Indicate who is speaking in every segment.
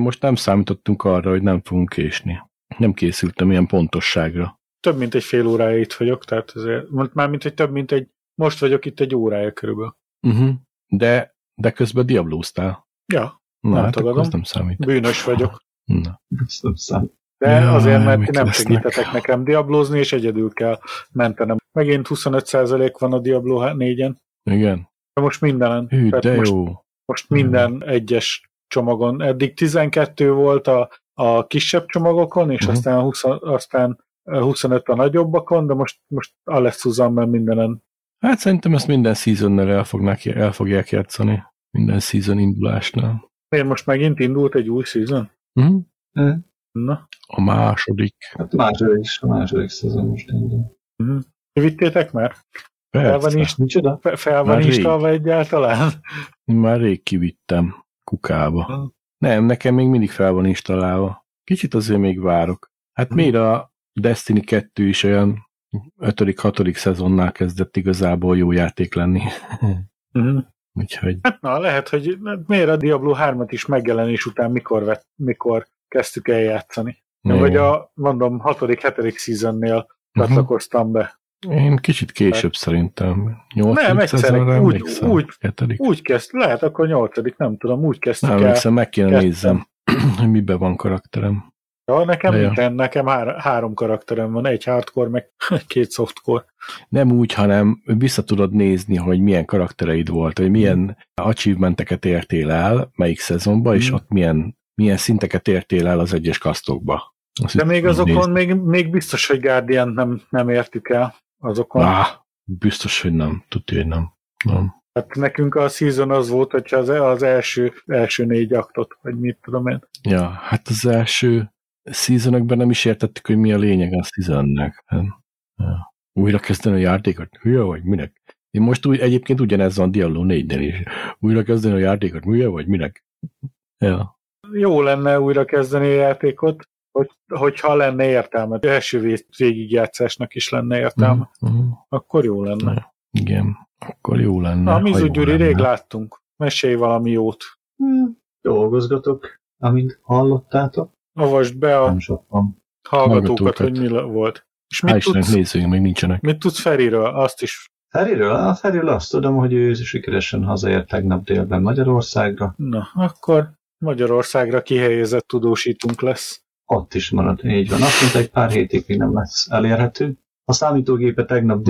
Speaker 1: Most nem számítottunk arra, hogy nem fogunk késni. Nem készültem ilyen pontosságra.
Speaker 2: Több mint egy fél órája itt vagyok, tehát azért, mármint, hogy több mint egy, most vagyok itt egy órája körülbelül.
Speaker 1: De közben diablóztál.
Speaker 2: Ja,
Speaker 1: na,
Speaker 2: nem
Speaker 1: hát
Speaker 2: tagadom.
Speaker 1: Nem számít.
Speaker 2: Bűnös vagyok.
Speaker 1: Na.
Speaker 3: Ezt nem számít.
Speaker 2: De azért, mert
Speaker 1: mik
Speaker 2: nem
Speaker 1: lesznek?
Speaker 2: segítetek nekem diablózni, és egyedül kell mentenem. Megint 25% van a Diablo 4-en.
Speaker 1: Igen.
Speaker 2: De most mindenen.
Speaker 1: Hű,
Speaker 2: Tehát
Speaker 1: de jó.
Speaker 2: most minden egyes csomagon. Eddig 12 volt a kisebb csomagokon, és aztán 25 a nagyobbakon, de most Alessuzamban mindenen.
Speaker 1: Hát szerintem ezt minden seasonnel el fogják játszani. Minden season indulásnál.
Speaker 2: Miért most megint indult egy új season? Na.
Speaker 1: A második.
Speaker 3: Hát a második szezon most indul.
Speaker 2: Vittétek már?
Speaker 3: Micsoda?
Speaker 2: Fel van instalva egyáltalán?
Speaker 1: Már rég kivittem kukába. Nem, nekem még mindig fel van installálva. Kicsit azért még várok. Hát miért a Destiny 2 is olyan 5.-6. szezonnál kezdett igazából jó játék lenni. Úgyhogy...
Speaker 2: Hát na, lehet, hogy miért a Diablo 3-at is megjelenés után mikor kezdtük el játszani. Vagy a, mondom, 6.-7. szezonnél csatlakoztam be.
Speaker 1: Én kicsit később szerintem. 8.
Speaker 2: Nem, egyszerűen úgy kezd, lehet akkor 8. nem tudom, úgy kezdtük el.
Speaker 1: Emlékszem, meg kéne nézzem, hogy miben van karakterem.
Speaker 2: Ja, nekem nincsen, nekem 3 karakterem van, egy hardcore, meg 2 softcore.
Speaker 1: Nem úgy, hanem vissza tudod nézni, hogy milyen karaktereid volt, hogy milyen achievementeket értél el, melyik szezonban, és ott milyen szinteket értél el az egyes kasztokba.
Speaker 2: De még azokon még biztos, hogy Guardian nem értük el azokon.
Speaker 1: Biztos, hogy nem. Tudja, hogy nem.
Speaker 2: Hát nekünk a season az volt, hogyha az első 4 aktot, vagy mit tudom én.
Speaker 1: Ja, hát az első seasonokban nem is értettük, hogy mi a lényeg a seasonnek. Ja. Újra kezdeni a játékot? Hülye vagy? Minek? Én most egyébként ugyanez van Diablo 4-nél is. Újra kezdeni a játékot? Hülye vagy? Minek? Ja.
Speaker 2: Jó lenne újra kezdeni a játékot, hogyha lenne értelme. Az első végigjátszásnak is lenne értelme. Akkor jó lenne.
Speaker 1: Igen, akkor jó lenne.
Speaker 2: Na, Mizu Gyuri, rég láttunk. Mesélj valami jót.
Speaker 3: Dolgozgatok, amint hallottátok.
Speaker 2: Avasd be a hallgatókat, hogy mi volt.
Speaker 1: És mit tudsz, nézzünk, még nincsenek.
Speaker 2: Mit tudsz Feriről? Azt is.
Speaker 3: Feriről azt tudom, hogy ő sikeresen hazaért tegnap délben Magyarországra.
Speaker 2: Na, akkor Magyarországra kihelyezett tudósítunk lesz.
Speaker 3: Ott is maradt, így van. Azt mondta, egy pár hétig még nem lesz elérhető. A számítógépe tegnap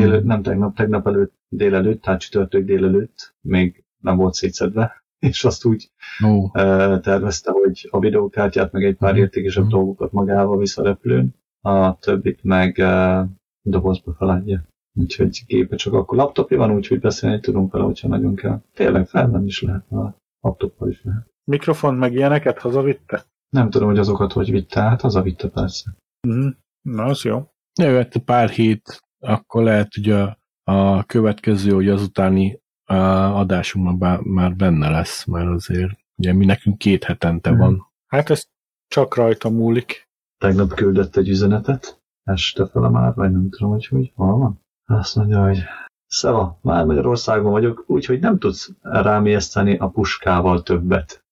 Speaker 3: előtt délelőtt, tehát csütörtök délelőtt még nem volt szétszedve, és azt úgy tervezte, hogy a videókártyát meg egy pár értékesebb dolgokat magával visz a repülőn, a többit meg dobozba feladja. Úgyhogy gépe csak akkor laptopja van, úgyhogy beszélni tudunk vele, hogyha nagyon kell. Tényleg felvenni is lehet, a laptoppal is lehet.
Speaker 2: Mikrofont meg ilyeneket hazavitte?
Speaker 3: Nem tudom, hogy azokat hogy vitte, hát hazavitte persze.
Speaker 2: Na, az jó.
Speaker 1: Jövett pár hét, akkor lehet, hogy a következő, hogy azutáni adásunkban már benne lesz, mert azért ugye mi nekünk 2 hetente van.
Speaker 2: Hát ez csak rajta múlik.
Speaker 3: Tegnap küldött egy üzenetet, este fele már, vagy nem tudom, hogy hol van. Azt mondja, hogy Szeva, már Magyarországon vagyok, úgyhogy nem tudsz rámélyeszteni a puskával többet.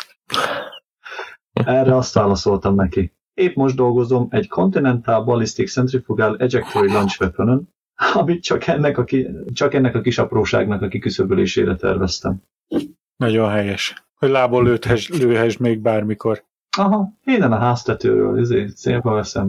Speaker 3: Erre azt válaszoltam neki. Épp most dolgozom egy Continental Ballistic Centrifugal Ejectory Launch Weapon-on, amit csak ennek a kis apróságnak a kiküszöbölésére terveztem.
Speaker 2: Nagyon helyes. Hogy lából lőhess még bármikor.
Speaker 3: Aha, innen a háztetőről, szélbe veszem.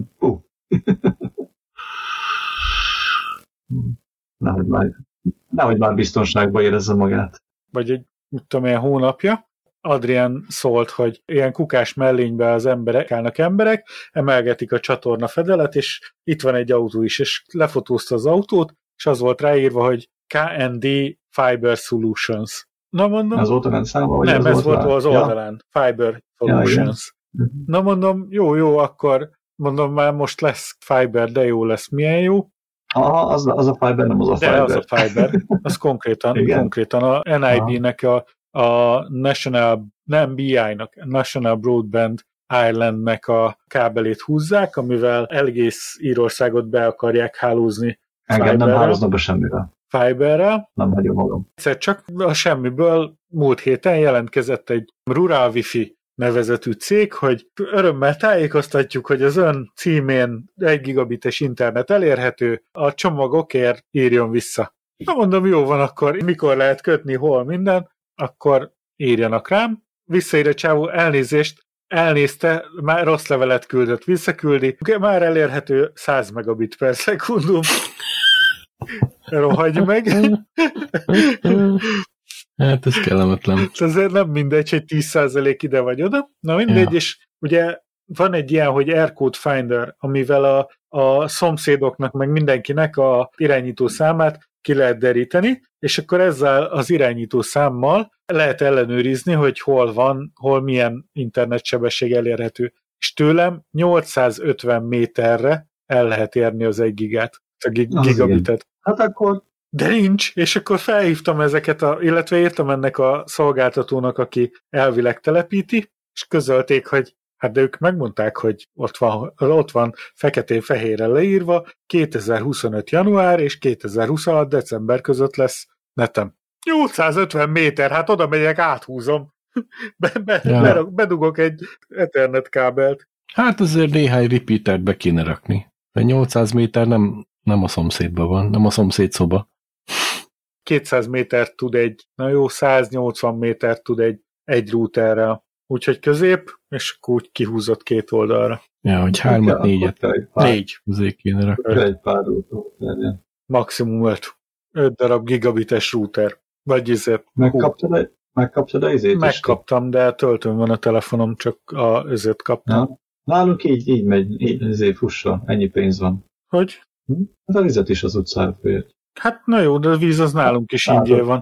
Speaker 3: Nehogy már biztonságban érezze magát.
Speaker 2: Vagy egy, mit tudom én, hónapja, Adrián szólt, hogy ilyen kukás mellénybe az emberek, emelgetik a csatorna fedelet, és itt van egy autó is, és lefotózta az autót, és az volt ráírva, hogy KND Fiber Solutions. Na mondom...
Speaker 3: Az volt a rendszáma? Vagy
Speaker 2: nem, ez volt az oldalán. Ja. Fiber Solutions. Ja, na mondom, jó, akkor mondom, már most lesz Fiber, de jó lesz. Milyen jó?
Speaker 3: Aha, az a Fiber, nem az a Fiber.
Speaker 2: De az a Fiber. Az konkrétan a NIB-nek a National, nem BI-nak, National Broadband Ireland-nek a kábelét húzzák, amivel egész Írországot be akarják hálózni.
Speaker 3: Engem nem hálóznak be semmivel.
Speaker 2: Fiberrel.
Speaker 3: Nem hagyom magam.
Speaker 2: Egyszer csak a semmiből múlt héten jelentkezett egy Rural Wi-Fi nevezetű cég, hogy örömmel tájékoztatjuk, hogy az ön címén 1 gigabites internet elérhető, a csomagokért írjon vissza. Na mondom, jó van, akkor mikor lehet kötni, hol minden, akkor írjanak rám. Visszaír a csávó, elnézést, elnézte, már rossz levelet küldött, visszaküldi, már elérhető 100 megabit per szekundum. Rohagy meg.
Speaker 1: Hát ez kellemetlen.
Speaker 2: Azért nem mindegy, hogy 10% ide vagy oda. Na mindegy, és ugye van egy ilyen, hogy Aircode Finder, amivel a szomszédoknak, meg mindenkinek a irányító számát ki lehet deríteni, és akkor ezzel az irányító számmal lehet ellenőrizni, hogy hol van, hol milyen internetsebesség elérhető. És tőlem 850 méterre el lehet érni az 1 gigát, a gigabitet.
Speaker 3: Hát akkor...
Speaker 2: De nincs, és akkor felhívtam ezeket, illetve írtam ennek a szolgáltatónak, aki elvileg telepíti, és közölték, hogy hát de ők megmondták, hogy ott van feketén-fehérre leírva, 2025. január és 2026. december között lesz netem. 850 méter, hát oda megyek, áthúzom. Bedugok egy Ethernet kábelt.
Speaker 1: Hát azért néhány repeatert be kéne rakni. De 800 méter nem a szomszédban van, nem a szomszéd szoba.
Speaker 2: 200 métert tud na jó, 180 métert tud egy routerrel. Úgyhogy közép, és akkor úgy kihúzott 2 oldalra.
Speaker 1: Ja, hogy 3-at, 4-et.
Speaker 2: 4.
Speaker 1: Azért kéne rakni.
Speaker 3: Egy pár router.
Speaker 2: Maximum 5 darab gigabites router. Vagy ezért.
Speaker 3: Megkaptad a izét?
Speaker 2: Megkaptam, de töltőn van a telefonom, csak ezért kaptam.
Speaker 3: Ja. Nálunk így megy, így fussa, ennyi pénz van.
Speaker 2: Hogy?
Speaker 3: Hát a vizet is az utcára folyt.
Speaker 2: Hát na jó, de a víz az nálunk is ingyen van.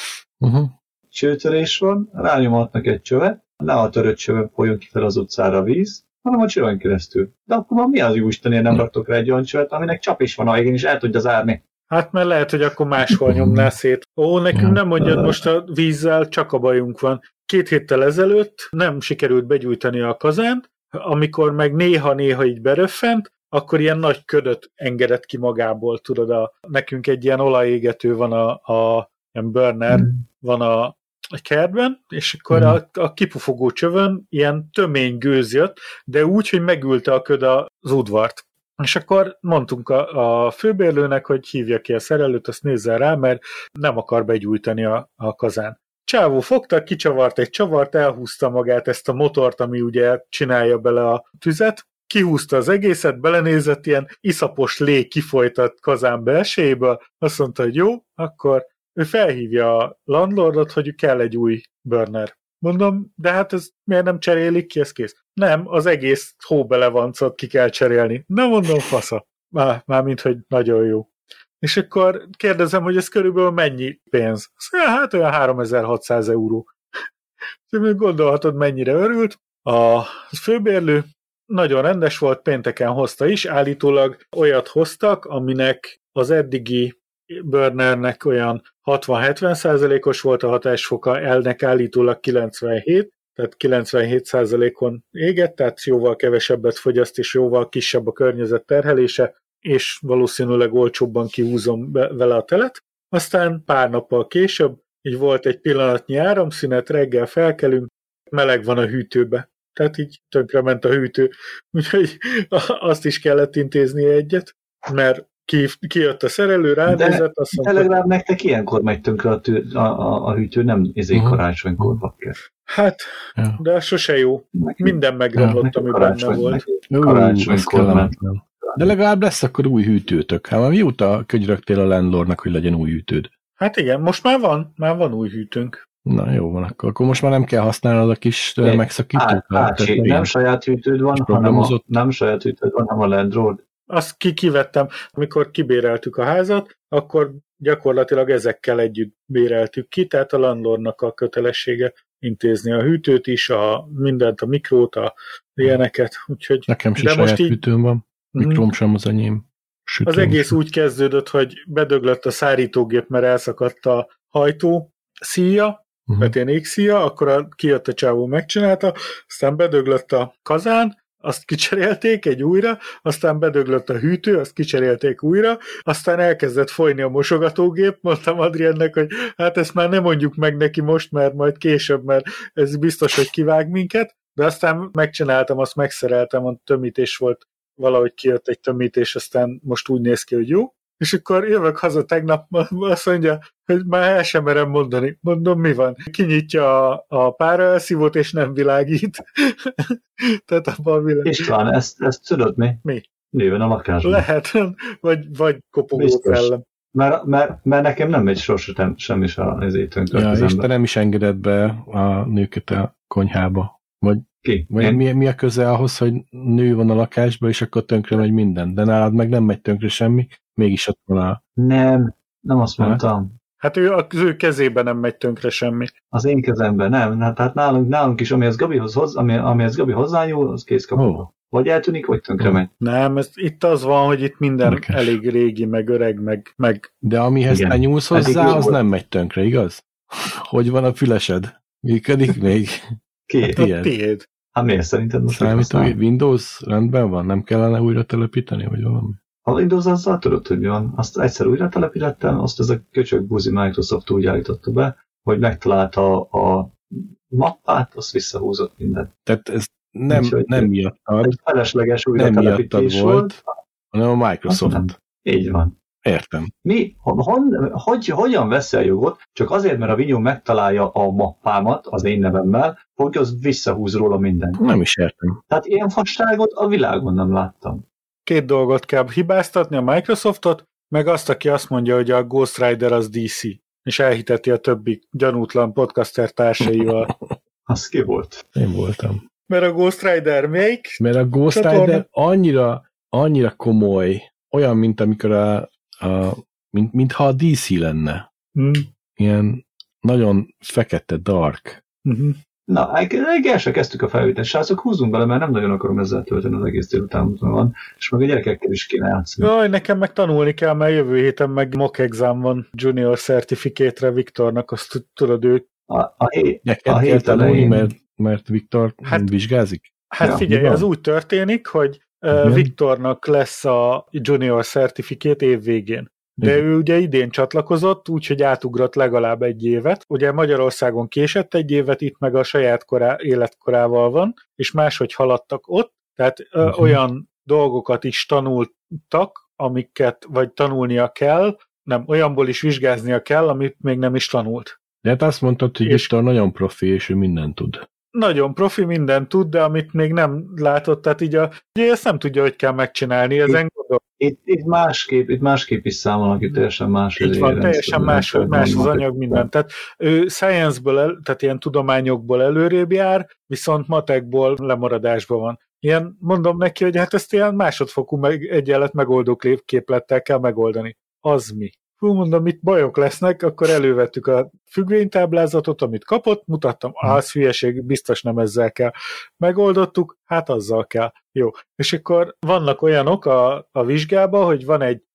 Speaker 3: Csőtörés van, rányomatnak egy csövet, ne a törött csövön folyjon ki fel az utcára a víz, hanem a csövön keresztül. De akkor már mi az jó Istenért nem raktok rá egy olyan csövet, aminek csap is van a végén, és el tudja zárni.
Speaker 2: Hát mert lehet, hogy akkor máshol nyomná szét. Nekünk nem mondjad, most a vízzel csak a bajunk van. 2 héttel ezelőtt nem sikerült begyújtani a kazánt, amikor meg néha-néha így beröffent, akkor ilyen nagy ködöt engedett ki magából, tudod, nekünk egy ilyen olajégető van ilyen burner van a kertben, és akkor a kipufogó csövön ilyen tömény gőz jött, de úgy, hogy megülte a köd az udvart. És akkor mondtunk a főbérlőnek, hogy hívja ki a szerelőt, azt nézzel rá, mert nem akar begyújtani a kazán. Csávó fogta, kicsavart egy csavart, elhúzta magát ezt a motort, ami ugye csinálja bele a tüzet, kihúzta az egészet, belenézett, ilyen iszapos lég kifolyt a kazán belsejéből, azt mondta, hogy jó, akkor ő felhívja a landlordot, hogy kell egy új burner. Mondom, de hát ez miért nem cserélik ki, ez kész? Nem, az egész hóbelevancot ki kell cserélni. Na mondom, fasza. Mármint, hogy nagyon jó. És akkor kérdezem, hogy ez körülbelül mennyi pénz? Hát olyan 3600 euró. Gondolhatod, mennyire örült. A főbérlő nagyon rendes volt, pénteken hozta is, állítólag olyat hoztak, aminek az eddigi burnernek olyan 60-70%-os volt a hatásfoka, elnek állítólag 97, tehát 97%-on égett, tehát jóval kevesebbet fogyaszt, és jóval kisebb a környezet terhelése, és valószínűleg olcsóbban kihúzom vele a telet. Aztán pár nappal később, így volt egy pillanatnyi áramszünet, reggel felkelünk, meleg van a hűtőbe. Tehát így tönkrement a hűtő. Úgyhogy azt is kellett intézni egyet, mert kijött a szerelő, ránézett, azt mondta...
Speaker 3: De legalább nektek ilyenkor megy tönkre a hűtő, nem karácsonykor bakker.
Speaker 2: Hát, de sose jó. Minden megromlott, ami benne volt.
Speaker 3: Karácsonykor
Speaker 1: de legalább lesz akkor új hűtőtök. Hát mióta könyörögtél a landlordnak, hogy legyen új hűtőd?
Speaker 2: Hát igen, most már van új hűtőnk.
Speaker 1: Na jó van, akkor most már nem kell használnod a kis megszakítót.
Speaker 3: Nem saját hűtőd van, hanem a landlord.
Speaker 2: Azt kivettem, amikor kibéreltük a házat, akkor gyakorlatilag ezekkel együtt béreltük ki, tehát a landlordnak a kötelessége intézni a hűtőt is, mindent, a mikrót, ilyeneket. Úgyhogy,
Speaker 1: nekem sem saját hűtőm van, mikróm sem az enyém.
Speaker 2: Az egész úgy kezdődött, hogy bedöglött a szárítógép, mert elszakadt a hajtó szíja, petén égszíja, akkor kijött a csávó, megcsinálta, aztán bedöglött a kazán, azt kicserélték egy újra, aztán bedöglött a hűtő, azt kicserélték újra, aztán elkezdett folyni a mosogatógép, mondtam Adriennek, hogy hát ezt már nem mondjuk meg neki most, mert majd később, mert ez biztos, hogy kivág minket, de aztán megcsináltam, azt megszereltem, a tömítés volt, valahogy kijött egy tömítés, aztán most úgy néz ki, hogy jó. És akkor jövök haza tegnap, azt mondja, hogy már el sem merem mondani. Mondom, mi van? Kinyitja a páraelszívót, és nem világít. Tehát abban a világ.
Speaker 3: István, ezt tudod mi?
Speaker 2: Mi?
Speaker 3: Léven a lakásban.
Speaker 2: Lehet, vagy kopogó szellem.
Speaker 3: Mert nekem nem megy sosem semmi se az étőnkről.
Speaker 1: Ja, és te nem is engeded be a nőket a konyhába. Vagy mi a köze ahhoz, hogy nő van a lakásban, és akkor tönkre megy minden. De nálad meg nem megy tönkre semmi, mégis ott van a...
Speaker 3: Nem azt mondtam.
Speaker 2: Hát az ő kezében nem megy tönkre semmi.
Speaker 3: Az én kezemben nem. Tehát nálunk is, ami az Gabi hozzányúl, az kész kapva. Vagy eltűnik, vagy tönkre megy.
Speaker 2: Nem, itt az van, hogy itt minden Érdekes. Elég régi, meg öreg, meg...
Speaker 1: De amihez te nyúlsz hozzá, az nem megy tönkre, igaz? Hogy van a fülesed? Működik még?
Speaker 2: Tiéd.
Speaker 3: Hát miért szerinted most?
Speaker 1: Számít, Windows rendben van? Nem kellene újra telepíteni, vagy valami?
Speaker 3: A Windows azzal tudod, hogy mi van. Azt egyszer újra telepítettem, azt ez a köcsög-buzi Microsoft úgy állította be, hogy megtalálta a mappát, azt visszahúzott mindent.
Speaker 1: Tehát ez nem miattad.
Speaker 3: Egy felesleges újra telepítés volt,
Speaker 1: hanem a Microsoft.
Speaker 3: Így van.
Speaker 1: Értem.
Speaker 3: Hogyan veszel jogot, csak azért, mert a Vinyó megtalálja a mappámat az én nevemmel, hogy az visszahúz róla mindent.
Speaker 1: Nem is értem.
Speaker 3: Tehát ilyen fasságot a világon nem láttam.
Speaker 2: 2 dolgot kell hibáztatni, a Microsoftot, meg azt, aki azt mondja, hogy a Ghost Rider az DC, és elhiteti a többi gyanútlan podcaster társaival.
Speaker 3: Az ki volt?
Speaker 1: Én voltam.
Speaker 2: Mert a Ghost Rider melyik?
Speaker 1: Mert a Ghost Rider annyira komoly, olyan, mint amikor mintha a DC lenne. Ilyen nagyon fekete, dark.
Speaker 3: Na, el se kezdtük a felvételt. Srácok, húzzunk bele, mert nem nagyon akarom ezzel tölteni az egész délután van, és meg a gyerekekkel is kéne játszani.
Speaker 2: Jaj, nekem meg tanulni kell, mert jövő héten meg mock exam van Junior Certificate-re Viktornak, azt tudod őt.
Speaker 1: Neked kell tanulni, mert Viktor vizsgázik?
Speaker 2: Hát figyelj, ez úgy történik, hogy Viktornak lesz a Junior Certificate év végén. De ő ugye idén csatlakozott, úgyhogy átugrott legalább 1 évet. Ugye Magyarországon késett 1 évet, itt meg a saját életkorával van, és máshogy haladtak ott, tehát olyan dolgokat is tanultak, amiket vagy tanulnia kell, nem, olyanból is vizsgáznia kell, amit még nem is tanult.
Speaker 1: De hát azt mondtad, hogy Viktor nagyon profi, és ő mindent tud.
Speaker 2: Nagyon profi, mindent tud, de amit még nem látott, tehát így ugye ezt nem tudja, hogy kell megcsinálni, ezen gondol.
Speaker 3: Itt másképp is számolnak, itt teljesen más.
Speaker 2: Itt van, teljesen más az anyag, minden. Tehát ő science-ből, tehát ilyen tudományokból előrébb jár, viszont matekból lemaradásban van. Ilyen, mondom neki, hogy hát ezt ilyen másodfokú egyenlet megoldó képlettel kell megoldani. Az mi? Mondom, itt bajok lesznek, akkor elővettük a függvénytáblázatot, amit kapott, mutattam, az hülyeség, biztos nem ezzel kell. Megoldottuk, hát azzal kell. Jó. És akkor vannak olyanok a vizsgában, hogy van egy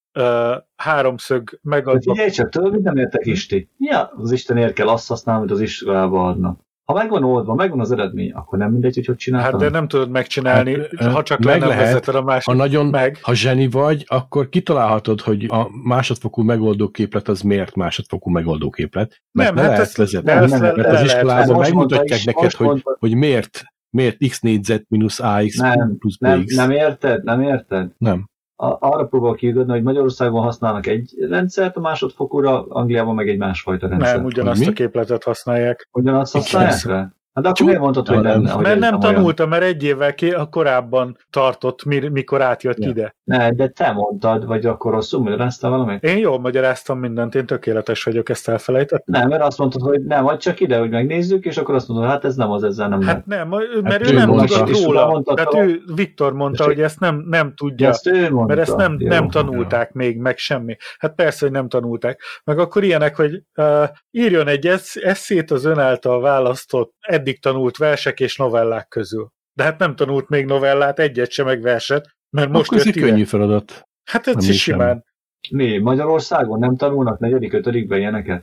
Speaker 2: 3-szög megadva.
Speaker 3: Figyelj csak, tudod, nem értek Isti. Ja, az Istenért kell azt használni, amit az iskolába adnak. Ha megvan oldva, megvan az eredmény, akkor nem mindegy, hogy csináltam.
Speaker 2: Hát de nem tudod megcsinálni, ha csak le nem vezeted a másod.
Speaker 1: Ha zseni vagy, akkor kitalálhatod, hogy a másodfokú megoldóképlet az miért másodfokú megoldóképlet. Mert
Speaker 2: nem,
Speaker 1: hát mert az iskolában megmutatják neked, hogy miért x négyzet mínusz ax plusz bx.
Speaker 3: Nem érted?
Speaker 1: Nem.
Speaker 3: Arra próbál kiütni, hogy Magyarországon használnak egy rendszert, a másodfokúra, Angliában meg egy másfajta rendszert.
Speaker 2: Nem, ugyanazt a képletet használják.
Speaker 3: Ugyanazt használják rá? Hát akkor miért mondtad, hogy nem?
Speaker 2: Mert nem tanultam, mert 1 évvel korábban tartott, mikor átjött ide.
Speaker 3: Ne, de te mondtad, vagy akkor rosszul magyaráztál valamit?
Speaker 2: Én jól magyaráztam mindent, én tökéletes vagyok, ezt elfelejtettem.
Speaker 3: Nem, mert azt mondtad, hogy nem, vagy csak ide, hogy megnézzük, és akkor azt mondod, hát ez nem az, ezzel nem
Speaker 2: lehet. Hát nem, mert ő nem tudott róla. Tehát Viktor mondta, hogy ezt nem tudja, mert ezt nem tanulták még, meg semmi. Hát persze, hogy nem tanulták. Meg akkor ilyenek, hogy írjon egy esszét az ön által választott eddig tanult versek és novellák közül. De hát nem tanult még novellát, egyet sem meg verset, mert most
Speaker 1: jött ide. Könnyű feladat.
Speaker 2: Hát ez is simán.
Speaker 3: Mi? Magyarországon nem tanulnak 4.-5. ilyeneket?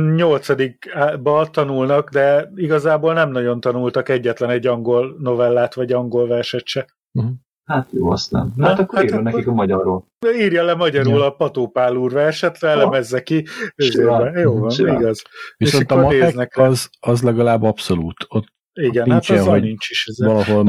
Speaker 2: 8-ba tanulnak, de igazából nem nagyon tanultak egyetlen egy angol novellát, vagy angol verset se.
Speaker 3: Hát jó, azt nem. Hát akkor írjon nekik a magyarról.
Speaker 2: Írja le magyarul a Pató Pál úr verset, elemezze ki. Jó van, igaz.
Speaker 1: Viszont a matek az legalább abszolút. Ott
Speaker 2: Igen, hát azzal nincs is ez.
Speaker 1: Valahol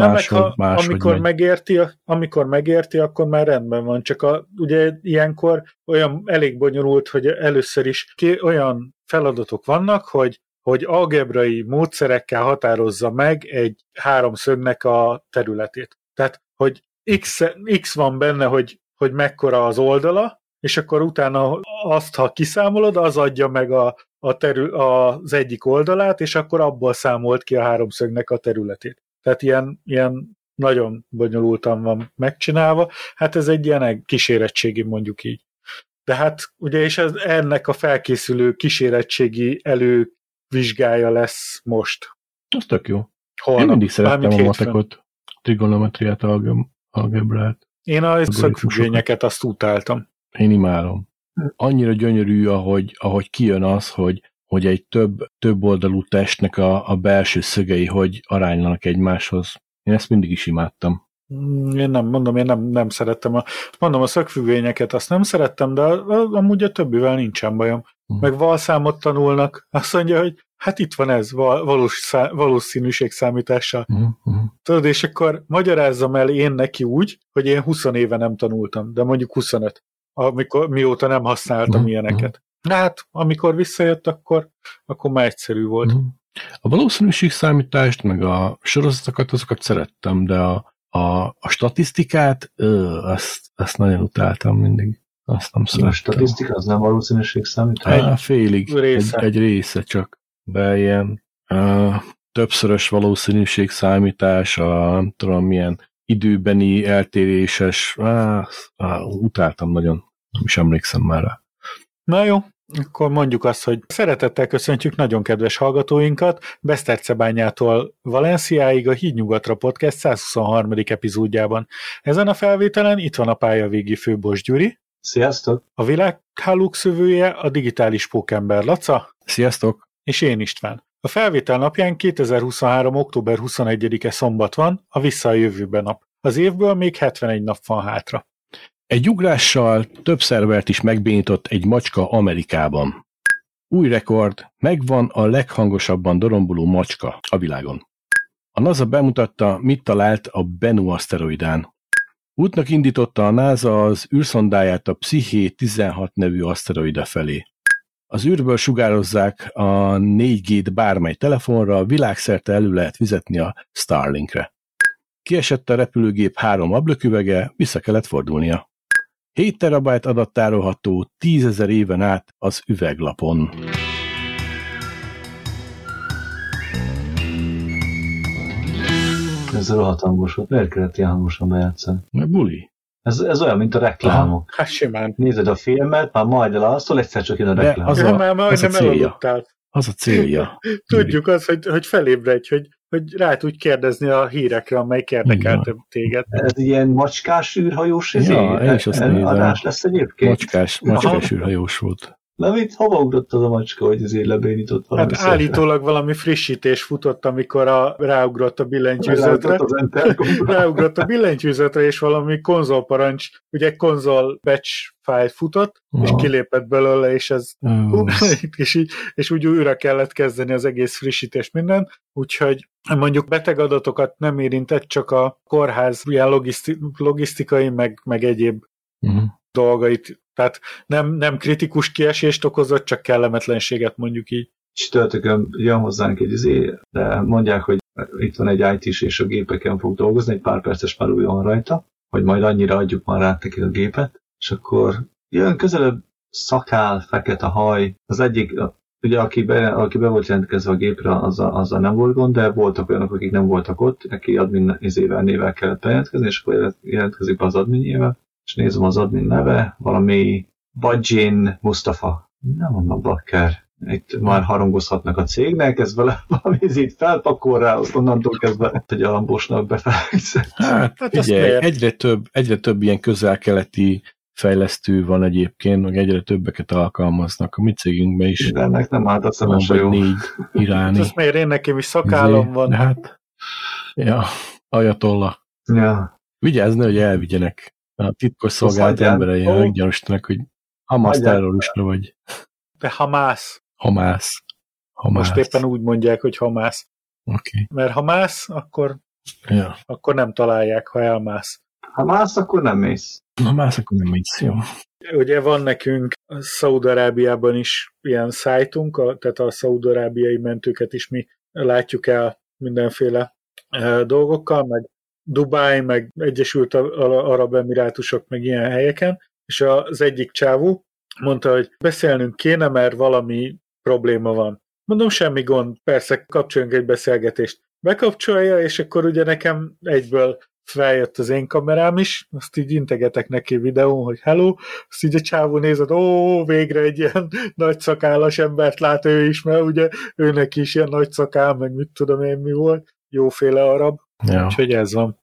Speaker 2: amikor megérti, akkor már rendben van. Csak ugye ilyenkor olyan elég bonyolult, hogy először is olyan feladatok vannak, hogy algebrai módszerekkel határozza meg egy háromszögnek a területét. Tehát, hogy x van benne, hogy mekkora az oldala, és akkor utána azt, ha kiszámolod, az adja meg az egyik oldalát, és akkor abból számolt ki a háromszögnek a területét. Tehát ilyen nagyon bonyolultan van megcsinálva. Hát ez egy ilyen kísérettségi, mondjuk így. De hát ugye, és ennek a felkészülő kísérettségi elővizsgája lesz most.
Speaker 1: Ez tök jó. Holnap. Én mindig szerettem a matekot, trigonometriát, algebrát.
Speaker 2: Én a szögfüggvényeket azt utáltam.
Speaker 1: Én imádom. Annyira gyönyörű, ahogy kijön az, hogy egy több oldalú testnek a belső szögei, hogy aránylanak egymáshoz. Én ezt mindig is imádtam.
Speaker 2: Én nem szerettem. A szögfüggvényeket azt nem szerettem, de amúgy a többivel nincsen bajom. Meg valszámot tanulnak. Azt mondja, hogy hát itt van ez, valószínűségszámítással. Tudod, és akkor magyarázzam el én neki úgy, hogy én 20 éve nem tanultam, de mondjuk 25, mióta nem használtam ilyeneket. Hát, amikor visszajött, akkor már egyszerű volt.
Speaker 1: A valószínűségszámítást, meg a sorozatokat, azokat szerettem, de a statisztikát, azt nagyon utáltam mindig. Azt nem szerettem.
Speaker 3: A statisztika az nem valószínűségszámítás?
Speaker 1: Félig. Egy része csak. De ilyen többszörös valószínűségszámítás, nem tudom, milyen időbeni eltéréses, utáltam nagyon. Nem is emlékszem már rá.
Speaker 2: Na jó, akkor mondjuk azt, hogy szeretettel köszöntjük nagyon kedves hallgatóinkat Besztercebányától Valenciáig a Hídnyugatra Podcast 123. epizódjában. Ezen a felvételen itt van a pályavégi fő Bos Gyuri.
Speaker 3: Sziasztok!
Speaker 2: A világhálók szövője a digitális pókember Laca.
Speaker 1: Sziasztok!
Speaker 2: És én István. A felvétel napján 2023. október 21-e szombat van, a Vissza a jövőbe nap. Az évből még 71 nap van hátra.
Speaker 1: Egy ugrással több szervert is megbénított egy macska Amerikában. Új rekord, megvan a leghangosabban doromboló macska a világon. A NASA bemutatta, mit talált a Bennu aszteroidán. Útnak indította a NASA az űrszondáját a Psyche 16 nevű aszteroida felé. Az űrből sugározzák a 4G-t bármely telefonra, világszerte elő lehet fizetni a Starlinkre. Kiesett a repülőgép 3 ablaküvege, vissza kellett fordulnia. 7 terabájt adattárolható 10 000 éven át az üveglapon.
Speaker 3: Ez rohadt hangos volt. Miért kellett ilyen hangosan bejátszani?
Speaker 1: Mert buli.
Speaker 3: Ez olyan, mint a reklámok.
Speaker 2: Hát simán.
Speaker 3: Nézed a filmet, már majd elasztól, egyszer csak jön a reklám.
Speaker 1: Az a célja. Az a célja.
Speaker 2: Tudjuk azt, hogy felébredj, hogy rá tudj kérdezni a hírekre, amelyik érdekel téged.
Speaker 3: Ez ilyen macskás űrhajós
Speaker 1: adás
Speaker 3: lesz egyébként?
Speaker 1: Macskás űrhajós volt.
Speaker 3: Na mit, hova ugrott az a macska, hogy ezért lebénított valami?
Speaker 2: Hát állítólag valami frissítés futott, amikor ráugrott a billentyűzetre. Ráugrott a billentyűzetre, és valami konzolparancs, ugye egy konzol batch file futott, és kilépett belőle, és ez és úgy újra kellett kezdeni az egész frissítés minden, úgyhogy mondjuk beteg adatokat nem érintett, csak a kórház ilyen logisztikai, meg egyéb dolgait. Tehát nem kritikus kiesést okozott, csak kellemetlenséget, mondjuk így.
Speaker 3: Csütörtökön jön hozzánk de mondják, hogy itt van egy IT-s, és a gépeken fog dolgozni, egy pár perces párulja van rajta, hogy majd annyira adjuk már rá nekik a gépet, és akkor jön közelebb szakál, fekete haj. Az egyik, ugye aki be volt jelentkezve a gépre, azzal nem volt gond, de voltak olyanok, akik nem voltak ott, aki admin nével kellett bejelentkezni, és akkor jelentkezik be az adminjével, és nézem az admin neve, valami Bajin Mustafa. Nem mondom, bakker. Itt már harangozhatnak a cégnek, ez vele valami itt felpakol rá, azt onnantól kezdve, hogy a Lambosnak befelejtszett.
Speaker 1: Hát ugye, egyre több ilyen közel-keleti fejlesztő van egyébként, meg egyre többeket alkalmaznak a mi cégünkben is.
Speaker 3: Ennek nem állt a szemes a jó.
Speaker 1: 4 iráni.
Speaker 2: Ezt miért én nekem is szakállam van?
Speaker 1: Hát, ajatolla.
Speaker 3: Ja.
Speaker 1: Vigyázz, hogy elvigyenek. A titkos szolgálat emberei meggyanúsítanak, hogy Hamas terrorista vagy.
Speaker 2: De Hamász.
Speaker 1: Hamász.
Speaker 2: Most éppen úgy mondják, hogy Hamász.
Speaker 1: Okay.
Speaker 2: Mert ha mász, akkor nem találják, ha elmász.
Speaker 3: Ha mász, akkor nem mész.
Speaker 1: Ha mász, akkor nem mész, jó.
Speaker 2: Ugye van nekünk Szaúd-Arábiában is ilyen szájtunk, tehát a szaúd-arábiai mentőket is mi látjuk el mindenféle dolgokkal, meg Dubáj, meg Egyesült Arab Emirátusok, meg ilyen helyeken, és az egyik csávó mondta, hogy beszélnünk kéne, mert valami probléma van. Mondom, semmi gond, persze kapcsoljunk egy beszélgetést. Bekapcsolja, és akkor ugye nekem egyből feljött az én kamerám is, azt így integetek neki videón, hogy hello, azt így a csávó nézett, végre egy ilyen nagy szakállas embert lát ő is, mert ugye őnek is ilyen nagy szakál, meg mit tudom én mi volt, jóféle arab, úgyhogy ez van.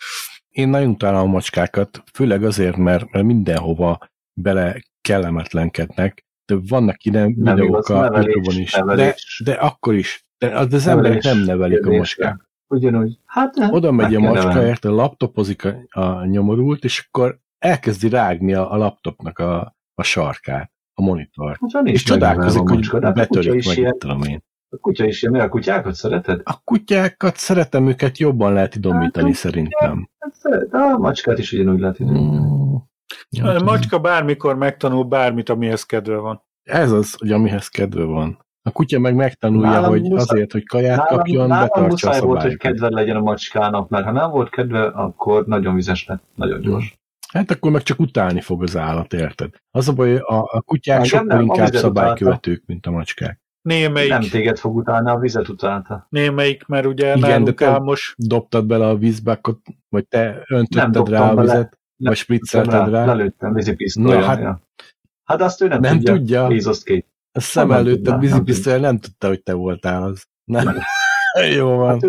Speaker 1: Én nagyon utálom a macskákat, főleg azért, mert mindenhova bele kellemetlenkednek, de vannak ide videók a YouTube-on is. De akkor is. De az emberek nem nevelik a macskát.
Speaker 3: Ugyanúgy.
Speaker 1: Oda megy a macskáért, laptopozik a nyomorult, és akkor elkezdi rágni a laptopnak a sarkát, a monitort. És csodálkozik, hogy betörik meg, tudom én.
Speaker 3: A kutya is ilyen, mert a kutyákat szereted?
Speaker 1: A kutyákat szeretem, őket jobban lehet idomítani szerintem.
Speaker 3: De a macskát is ugyanúgy lehet idomítani.
Speaker 2: A macska bármikor megtanul bármit, amihez kedve van.
Speaker 1: Ez az, hogy amihez kedve van. A kutya meg megtanulja, hogy azért, hogy kaját kapjon, betartsa a szabályokat.
Speaker 3: Volt, hogy kedve legyen a macskának, mert ha nem volt kedve, akkor nagyon vizes lett, nagyon gyors.
Speaker 1: Hát akkor meg csak utálni fog az állat, érted? Az a baj, a kutyák sokkal inkább szabálykövetők, mint a macskák.
Speaker 2: Némelyik.
Speaker 3: Nem téged fog utálni, a vizet utálta.
Speaker 2: Némelyik, mert ugye
Speaker 1: igen,
Speaker 2: náluk álmos...
Speaker 1: dobtad bele a vízbe, akkor, vagy te öntötted rá a vizet, vagy spriccelted rá.
Speaker 3: Lelőttem vízipisztolya. Hát azt ő nem tudja. Vízoszt ki.
Speaker 1: A szem előtt a vízipisztolya nem tudta, hogy te voltál az. Nem. Jó van. Hát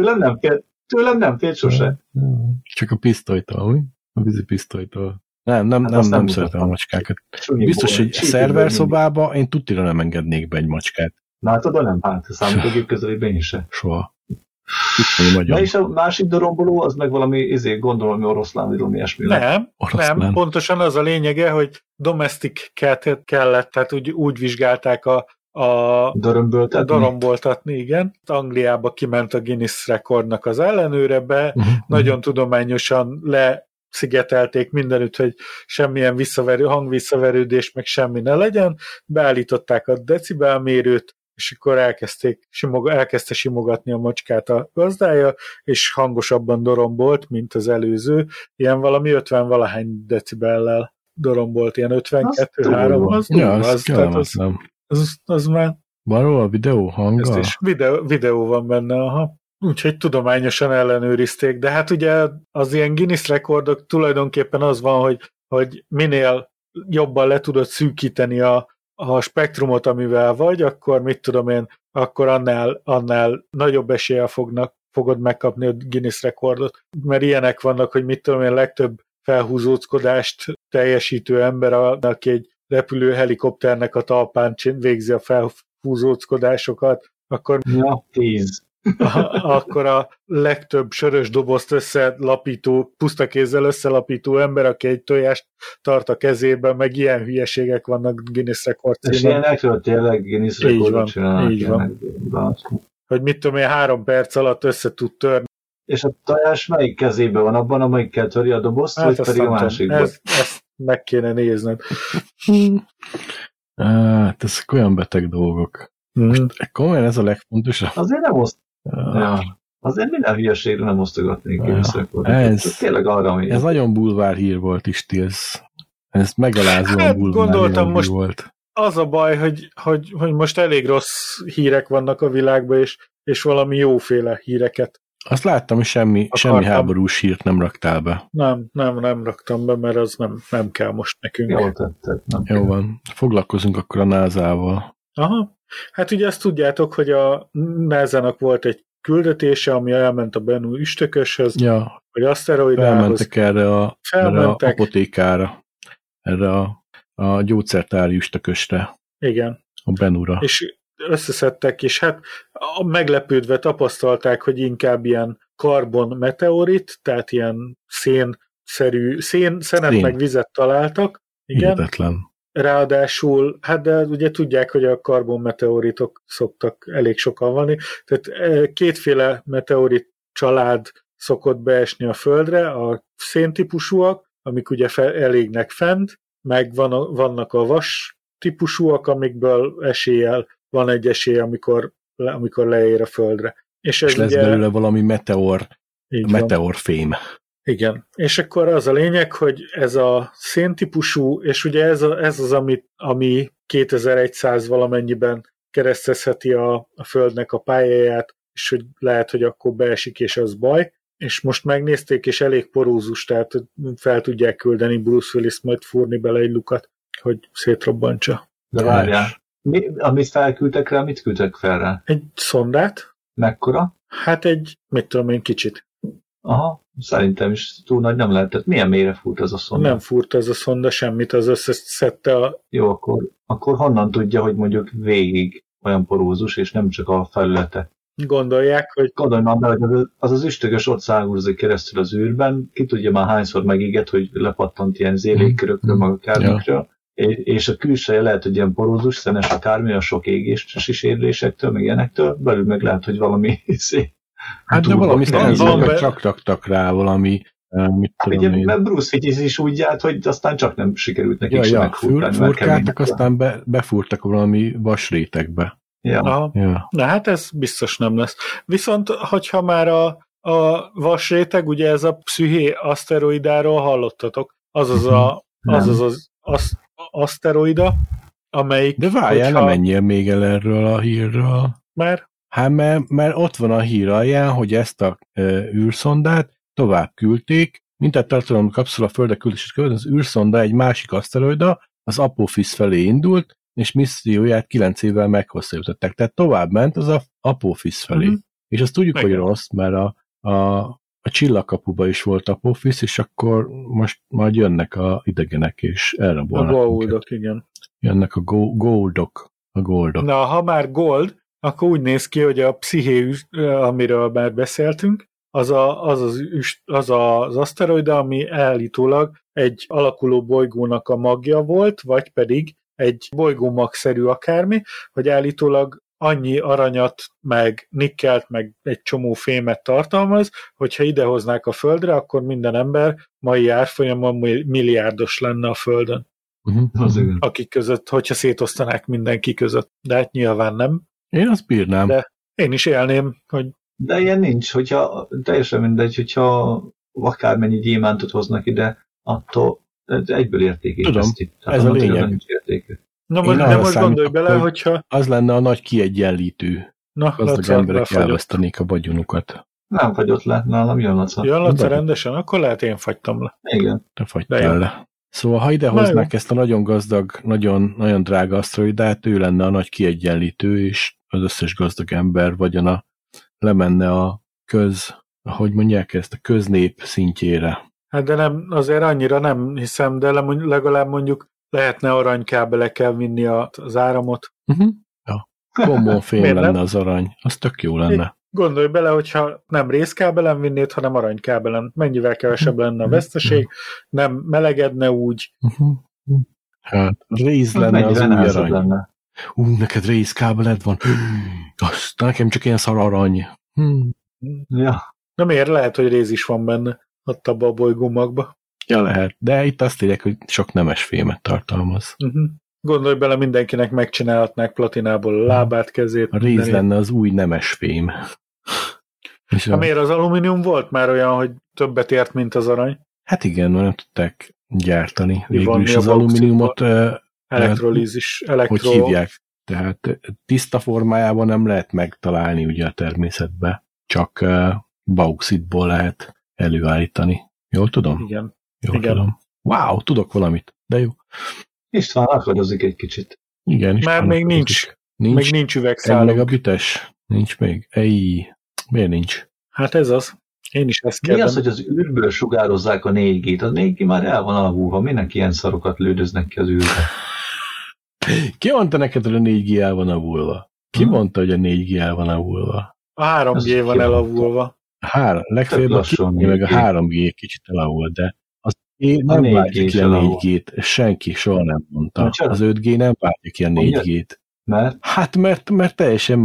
Speaker 3: tőlem nem félt sose.
Speaker 1: Csak a pisztolytól, úgy? A vízipisztolytól. Nem szeretem a macskákat. Biztos, hogy szerverszobába én tutira nem engednék be egy macskát.
Speaker 3: Na hát oda nem, a számítógép közelében is se.
Speaker 1: Soha.
Speaker 3: Na és a másik doromboló, az meg valami, gondolom, ami oroszlán, vagy valami ilyesmi.
Speaker 2: Nem, pontosan az a lényege, hogy domestic cat kellett, tehát úgy vizsgálták a doromboltatni, igen. Angliába kiment a Guinness rekordnak az ellenőre be, nagyon tudományosan szigetelték mindenütt, hogy semmilyen hangvisszaverődés, meg semmi ne legyen, beállították a decibelmérőt, és akkor elkezdte simogatni a macskát a gazdája, és hangosabban dorombolt, mint az előző, ilyen valami 50-valahány decibellel dorombolt, ilyen 52-3, az már...
Speaker 1: Van róla videó hanga?
Speaker 2: Videó van benne, aha. Úgyhogy tudományosan ellenőrizték, de hát ugye az ilyen Guinness rekordok tulajdonképpen az van, hogy minél jobban le tudod szűkíteni a spektrumot, amivel vagy, akkor mit tudom én, akkor annál nagyobb eséllyel fogod megkapni a Guinness rekordot. Mert ilyenek vannak, hogy mit tudom én, legtöbb felhúzóckodást teljesítő ember, aki egy repülő helikopternek a talpán végzi a felhúzóckodásokat, akkor...
Speaker 3: Ja, 10.
Speaker 2: Akkor a legtöbb sörös dobozt puszta kézzel összelapító ember, aki egy tojást tart a kezében, meg ilyen hülyeségek vannak Guinness rekord címen.
Speaker 3: És ilyenekről tényleg Guinness rekordot csinálnak.
Speaker 2: Így van. Hogy mit tudom én, 3 perc alatt össze tud törni.
Speaker 3: És a tojás melyik kezében van? Abban, amelyikkel töri a dobozt,
Speaker 2: hát
Speaker 3: vagy pedig a másikban?
Speaker 2: Ezt meg kéne nézned.
Speaker 1: Hát ezek olyan beteg dolgok. Most komolyan ez a legfontosabb.
Speaker 3: Azért nem azért minden hülyeségre nem osztogatnék Guinness rekordot. Ez tényleg arra, ami...
Speaker 1: Ez nagyon bulvár hír volt, Isti, ez megalázóan bulvár hír volt.
Speaker 2: Az a baj, hogy most elég rossz hírek vannak a világban, és valami jóféle híreket.
Speaker 1: Azt láttam, hogy semmi háborús hírt nem raktál be.
Speaker 2: Nem raktam be, mert az nem kell most nekünk.
Speaker 3: Jól tetted.
Speaker 1: Jó van. Foglalkozunk akkor a NASA-val.
Speaker 2: Aha. Hát ugye azt tudjátok, hogy a NASA-nak volt egy küldetése, ami elment a Bennu üstököshöz, vagy aszteroidához.
Speaker 1: Felmentek erre a apotékára, erre a gyógyszertári üstökösre.
Speaker 2: Igen.
Speaker 1: A Bennura.
Speaker 2: És összeszedtek, és hát meglepődve tapasztalták, hogy inkább ilyen karbon meteorit, tehát ilyen szénet meg vizet találtak. Igen.
Speaker 1: Hihetetlen.
Speaker 2: ráadásul, hát de ugye tudják, hogy a karbonmeteoritok szoktak elég sokan vanni, tehát kétféle meteorit család szokott beesni a Földre, a széntípusúak, amik ugye elégnek fent, meg vannak a vas típusúak, amikből van egy esély, amikor leér a Földre. És
Speaker 1: lesz
Speaker 2: ugye,
Speaker 1: belőle valami meteorfém.
Speaker 2: Igen. És akkor az a lényeg, hogy ez a széntípusú, és ugye ez az, ami 2100 valamennyiben keresztezheti a Földnek a pályáját, és hogy lehet, hogy akkor beesik, és az baj. És most megnézték, és elég porózus, tehát fel tudják küldeni Bruce Willis majd fúrni bele egy lukat, hogy szétrobbantsa.
Speaker 3: De várjál. Amit felküldtek rá, mit küldtek fel rá?
Speaker 2: Egy szondát.
Speaker 3: Mekkora?
Speaker 2: Hát mit tudom én, kicsit.
Speaker 3: Aha, szerintem is túl nagy nem lehetett. Milyen mélyre fúrt az a szonda?
Speaker 2: Nem fúrt az a szonda semmit, az összeszedte a...
Speaker 3: Jó, akkor honnan tudja, hogy mondjuk végig olyan porózus, és nem csak a felülete?
Speaker 2: Gondolják, hogy...
Speaker 3: Gondolj már be, hogy az üstökös ott szágúrzik keresztül az űrben, ki tudja már hányszor megígett, hogy lepattant ilyen zélékkörökről, meg a kármikről, és a külseje lehet, hogy ilyen porózus, szenes akármi, a sok égéses érlésektől, meg ilyenektől, belül meg lehet, hogy valami
Speaker 1: hát de valami szenzorra csak raktak rá valami, mit tudom
Speaker 3: ugye, én. Mert Bruce Willis is úgy járt, hogy aztán csak nem sikerült nekik sem megfúrtani.
Speaker 1: Furkáltak, aztán befúrtak valami vasrétegbe.
Speaker 3: Ja.
Speaker 2: Na hát ez biztos nem lesz. Viszont, hogyha már a vasréteg, ugye ez a Psyché aszteroidáról hallottatok, az aszteroida, amelyik...
Speaker 1: De várjál, nem menjél még el erről a hírről.
Speaker 2: Mert?
Speaker 1: Hát mert ott van a hír alján, hogy ezt a űrszondát tovább küldték, mintátartalom kapszula Földre küldését követően az űrszonda egy másik aszteroida, az Apophis felé indult, és misszióját 9 évvel meghosszabbították. Tehát tovább ment az Apophis felé. És azt tudjuk, hogy rossz, mert a csillagkapuba is volt Apophis, és akkor most majd jönnek a idegenek, és elrabolnak.
Speaker 2: A goldok, igen.
Speaker 1: Jönnek a goldok.
Speaker 2: Na, ha már gold, akkor úgy néz ki, hogy a Psyché, amiről már beszéltünk, az az aszteroida, ami állítólag egy alakuló bolygónak a magja volt, vagy pedig egy bolygómagszerű akármi, hogy állítólag annyi aranyat, meg nikkelt, meg egy csomó fémet tartalmaz, hogyha idehoznák a Földre, akkor minden ember mai árfolyamon milliárdos lenne a Földön. Akik között, hogyha szétosztanák mindenki között. De hát nyilván nem.
Speaker 1: Én azt bírnám.
Speaker 2: De én is élném, hogy...
Speaker 3: De ilyen nincs, hogyha teljesen mindegy, hogyha akármennyi gyémántot hoznak ide, attól egyből értékét.
Speaker 1: Ez a lényeg.
Speaker 2: Na, de most gondolj bele, hogyha...
Speaker 1: Az lenne a nagy kiegyenlítő. Gazdag emberek elvesztenék a vagyonukat.
Speaker 3: Nem fagyott le, nálam jön Laca.
Speaker 2: Jön Laca rendesen, akkor lehet én fagytam le.
Speaker 3: Igen.
Speaker 1: Te fagytál le. Szóval ha idehoznák ezt a nagyon gazdag, nagyon, nagyon drága aszteroidát, ő lenne a nagy kiegyenlítő, és az összes gazdag ember vagyona lemenne a ahogy mondják ezt, a köznép szintjére.
Speaker 2: Hát de nem, azért annyira nem hiszem, de legalább mondjuk lehetne aranykábelekkel vinni az áramot.
Speaker 1: Ja. Gombonfém lenne az arany. Az tök jó lenne.
Speaker 2: Gondolj bele, hogyha nem részkábelen vinnéd, hanem aranykábelen. Mennyivel kevesebb lenne a veszteség, nem melegedne úgy.
Speaker 1: Hát, rész lenne az új arany. Lenne. Neked részkábeled van? Azt, nekem csak ilyen szar arany.
Speaker 3: Ja.
Speaker 2: Na miért? Lehet, hogy rész is van benne, ott abba a bolygómagba.
Speaker 1: Ja, lehet. De itt azt írják, hogy sok nemes fémet tartalmaz.
Speaker 2: Gondolj bele, mindenkinek megcsinálhatnák platinából a lábát, kezét.
Speaker 1: A rész lenne az új nemes fém.
Speaker 2: Miért az alumínium volt már olyan, hogy többet ért, mint az arany?
Speaker 1: Hát igen, nem tudták gyártani. Végül is az alumíniumot
Speaker 2: elektrolízis,
Speaker 1: hogy hívják? Tehát tiszta formájában nem lehet megtalálni ugye a természetben, csak bauxitból lehet előállítani. Jól tudom?
Speaker 2: Igen.
Speaker 1: Jól tudom. Wow, tudok valamit, de jó.
Speaker 3: István akadozik egy kicsit.
Speaker 1: Igen,
Speaker 2: már még nincs üvegszálunk.
Speaker 1: Egy megabütes? Nincs még. Miért nincs?
Speaker 2: Hát ez az. Én is ezt kérdem.
Speaker 3: Mi az, hogy az űrből sugározzák a 4G-t? A 4G már el van alvulva. Minek ilyen szarokat lődöznek ki az űrbe?
Speaker 1: Ki mondta neked, hogy a 4G el van avulva? Ki mondta, hogy a 4G el van avulva?
Speaker 2: A 3G van elavulva.
Speaker 1: Legfeljebb meg a 3G kicsit elavult, de 5G nem váltja ki a 4G-t, senki soha nem mondta. Az 5G nem váltja ki a 4G-t.
Speaker 3: Mert?
Speaker 1: Hát mert teljesen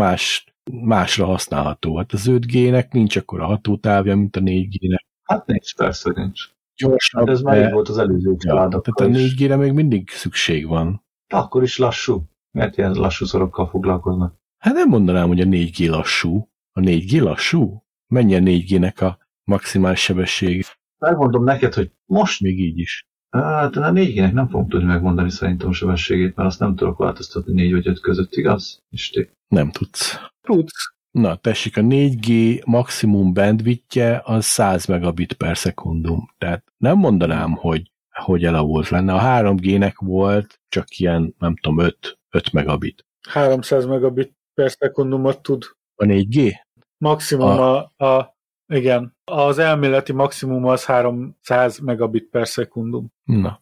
Speaker 1: másra használható. Hát az 5G-nek nincs akkora hatótávja, mint a 4G-nek.
Speaker 3: Hát nincs, persze, hogy nincs.
Speaker 1: Gyorsabb.
Speaker 3: Hát ez már így volt az előző családokkal.
Speaker 1: Tehát a 4G-re még mindig szükség van.
Speaker 3: De akkor is lassú. Mert ilyen lassú szorokkal foglalkoznak.
Speaker 1: Hát nem mondanám, hogy a 4G lassú. A 4G lassú? Mennyi a 4G-nek a maximális sebesség?
Speaker 3: Megmondom neked, hogy most...
Speaker 1: Még így is.
Speaker 3: Hát a 4G-nek nem fogom tudni megmondani szerintem a sebességét, mert azt nem tudok változtatni 4 vagy 5 között, igaz? Isti.
Speaker 1: Nem tudsz.
Speaker 2: Tudsz.
Speaker 1: Na, tessék, a 4G maximum bandwidthje az 100 megabit per szekundum. Tehát nem mondanám, hogy elavult lenne. A 3G-nek volt csak ilyen, nem tudom, 5 megabit.
Speaker 2: 300 megabit per szekundumot tud.
Speaker 1: A 4G?
Speaker 2: Maximum igen. Az elméleti maximum az 300 megabit per szekundum.
Speaker 1: Na.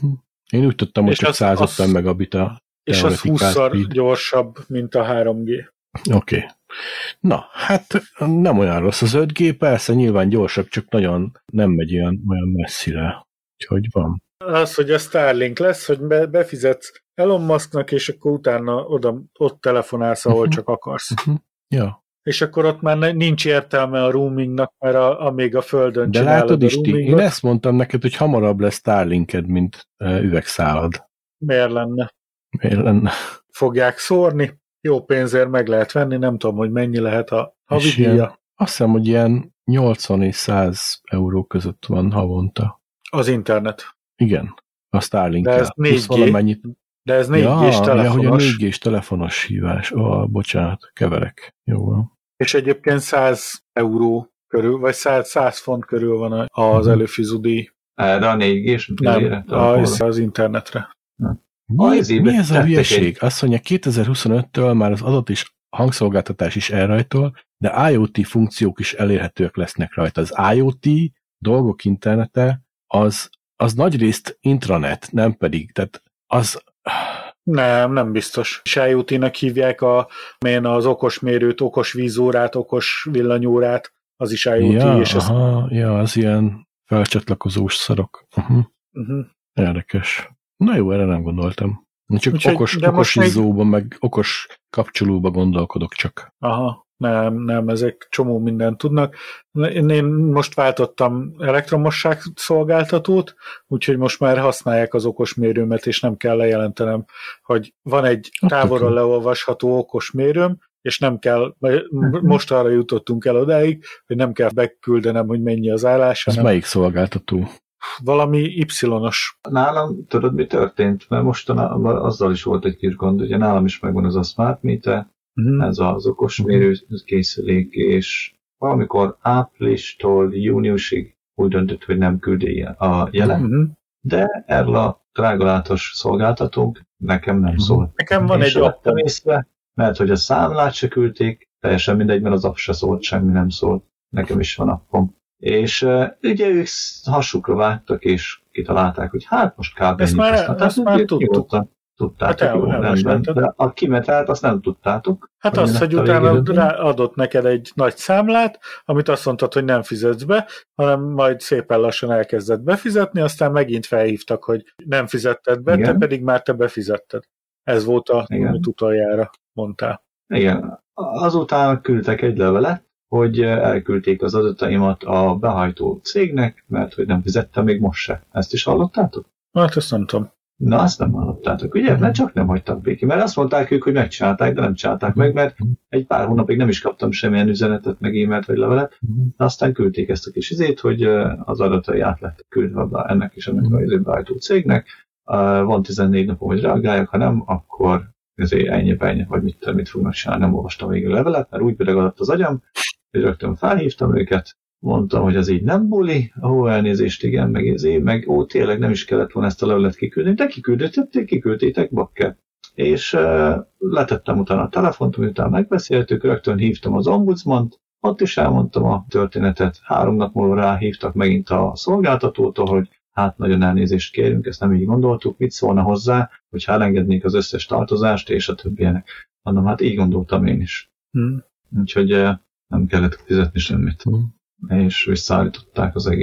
Speaker 1: Én úgy tudtam, hogy csak 150 megabit a
Speaker 2: és az 20-szor gyorsabb, mint a 3G.
Speaker 1: Oké. Na, hát nem olyan rossz az 5G, persze nyilván gyorsabb, csak nagyon nem megy olyan messzire. Úgyhogy van.
Speaker 2: Az, hogy a Starlink lesz, hogy befizetsz Elon Musknak, és akkor utána ott telefonálsz, ahol csak akarsz.
Speaker 1: Ja.
Speaker 2: És akkor ott már nincs értelme a roamingnak, mert amíg a Földön csinálod.
Speaker 1: De látod, Isti, én ezt mondtam neked, hogy hamarabb lesz Starlinked, mint üvegszálad.
Speaker 2: Miért lenne?
Speaker 1: Miért lenne?
Speaker 2: Fogják szórni, jó pénzért meg lehet venni, nem tudom, hogy mennyi lehet a havi díja.
Speaker 1: Azt hiszem, hogy ilyen 80 és 100 euró között van havonta.
Speaker 2: Az internet.
Speaker 1: Igen, a Starlink-kel.
Speaker 2: De ez 4G. De ez 4G-s telefonos.
Speaker 1: Ja, hogy a 4G-s telefonos hívás. Bocsánat, keverek. Jó van.
Speaker 2: És egyébként 100 euró körül, vagy 100 font körül van az előfizudíj.
Speaker 3: Erre a 4G-s?
Speaker 2: Nem, az internetre.
Speaker 1: Mi ez a hülyeség? Azt mondja, 2025-től már az adat és hangszolgáltatás is elrajtol, de IoT funkciók is elérhetőek lesznek rajta. Az IoT, dolgok internete, az nagyrészt intranet, nem pedig. Tehát az...
Speaker 2: Nem biztos. És IoT-nak hívják az okosmérőt, okos vízórát, okos villanyórát, az is IoT.
Speaker 1: Ja,
Speaker 2: és
Speaker 1: az ilyen felcsatlakozós szarok. Érdekes. Na jó, erre nem gondoltam. Csak okos izzóban, meg okos kapcsolóba gondolkodok csak.
Speaker 2: Aha, nem, ezek csomó mindent tudnak. Én most váltottam elektromosság szolgáltatót, úgyhogy most már használják az okosmérőmet, és nem kell lejelentenem, hogy van egy távolról leolvasható okosmérőm, és nem kell, most arra jutottunk el odáig, hogy nem kell beküldenem, hogy mennyi az állás.
Speaker 1: Ez melyik szolgáltató?
Speaker 2: Valami Y-os.
Speaker 3: Nálam, tudod, mi történt? Mert mostanában azzal is volt egy kis gond, ugye nálam is megvan ez a smart meter, ez az okosmérő készülék, és valamikor áprilistól júniusig úgy döntött, hogy nem küldi a jelet, de erről a drágalátos szolgáltatónk nekem nem szólt.
Speaker 2: Nekem van egy
Speaker 3: appom észre, mert hogy a számlát se küldték, teljesen mindegy, mert az app se szólt, semmi nem szólt. Nekem is van appom. És ugye ők hasukra vágtak, és kitalálták, hogy hát most kb.
Speaker 2: Ezt már tudtuk.
Speaker 3: Tudtátok, rendben. De a kimetelt azt nem tudtátok.
Speaker 2: Hát azt, hogy utána adott neked egy nagy számlát, amit azt mondtad, hogy nem fizetsz be, hanem majd szépen lassan elkezdett befizetni, aztán megint felhívtak, hogy nem fizetted be, te pedig már te befizetted. Ez volt amit utoljára mondtál.
Speaker 3: Igen. Azután küldtek egy levelet, hogy elküldték az adataimat a behajtó cégnek, mert hogy nem fizettem még most se. Ezt is hallottátok?
Speaker 2: Hát ezt nem tudom.
Speaker 3: Na, azt nem hallottátok, ugye? Mert csak nem hagytak békén. Mert azt mondták ők, hogy megcsinálták, de nem csinálták meg, mert egy pár hónapig nem is kaptam semmilyen üzenetet, meg e-mailt vagy levelet, de aztán küldték ezt a kis izét, hogy az adatai át lettek küldve ennek és ennek a behajtó cégnek. Van 14 napom, hogy reagáljak, ha nem, akkor ezért ennyi, vagy mit fognak csinálni, nem olvastam végül a levelet, mert úgy bedagadott az agyam, hogy rögtön felhívtam őket, mondtam, hogy az így nem buli, elnézést, igen, meg tényleg nem is kellett volna ezt a levelet kiküldeni, de kiküldtétek, bakker. És letettem utána a telefont, miután megbeszéltük, rögtön hívtam az ombudsmant, ott is elmondtam a történetet, 3 nap múlva ráhívtak megint a szolgáltatótól, hogy hát nagyon elnézést kérünk, ezt nem így gondoltuk, mit szólna hozzá, hogyha elengednék az összes tartozást, és a többienek. Mondom, hát így gondoltam én is. Úgyhogy nem kellett fizetni semmit. És visszaállították az egészet.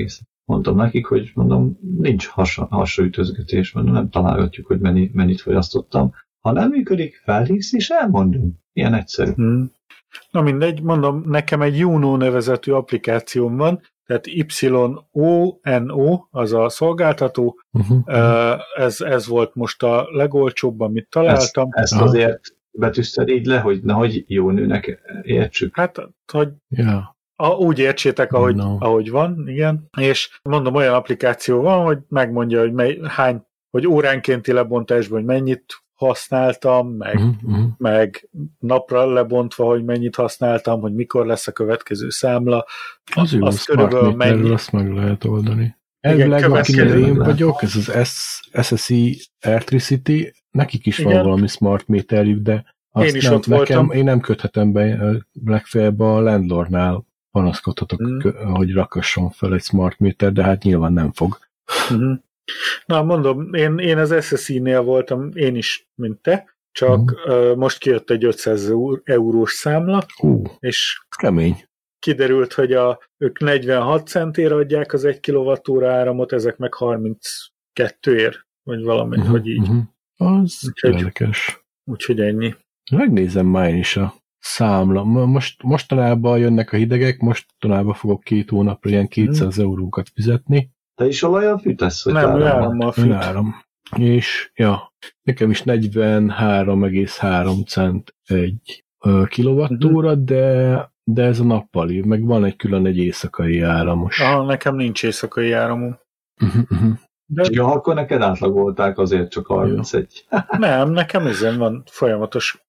Speaker 3: mondtam nekik, hogy mondom, nincs hasraütözgetés, mondom, nem találgatjuk, hogy mennyit fogyasztottam. Ha nem működik, felhívsz és elmondunk. Ilyen egyszerű.
Speaker 2: Na mindegy, mondom, nekem egy Juno nevezetű applikációm van, tehát YONO, az a szolgáltató, ez volt most a legolcsóbb, amit találtam.
Speaker 3: Ezt azért betűzted így le, hogy nehogy jó nőnek értsük.
Speaker 2: Hát, hogy úgy értsétek, ahogy van, igen. És mondom, olyan applikáció van, hogy megmondja, hogy hogy óránkénti lebontásban, hogy mennyit használtam, meg napra lebontva, hogy mennyit használtam, hogy mikor lesz a következő számla.
Speaker 1: Az körülbelül mennyi. Azt meg lehet oldani. Elvileg, akinél én vagyok, ez az SSI Airtricity, nekik is van valami smart meterjük, de azt
Speaker 2: én is ott voltam.
Speaker 1: Én nem köthetem be, legfeljebb a landlordnál panaszkodhatok, hogy rakasson fel egy smart meter, de hát nyilván nem fog.
Speaker 2: Na, mondom, én az SSI-nél voltam, én is, mint te, csak most kijött egy 500 eurós számla, és
Speaker 1: kemény.
Speaker 2: Kiderült, hogy ők 46 centért adják az 1 kWh áramot, ezek meg 32-ért, vagy valami, hogy így.
Speaker 1: Az érdekes.
Speaker 2: Úgyhogy ennyi.
Speaker 1: Megnézem már is a számla. Mostanában jönnek a hidegek, mostanában fogok 2 hónapra ilyen 200 eurókat fizetni.
Speaker 3: Te is olajjal fűtesz?
Speaker 2: Nem, árammal fűt.
Speaker 1: Áram. És nekem is 43,3 cent egy kilowattóra, de ez a nappali, meg van egy éjszakai áramos.
Speaker 2: Nekem nincs éjszakai áramom.
Speaker 3: Ja, akkor neked átlagolták azért csak 31.
Speaker 2: Nem, nekem ezen van folyamatos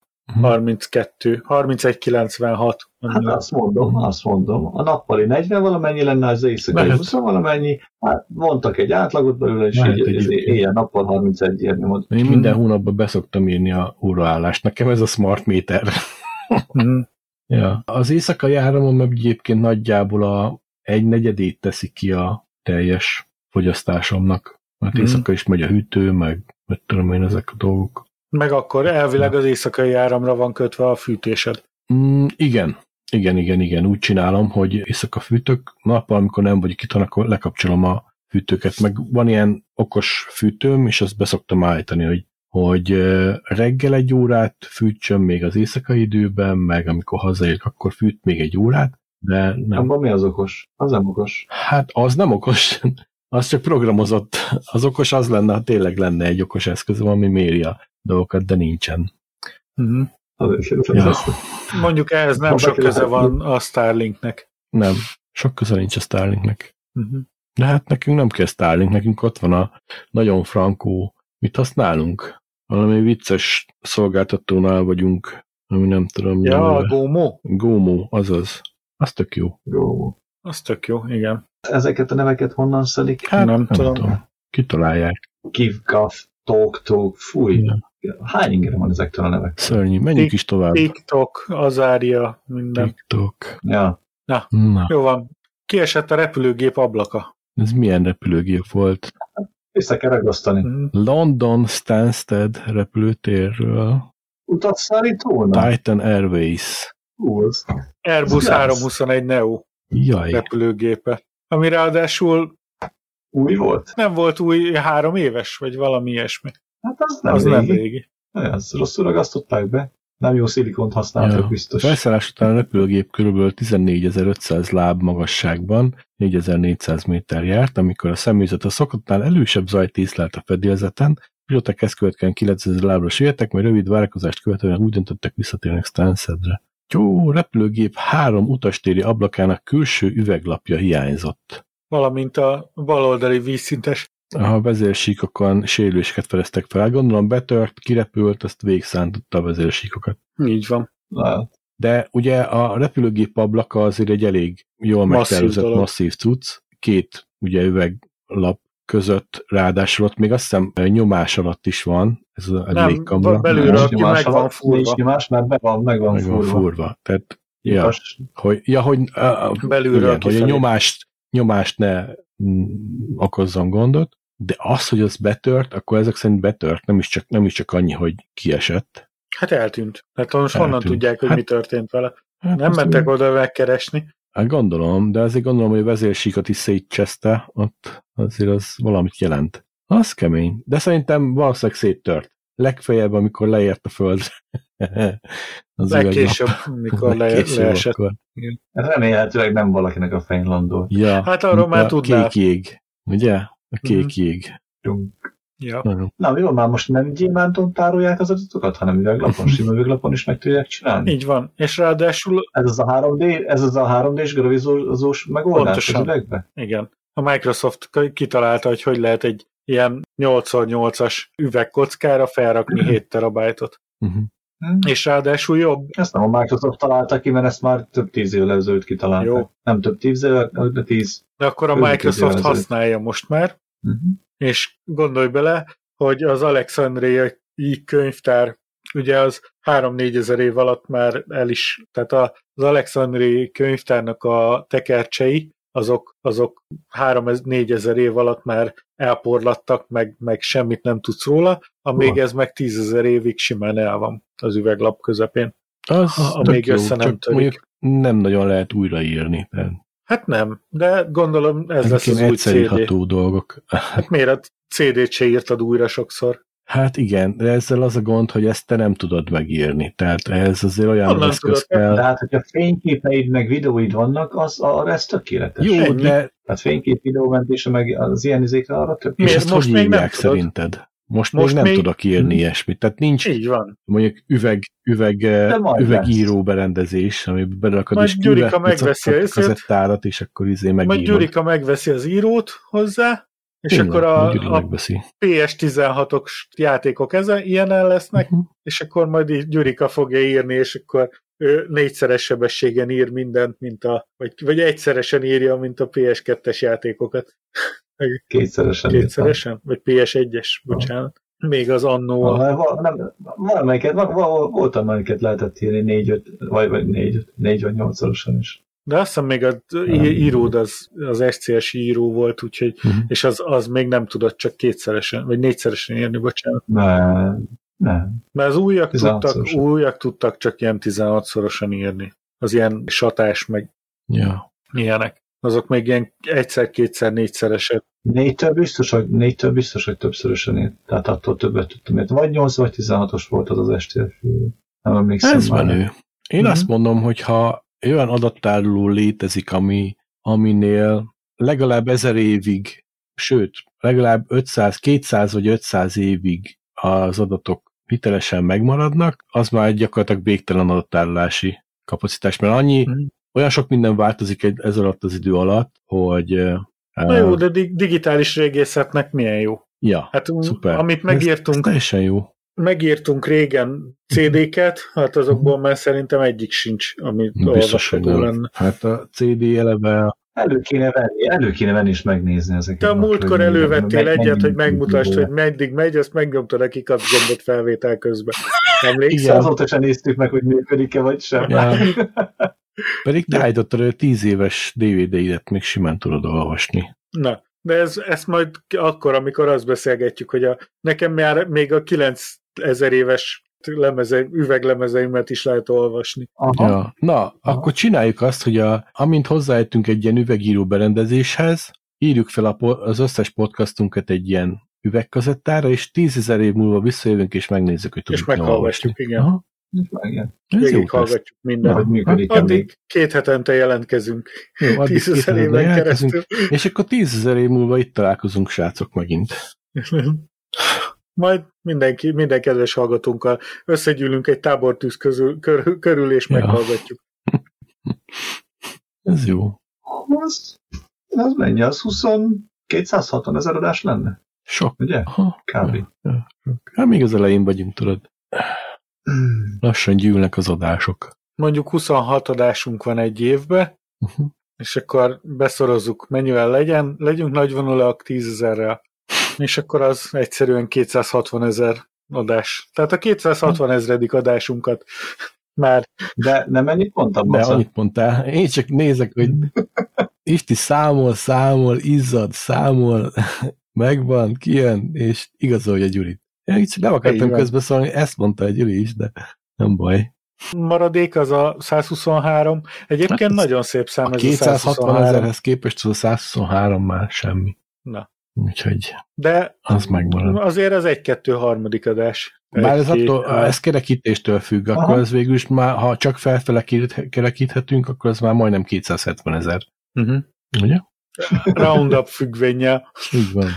Speaker 2: 31,96.
Speaker 3: Hát azt mondom. A nappali 40 valamennyi lenne, az éjszakai 20 valamennyi. Hát mondtak egy átlagot belőle, és így éjjel-nappal 31 érni mond.
Speaker 1: Én minden hónapban beszoktam írni a óraállást. Nekem ez a smart meter. Az éjszakai áramom egyébként nagyjából a 1/4 teszi ki a teljes fogyasztásomnak. Mert éjszaka is megy a hűtő, meg tudom én ezek a dolgok.
Speaker 2: Meg akkor elvileg az éjszakai áramra van kötve a fűtésed.
Speaker 1: Igen. Úgy csinálom, hogy éjszaka fűtök, nappal, amikor nem vagyok itt, akkor lekapcsolom a fűtőket. Meg van ilyen okos fűtőm, és azt beszoktam állítani, hogy reggel 1 órát fűtsön még az éjszakai időben, meg amikor hazaérek, akkor fűt még 1 órát, de nem.
Speaker 3: Abban mi az okos? Az nem okos.
Speaker 1: Hát az nem okos. Az csak programozott. Az okos az lenne, ha tényleg lenne egy okos eszköz, ami méri a dolgokat, de nincsen.
Speaker 2: Mondjuk ehhez nem sok köze van a Starlinknek.
Speaker 1: Nem, sok köze nincs a Starlinknek. De hát nekünk nem kell Starlink, nekünk ott van a nagyon frankó, mit használunk? Valami vicces szolgáltatónál vagyunk, ami nem tudom.
Speaker 2: Ja, GoMo.
Speaker 1: GoMo, azaz. Az tök jó.
Speaker 3: GoMo.
Speaker 2: Az tök jó, igen.
Speaker 3: Ezeket a neveket honnan szedik?
Speaker 2: Hát nem tudom.
Speaker 1: Kitalálják.
Speaker 3: Give, Gaff, Talk, fúj. Ja. Hány ingere van ezektől a nevek?
Speaker 1: Szörnyű, menjünk is tovább.
Speaker 2: TikTok, Azária, minden.
Speaker 1: TikTok.
Speaker 3: Ja.
Speaker 2: Na, jó van. Kiesett a repülőgép ablaka.
Speaker 1: Ez milyen repülőgép volt?
Speaker 3: Vissza kell ragasztani.
Speaker 1: London Stansted repülőtérről.
Speaker 3: Utasszállítóna?
Speaker 1: Titan Airways.
Speaker 2: Airbus 321 Neo.
Speaker 1: Jaj.
Speaker 2: Repülőgépe. Ami ráadásul
Speaker 3: új volt?
Speaker 2: Nem volt új, 3 éves, vagy valami ilyesmi.
Speaker 3: Hát az nem régi.
Speaker 2: Az
Speaker 3: rosszul ragasztották be. Nem jó szilikont használtak biztos.
Speaker 1: Felszállás után a repülőgép kb. 14.500 láb magasságban, 4400 méter járt, amikor a személyzet a szokottnál elősebb zajt észlelt a fedélzeten, pilóták ezt követően 9000 lábra süllyedtek, majd rövid várakozást követően úgy döntöttek visszatérnek Stanstedre. Jó, repülőgép 3 utastéri ablakának külső üveglapja hiányzott.
Speaker 2: Valamint a baloldali vízszintes.
Speaker 1: A vezérsíkokon sérüléseket fedeztek fel. Gondolom betört, kirepült, azt végigszántotta a vezérsíkokat.
Speaker 2: Így van.
Speaker 1: De ugye a repülőgép ablaka azért egy elég jól megtervezett masszív cucc. 2 ugye üveglap között, ráadásul ott még azt hiszem nyomás alatt is van. Ez a légkamra.
Speaker 2: Nem, belülről ki meg van furva.
Speaker 3: Nincs nyomás, mert meg van furva.
Speaker 1: Tehát, hogy
Speaker 2: belülről
Speaker 1: hogy a nyomást ne okozzon gondot, de az, hogy az betört, akkor ezek szerint betört, nem is csak annyi, hogy kiesett.
Speaker 2: Hát eltűnt. Hát most honnan tudják, hogy mi történt vele? Nem mentek oda megkeresni.
Speaker 1: Hát gondolom, de azért gondolom, hogy a vezérsíkot is szétcseszte, ott azért az valamit jelent. Az kemény, de szerintem valószínűleg széttört. Legfeljebb, amikor leért a földre.
Speaker 2: Legkésőbb, amikor leesett.
Speaker 3: Remélhetőleg nem valakinek a fején landol.
Speaker 1: Ja,
Speaker 2: hát arról már tudnál.
Speaker 1: Kék jég, ugye? A kék jég.
Speaker 2: Ja.
Speaker 3: Na jó, már most nem gyémánton tárolják az adatokat, hanem üveglapon, sima üveglapon is meg tudják csinálni.
Speaker 2: Így van, és ráadásul...
Speaker 3: Ez az a 3D-s gravizós megoldás
Speaker 2: pontosan.
Speaker 3: Az üvegbe?
Speaker 2: Igen. A Microsoft kitalálta, hogy lehet egy ilyen 8x8-as üvegkockára felrakni 7 terabájtot. És ráadásul jobb.
Speaker 3: Ezt nem a Microsoft találta ki, mert ezt már több 10 évvel ezelőtt kitalálták. Jó. Nem több 10 évvel, de 10.
Speaker 2: De akkor a Microsoft használja most már, és gondolj bele, hogy az Alexandriai könyvtár, ugye az 3-4 ezer év alatt már tehát az Alexandriai könyvtárnak a tekercsei, azok 3-4 ezer év alatt már elporlattak, meg semmit nem tudsz róla, amíg ez meg 10 000 évig simán el van az üveglap közepén. Amíg össze nem törik.
Speaker 1: Nem nagyon lehet újraírni.
Speaker 2: Hát nem, de gondolom ez lesz az új CD.
Speaker 1: Dolgok.
Speaker 2: Hát miért a CD-t se írtad újra sokszor?
Speaker 1: Hát igen, de ezzel az a gond, hogy ezt te nem tudod megírni. Tehát ez azért olyan eszköz kell.
Speaker 3: De hát, hogyha fényképeid meg videóid vannak, ez tökéletes.
Speaker 1: Jó, ennyi. De...
Speaker 3: Tehát fénykép, videómentése meg az ilyen izékre arra tökéletes.
Speaker 1: És ezt most hogy hívják szerinted? Most még nem tudok írni ilyesmit. Tehát nincs
Speaker 2: így van.
Speaker 1: Mondjuk üvegíró berendezés, amiben berakod is kazettárat, és akkor megírod.
Speaker 2: Majd Gyurika megveszi az írót hozzá, és akkor a PS16-ok játékok ilyenen lesznek, és akkor majd Gyurika fogja írni, és akkor ő 4-szeres sebességen ír mindent, vagy egyszeresen írja, mint a PS2-es játékokat. Kétszeresen? Vagy PS1-es, bocsánat. Még az annó.
Speaker 3: Valamelyiket lehetett írni 4-5, vagy 4 vagy 8-szorosan is.
Speaker 2: De azt hiszem még az íród az SCS író volt, úgyhogy, és az még nem tudott csak 2-szeresen, vagy 4-szeresen írni, bocsánat.
Speaker 3: Nem.
Speaker 2: Mert az újak tudtak csak ilyen 16-szorosan írni. Az ilyen satás, meg ilyenek. Azok még ilyen 1-2-szer, 4-szeresek.
Speaker 3: 4-től biztos, hogy többszörösen írt. Tehát attól többet tudtam. Vagy 8 vagy 16-os volt az STF. Nem emlékszem.
Speaker 1: Ez menő. Én azt mondom, hogy ha olyan adattároló létezik, aminél legalább 1000 évig, sőt, legalább 200 vagy 500 évig az adatok hitelesen megmaradnak, az már gyakorlatilag végtelen adattárolási kapacitás, mert olyan sok minden változik ez alatt az idő alatt, hogy...
Speaker 2: Na jó, de digitális régészetnek milyen jó.
Speaker 1: Ja,
Speaker 2: hát,
Speaker 1: szuper.
Speaker 2: Amit megírtunk...
Speaker 1: Ez teljesen jó.
Speaker 2: Megírtunk régen CD-ket, hát azokból már szerintem egyik sincs, ami olvasható lenne.
Speaker 1: Hát a CD eleve...
Speaker 3: Elő kéne venni és megnézni ezeket.
Speaker 2: Te a múltkor elővettél egyet, hogy megmutasd, hogy meddig megy, azt megnyomtad a kikapgombot felvétel közben.
Speaker 3: Emlékszel? Azóta sem néztük meg, hogy működik-e vagy sem.
Speaker 1: Ja. Pedig te állítottad, hogy 10 éves DVD-idet még simán tudod olvasni.
Speaker 2: Na, de ezt majd akkor, amikor azt beszélgetjük, hogy nekem már még a 9000 éves üveglemezeimet is lehet olvasni.
Speaker 1: Ja. Na, akkor csináljuk azt, hogy amint hozzájöttünk egy ilyen üvegíró berendezéshez, írjuk fel az összes podcastunkat egy ilyen üvegkazettára, és 10 000 év múlva visszajövünk, és megnézzük, hogy tudjuk
Speaker 2: meghallgatjuk, igen.
Speaker 1: Aha.
Speaker 2: Végighallgatjuk mindent. Addig 2 hetente jelentkezünk. 10 000 éven keresztül.
Speaker 1: És akkor 10 000 év múlva itt találkozunk, srácok, megint.
Speaker 2: Majd minden kedves hallgatónkkal összegyűlünk egy tábortűz körül és meghallgatjuk.
Speaker 1: Ez jó.
Speaker 3: Az mennyi? Az 260 000 adás lenne?
Speaker 1: Sok.
Speaker 3: Ugye? Kb.
Speaker 1: Hát még az elején vagyunk, tudod. Lassan gyűlnek az adások.
Speaker 2: Mondjuk 26 adásunk van egy évben, és akkor beszorozzuk, mennyivel legyünk nagyvonulak 10 000-rel, és akkor az egyszerűen 260 000 adás. Tehát a 260 000. adásunkat már...
Speaker 3: De nem ennyit mondtam?
Speaker 1: De annyit mondtál. Én csak nézek, hogy Isti számol, izzad, számol, megvan, kijön, és igazolja Gyurit. Én így nem akartam közbeszólni, ezt mondta a Gyuri is, de nem baj.
Speaker 2: maradék, az a 123. Egyébként hát nagyon szép szám
Speaker 1: a
Speaker 2: ez
Speaker 1: 260 ezerhez képest az a 123 már semmi.
Speaker 2: Na.
Speaker 1: Úgyhogy
Speaker 2: de
Speaker 1: az megmarad.
Speaker 2: Azért az 1-2 harmadik adás.
Speaker 1: Bár ez kerekítéstől függ, akkor az végül is már, ha csak felfele kerekíthetünk, akkor az már majdnem 270 000. Ugye?
Speaker 2: Roundup függvénnyel.
Speaker 1: Így van.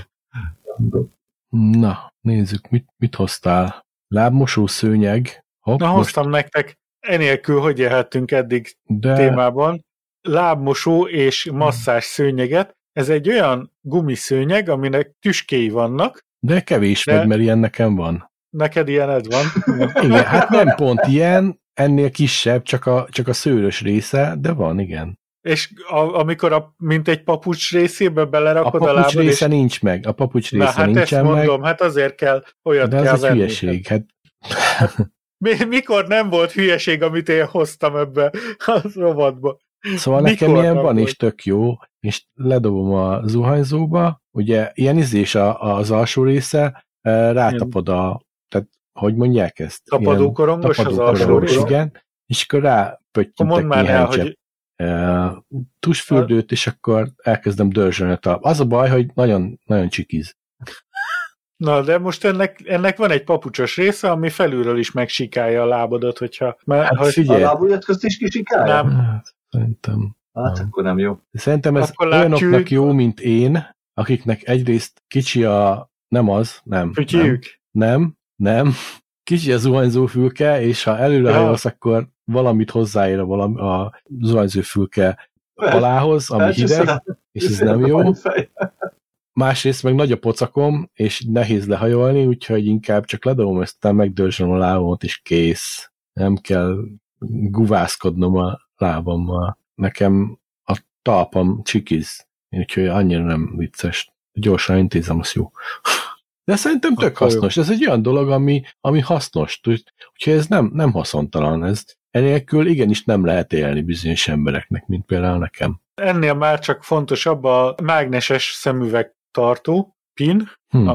Speaker 1: Na, nézzük, mit hoztál? Lábmosó szőnyeg. Hopp,
Speaker 2: na, hoztam nektek, enélkül hogy élhettünk eddig témában. Lábmosó és masszás szőnyeget. Ez egy olyan gumiszőnyeg, aminek tüskéi vannak.
Speaker 1: De kevés vagy, mert ilyen nekem van.
Speaker 2: Neked ilyened van?
Speaker 1: Igen, hát nem pont ilyen, ennél kisebb, csak a szőrös része, de van, igen.
Speaker 2: És amikor mint egy papucs részébe belerakod a lábad,
Speaker 1: a papucs része nincs meg. A papucs része
Speaker 2: hát
Speaker 1: nincsen meg.
Speaker 2: Mondom, hát azért kell olyat
Speaker 1: de
Speaker 2: kell
Speaker 1: ez
Speaker 2: venni.
Speaker 1: egy hülyeség. Hát...
Speaker 2: Mikor nem volt hülyeség, amit én hoztam ebbe a rovatba?
Speaker 1: Szóval
Speaker 2: mikor
Speaker 1: nekem ilyen van is tök jó, és ledobom a zuhanyzóba, ugye ilyen izés az alsó része, rátapod tehát hogy mondják ezt?
Speaker 2: Tapadókorongos az alsó része?
Speaker 1: Igen, és akkor rápöttyintek néhány csepp tusfürdőt, és akkor elkezdem dörzsölni a talp. Az a baj, hogy nagyon, nagyon csikiz.
Speaker 2: Na, de most ennek van egy papucsos része, ami felülről is megsikálja a lábadat, hogyha...
Speaker 3: A lábujjat közt is kisikálja?
Speaker 2: Nem.
Speaker 1: Szerintem.
Speaker 3: Hát akkor nem jó.
Speaker 1: Szerintem ez olyanoknak jó, mint én, akiknek egyrészt kicsi nem.
Speaker 2: Fütyjük?
Speaker 1: Nem. Kicsi a zuhanyzófülke, és ha előre hajolsz, akkor valamit hozzáér a zuhanyzófülke alához, ami hideg, és ez nem jó. Másrészt meg nagy a pocakom, és nehéz lehajolni, úgyhogy inkább csak ledobom ezt, megdörzsölöm a lábamat, és kész. Nem kell guvászkodnom a lábammal. Nekem a talpam csikiz, úgyhogy annyira nem vicces. Gyorsan intézem, az jó. De szerintem tök hasznos. Ez egy olyan dolog, ami hasznos. Úgyhogy ez nem haszontalan. Ez enélkül igenis nem lehet élni bizonyos embereknek, mint például nekem.
Speaker 2: Ennél már csak fontosabb a mágneses szemüvegtartó pin,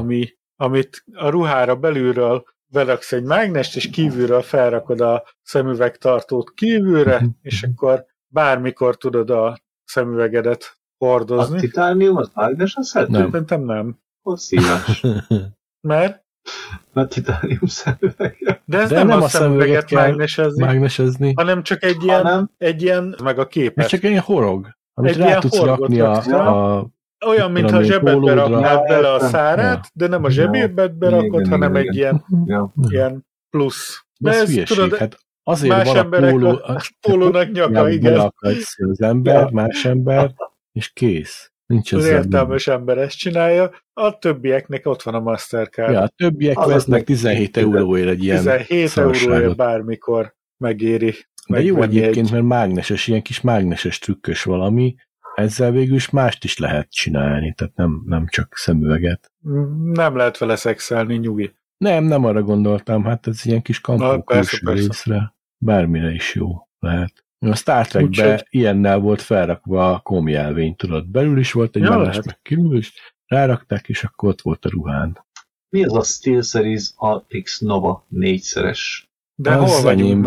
Speaker 2: amit a ruhára belülről beraksz egy mágnest, és kívülről felrakod a szemüvegtartót kívülre, és akkor bármikor tudod a szemüvegedet hordozni.
Speaker 3: A titánium az mágnesezhető?
Speaker 2: Szerintem nem.
Speaker 3: Szívás.
Speaker 2: Mert?
Speaker 3: Mert titánium szemüveg.
Speaker 2: De ez nem a szemüveget kell
Speaker 1: mágnesezni,
Speaker 2: hanem csak egy ilyen meg a képet.
Speaker 1: Ez csak egy horog, amit rá tudsz rakni
Speaker 2: olyan, mintha zsebedbe raknád bele a szárát, de nem a zsebedbe rakod, hanem egy ilyen plusz.
Speaker 1: De ez hülyeség, hát azért
Speaker 2: más
Speaker 1: van
Speaker 2: emberek pólónak nyaka, igen.
Speaker 1: Az ember, más ember, és kész. Nincs
Speaker 2: az értelmes ember ezt csinálja, a többieknek ott van a Mastercard.
Speaker 1: Ja, a többiek vesznek 17 euróért egy ilyen
Speaker 2: 17 euróért bármikor megéri.
Speaker 1: De jó egyébként, mert mágneses, ilyen kis mágneses trükkös valami, ezzel végül is mást is lehet csinálni, tehát nem csak szemüveget.
Speaker 2: Nem lehet vele szexelni, nyugi.
Speaker 1: Nem arra gondoltam, hát ez ilyen kis kampó külső részre, bármire is jó lehet. A Star Trekben ilyennel volt felrakva a komjelvény, tudod, belül is volt egy mágnes, meg kívül is, rárakták, és akkor ott volt a ruhán.
Speaker 3: Mi az a SteelSeries ATX Nova 4-szeres?
Speaker 2: De hol vagyunk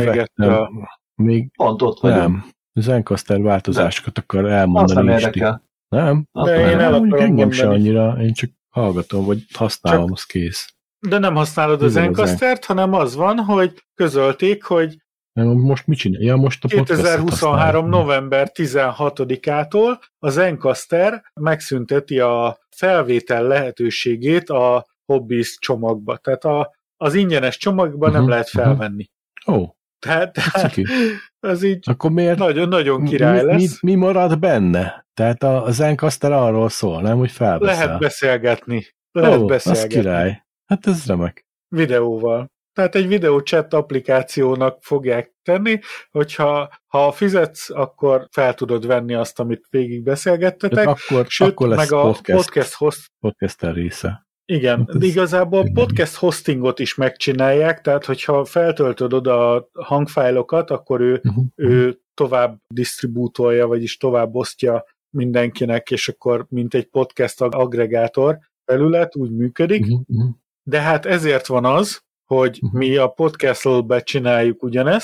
Speaker 1: még
Speaker 3: pont ott vagyunk.
Speaker 1: Nem. Zencaster változásokat akar elmondani.
Speaker 3: Azt nem érdekel.
Speaker 1: Nem?
Speaker 2: De én el akarom
Speaker 1: engem se annyira, én csak hallgatom, vagy használom, az kész.
Speaker 2: De nem használod a Zencastert, hanem az van, hogy közölték, hogy
Speaker 1: most mit csinálja? Ja, most a
Speaker 2: 2023. november 16-ától a Zencaster megszünteti a felvétel lehetőségét a Hobbies csomagba. Tehát az ingyenes csomagba nem lehet felvenni. Tehát az így
Speaker 1: akkor miért,
Speaker 2: nagyon király lesz.
Speaker 1: Mi marad benne? Tehát a Zencaster arról szól, nem, hogy felveszel.
Speaker 2: Lehet beszélgetni.
Speaker 1: Az király. Hát ez remek.
Speaker 2: Videóval. Tehát egy videóchat applikációnak fogják tenni, hogyha fizetsz, akkor fel tudod venni azt, amit végig beszélgettetek.
Speaker 1: Akkor lesz
Speaker 2: meg a podcast
Speaker 1: podcaster része.
Speaker 2: Igen, hát igazából podcast hostingot is megcsinálják, tehát hogyha feltöltöd oda a hangfájlokat, akkor ő tovább disztribútolja, vagyis tovább osztja mindenkinek, és akkor mint egy podcast aggregátor felület úgy működik. De hát ezért van az, hogy mi a Podcastle-be csináljuk ugyanezt,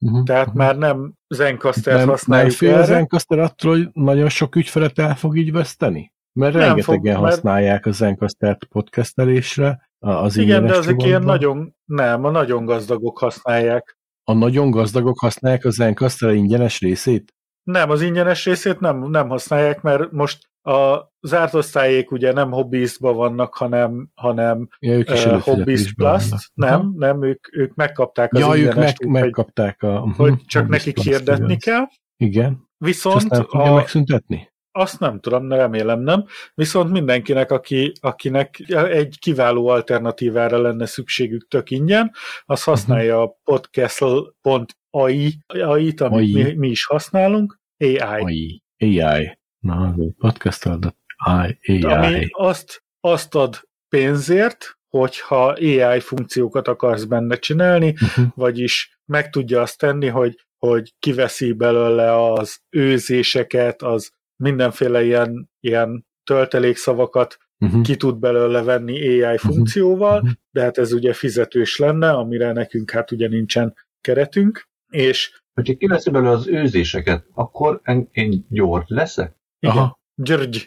Speaker 2: Tehát már nem Zencaster-t használjuk
Speaker 1: nem fél a Zencaster attól, hogy nagyon sok ügyfelet el fog így veszteni? Mert rengetegen használják a Zencastert podcastelésre.
Speaker 2: Igen, de azok ilyen a nagyon gazdagok használják.
Speaker 1: A nagyon gazdagok használják a Zencaster ingyenes részét?
Speaker 2: Nem, az ingyenes részét nem használják, mert most a zárt osztályék ugye nem Hobbyistban vannak, hanem Hobbyist Plus-t. Nem, ők megkapták az ingyenes.
Speaker 1: Megkapták
Speaker 2: hogy csak nekik hirdetni kell.
Speaker 1: Igen.
Speaker 2: Viszont
Speaker 1: nem tudja megszüntetni?
Speaker 2: Azt nem tudom, remélem nem. Viszont mindenkinek, akinek egy kiváló alternatívára lenne szükségük tök ingyen, az használja a podcastle.ai-t, amit mi is használunk. AI.
Speaker 1: Na, podcastle.ai.
Speaker 2: Ami azt ad pénzért, hogyha AI funkciókat akarsz benne csinálni, vagyis meg tudja azt tenni, hogy kiveszi belőle az őzéseket, az mindenféle ilyen töltelékszavakat ki tud belőle venni AI funkcióval, de hát ez ugye fizetős lenne, amire nekünk hát ugye nincsen keretünk, és
Speaker 3: hogyha kiveszi belőle az őzéseket, akkor én György leszek?
Speaker 2: Igen. Aha. György.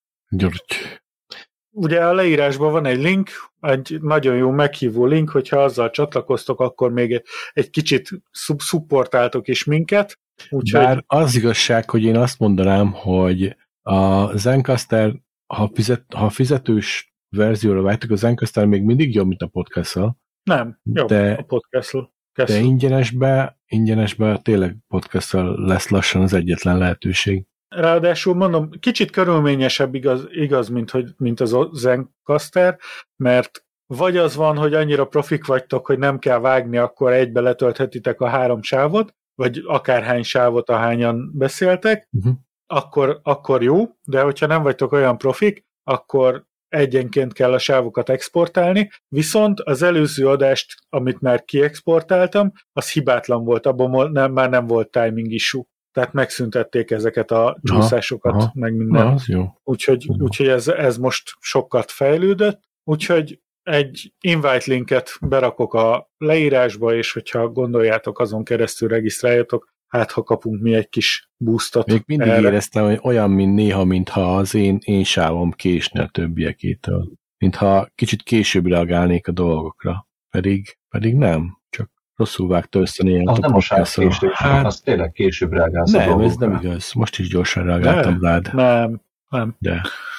Speaker 2: Ugye a leírásban van egy link, egy nagyon jó meghívó link, hogyha azzal csatlakoztok, akkor még egy kicsit szupportáltok is minket.
Speaker 1: Bár az igazság, hogy én azt mondanám, hogy a Zencastr, ha fizetős verzióra vágtok, a Zencastr még mindig jobb, mint a Podcastle.
Speaker 2: Nem, jobb a Podcastle.
Speaker 1: De ingyenesbe tényleg Podcastle lesz lassan az egyetlen lehetőség.
Speaker 2: Ráadásul mondom, kicsit körülményesebb igaz mint az Zencastr, mert vagy az van, hogy annyira profik vagytok, hogy nem kell vágni, akkor egybe letölthetitek a 3 sávot, vagy akárhány sávot, ahányan beszéltek, akkor jó, de hogyha nem vagytok olyan profik, akkor egyenként kell a sávokat exportálni, viszont az előző adást, amit már kiexportáltam, az hibátlan volt, abban már nem volt timing issue. Tehát megszüntették ezeket a csúszásokat, meg minden.
Speaker 1: Az jó.
Speaker 2: Úgyhogy ez most sokat fejlődött, úgyhogy egy invite linket berakok a leírásba, és hogyha gondoljátok, azon keresztül regisztráljatok, hát ha kapunk mi egy kis boostot.
Speaker 1: Még mindig éreztem, hogy olyan, mint néha, mintha az én sávom késne a többiekétől. Mintha kicsit később reagálnék a dolgokra. Pedig nem. Csak rosszul vágta össze néha.
Speaker 3: Az nem a sáv később, az tényleg később reagálsz a dolgokra.
Speaker 1: Nem, ez nem igaz. Most is gyorsan reagáltam rád.
Speaker 2: Nem.
Speaker 1: De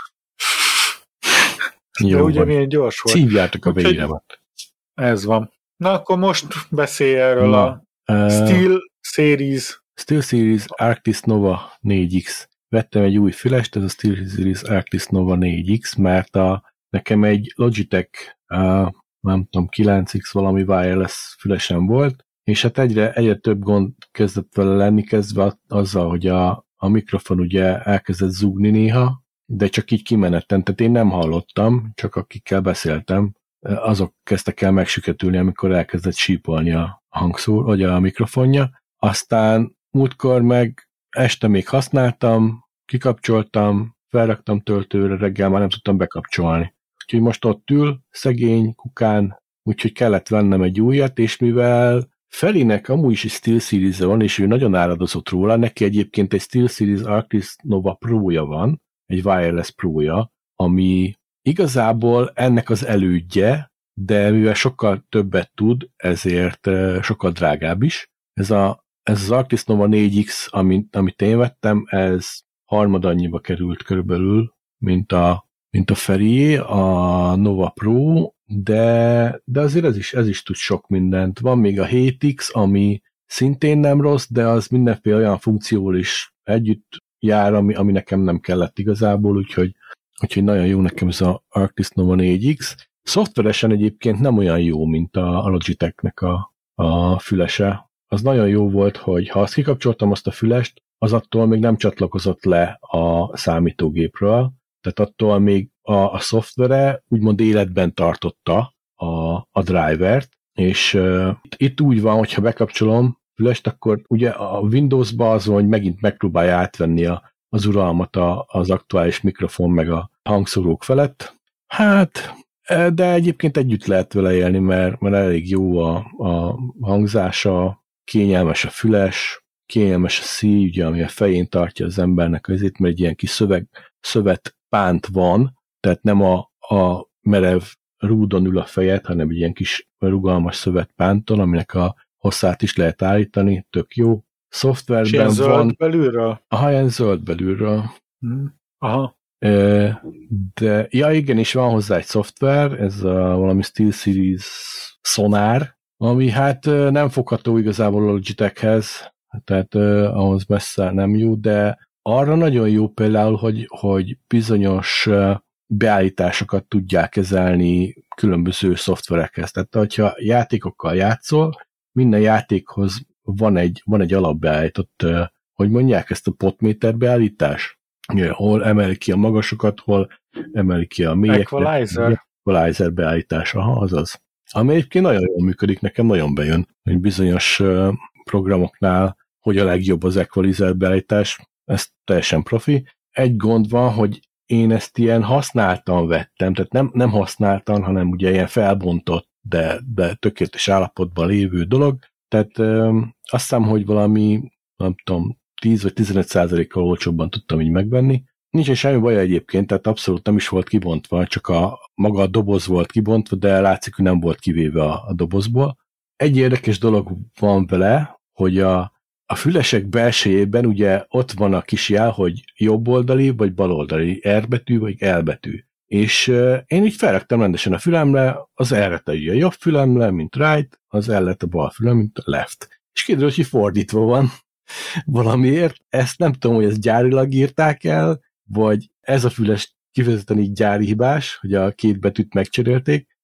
Speaker 2: jó, ugye milyen gyors volt.
Speaker 1: Szívjátok a véremet.
Speaker 2: Ez van. Na, akkor most beszélj erről a
Speaker 1: SteelSeries Arctis Nova 4X. Vettem egy új fülest, ez a SteelSeries Arctis Nova 4X, mert nekem egy Logitech, nem tudom, 9X valami wireless fülesem volt, és hát egyre több gond kezdett vele lenni, kezdve azzal, hogy a mikrofon ugye elkezdett zúgni néha, de csak így kimenetten, tehát én nem hallottam, csak akikkel beszéltem, azok kezdtek el megsüketülni, amikor elkezdett sípolni a hangszóró, vagy a mikrofonja. Aztán múltkor meg este még használtam, kikapcsoltam, felraktam töltőre, reggel már nem tudtam bekapcsolni. Úgyhogy most ott ül, szegény, kukán, úgyhogy kellett vennem egy újat, és mivel Ferinek amúgy is egy SteelSeries-e van, és ő nagyon áradozott róla, neki egyébként egy SteelSeries Arctis Nova Pro-ja van, egy wireless Pro-ja, ami igazából ennek az elődje, de mivel sokkal többet tud, ezért sokkal drágább is. Ez az Arctis Nova 4X, amit én vettem, ez harmad annyiba került körülbelül, mint a Ferié, a Nova Pro, de azért ez is tud sok mindent. Van még a 7X, ami szintén nem rossz, de az mindenféle olyan funkcióval is együtt jár, ami nekem nem kellett igazából, úgyhogy nagyon jó nekem ez a Arctis Nova 4X. Szoftveresen egyébként nem olyan jó, mint a Logitechnek a fülese. Az nagyon jó volt, hogy ha azt kikapcsoltam azt a fülest, az attól még nem csatlakozott le a számítógépről, tehát attól még a szoftvere úgymond életben tartotta a drivert, és itt úgy van, hogyha bekapcsolom fülest, akkor ugye a Windows-ba az van, hogy megint megpróbálja átvenni az uralmat az aktuális mikrofon meg a hangszórók felett. Hát, de egyébként együtt lehet vele élni, mert elég jó a hangzása, kényelmes a füles, kényelmes a szíj, ugye, ami a fején tartja az embernek azért, mert egy ilyen kis szövetpánt van, tehát nem a merev rúdon ül a fejed, hanem egy ilyen kis rugalmas szövetpánton, aminek a hosszát is lehet állítani, tök jó. Szoftverben van...
Speaker 2: zöld belülről?
Speaker 1: Aha, ilyen zöld belülről.
Speaker 2: Aha.
Speaker 1: De, ja igen, és van hozzá egy szoftver, ez valami SteelSeries Sonar, ami hát nem fogható igazából a Logitechhez, tehát ahhoz messze nem jó, de arra nagyon jó például, hogy bizonyos beállításokat tudják kezelni különböző szoftverekhez. Tehát, hogyha játékokkal játszol, minden játékhoz van egy alapbeállított, hogy mondják ezt a potméter beállítás, hol emeli ki a magasokat, hol emeli ki a mélyeket. Equalizer beállítás, aha, azaz. Ami egyébként nagyon jól működik, nekem nagyon bejön, hogy bizonyos programoknál, hogy a legjobb az equalizer beállítás, ez teljesen profi. Egy gond van, hogy én ezt ilyen használtan vettem, tehát nem használtan, hanem ugye ilyen felbontott, de tökéletes állapotban lévő dolog. Tehát azt hiszem, hogy valami, nem tudom, 10 vagy 15%-kal olcsóbban tudtam így megvenni. Nincs semmi baj egyébként, tehát abszolút nem is volt kibontva, csak maga a doboz volt kibontva, de látszik, hogy nem volt kivéve a dobozból. Egy érdekes dolog van vele, hogy a fülesek belsejében ugye ott van a kis jel, hogy jobboldali vagy baloldali, R betű vagy L betű. És én így felraktam rendesen a fülemre, az R-re a jobb fülemre, mint right, az L-et a bal fülem, mint left. És kiderült, hogy fordítva van valamiért. Ezt nem tudom, hogy ezt gyárilag írták el, vagy ez a füles kifejezetten így gyári hibás, hogy a két betűt megcserélték,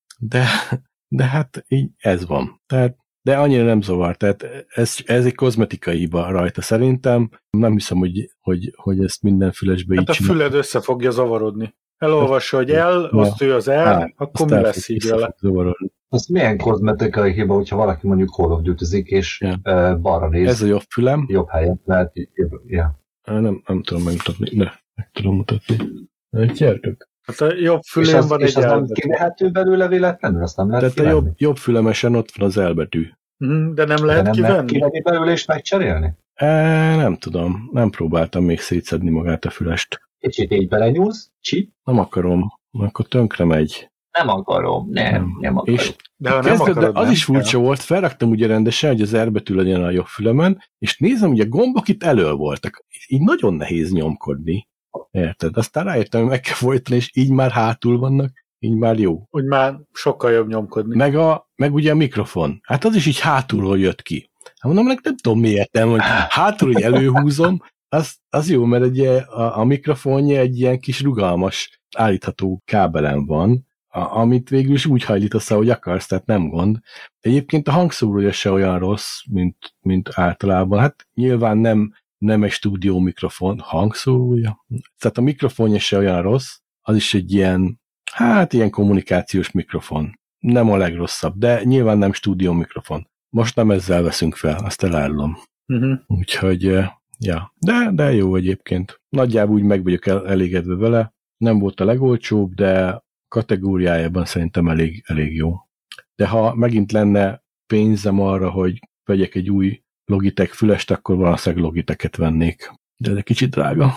Speaker 1: de hát így ez van. Tehát, de annyira nem zavar, tehát ez egy kozmetikai hiba rajta szerintem. Nem hiszem, hogy ezt minden fülesbe így
Speaker 2: csinál. Hát a füled össze fogja zavarodni. Elolvassa, hogy azt ő az R, akkor mi lesz így vele?
Speaker 3: Az milyen kozmetikai hiba, hogyha valaki mondjuk Call of Duty-zik, és balra néz.
Speaker 1: Ez a jobb fülem.
Speaker 3: Jobb helyen lehet. Ja.
Speaker 1: Nem tudom megmutatni, de meg tudom mutatni. Gyertök.
Speaker 2: Hát a jobb fülem van egy
Speaker 3: elbetű. És az nem kivehető belőle véletlenül? Azt nem lehet
Speaker 1: tehát a jobb fülemesen ott van az elbetű.
Speaker 2: De nem lehet kivenni?
Speaker 3: Kivenni belőle és megcserélni?
Speaker 1: Nem tudom. Nem próbáltam még szétszedni magát a fülest.
Speaker 3: Kicsit így belenyúlsz?
Speaker 1: Nem akarom. Akkor tönkre megy.
Speaker 3: Nem akarom. Nem akarom. És
Speaker 2: de ha nem akarod,
Speaker 1: de az is furcsa volt, felraktam ugye rendesen, hogy az R betű legyen a jobb fülemen, és nézem, hogy a gombok itt elől voltak. Így nagyon nehéz nyomkodni. Érted? Aztán ráértem, hogy meg kell folytani, és így már hátul vannak, így már jó.
Speaker 2: Úgy már sokkal jobb nyomkodni.
Speaker 1: Meg ugye a mikrofon. Hát az is így hátulról jött ki. Hát mondom, nem tudom miért, hogy hátul, hogy előhúzom, az jó, mert ugye a mikrofonja egy ilyen kis rugalmas, állítható kábelen van, amit végül is úgy hajlítasz, ahogy akarsz, tehát nem gond. Egyébként a hangszórója se olyan rossz, mint általában. Hát nyilván nem egy stúdió mikrofon, hangszórója. Tehát a mikrofonja se olyan rossz, az is egy ilyen kommunikációs mikrofon. Nem a legrosszabb, de nyilván nem stúdió mikrofon. Most nem ezzel veszünk fel, azt elárulom. Úgyhogy, ja, de jó egyébként. Nagyjából úgy meg vagyok elégedve vele. Nem volt a legolcsóbb, de kategóriájában szerintem elég jó. De ha megint lenne pénzem arra, hogy vegyek egy új Logitech fülest, akkor valószínűleg Logitech-et vennék. De ez egy kicsit drága.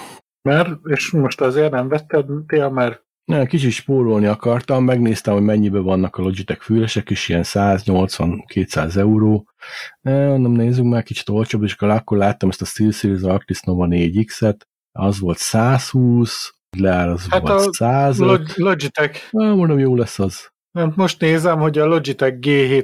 Speaker 2: És most azért nem vetted, mert...
Speaker 1: Kicsit spórolni akartam, megnéztem, hogy mennyibe vannak a Logitech fülesek, és ilyen 180-200 euró. Mondom, nézzünk már kicsit olcsóbb, és akkor láttam ezt a SteelSeries Arctis Nova 4X-et, az volt 120, leáll az hát volt 100.
Speaker 2: Logitech.
Speaker 1: Mondom, jó lesz az.
Speaker 2: Most nézem, hogy a Logitech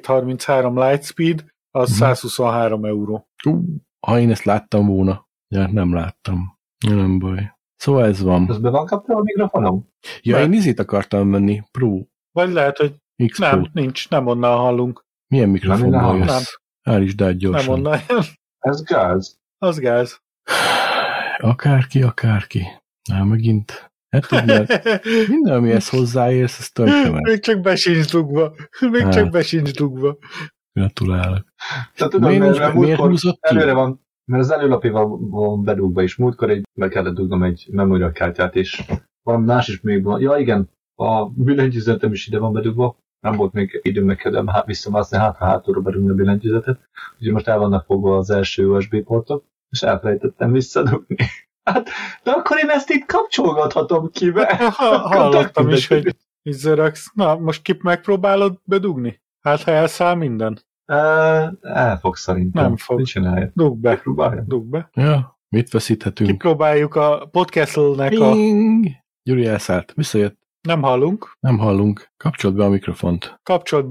Speaker 2: G733 Lightspeed az 123 euró.
Speaker 1: Ha én ezt láttam volna. Ja, nem láttam. Nem baj. Szóval ez van.
Speaker 3: Közben van kapcsolva a mikrofonom?
Speaker 1: Ja, én izét akartam venni. Pro.
Speaker 2: Vagy lehet, hogy nincs, nem onnan hallunk.
Speaker 1: Milyen mikrofonban jössz? Állítsd át gyorsan.
Speaker 2: Nem onnan jön.
Speaker 3: Ez gáz.
Speaker 2: Az gáz.
Speaker 1: Akárki. Megint. Hát minden, amihez hozzáérsz, ez tönkre meg.
Speaker 2: Még csak be sincs dugva.
Speaker 1: Gratulálok.
Speaker 3: Miért húzott ki? Előre van, mert az előlapja van bedugva, és múltkor be kellett dugnom egy memóriakártyát, és valami más is még van. Ja igen, a billentyűzetem is ide van bedugva, nem volt még időm megkedem visszamászni hátulra berúgni a billentyűzetet, úgyhogy most el vannak fogva az első USB portok, és elfelejtettem visszadugni. Hát, de akkor én ezt itt kapcsolgathatom ki,
Speaker 2: hallottam is, hogy zörögsz. Na, most ki megpróbálod bedugni? Hát, ha elszáll minden?
Speaker 3: El fog szerintem.
Speaker 2: Nem fog. Dugd be.
Speaker 1: Ja, mit veszíthetünk?
Speaker 2: Kipróbáljuk a podcastlnek
Speaker 1: Gyuri elszállt, visszajött.
Speaker 2: Nem hallunk.
Speaker 1: Kapcsold be a mikrofont.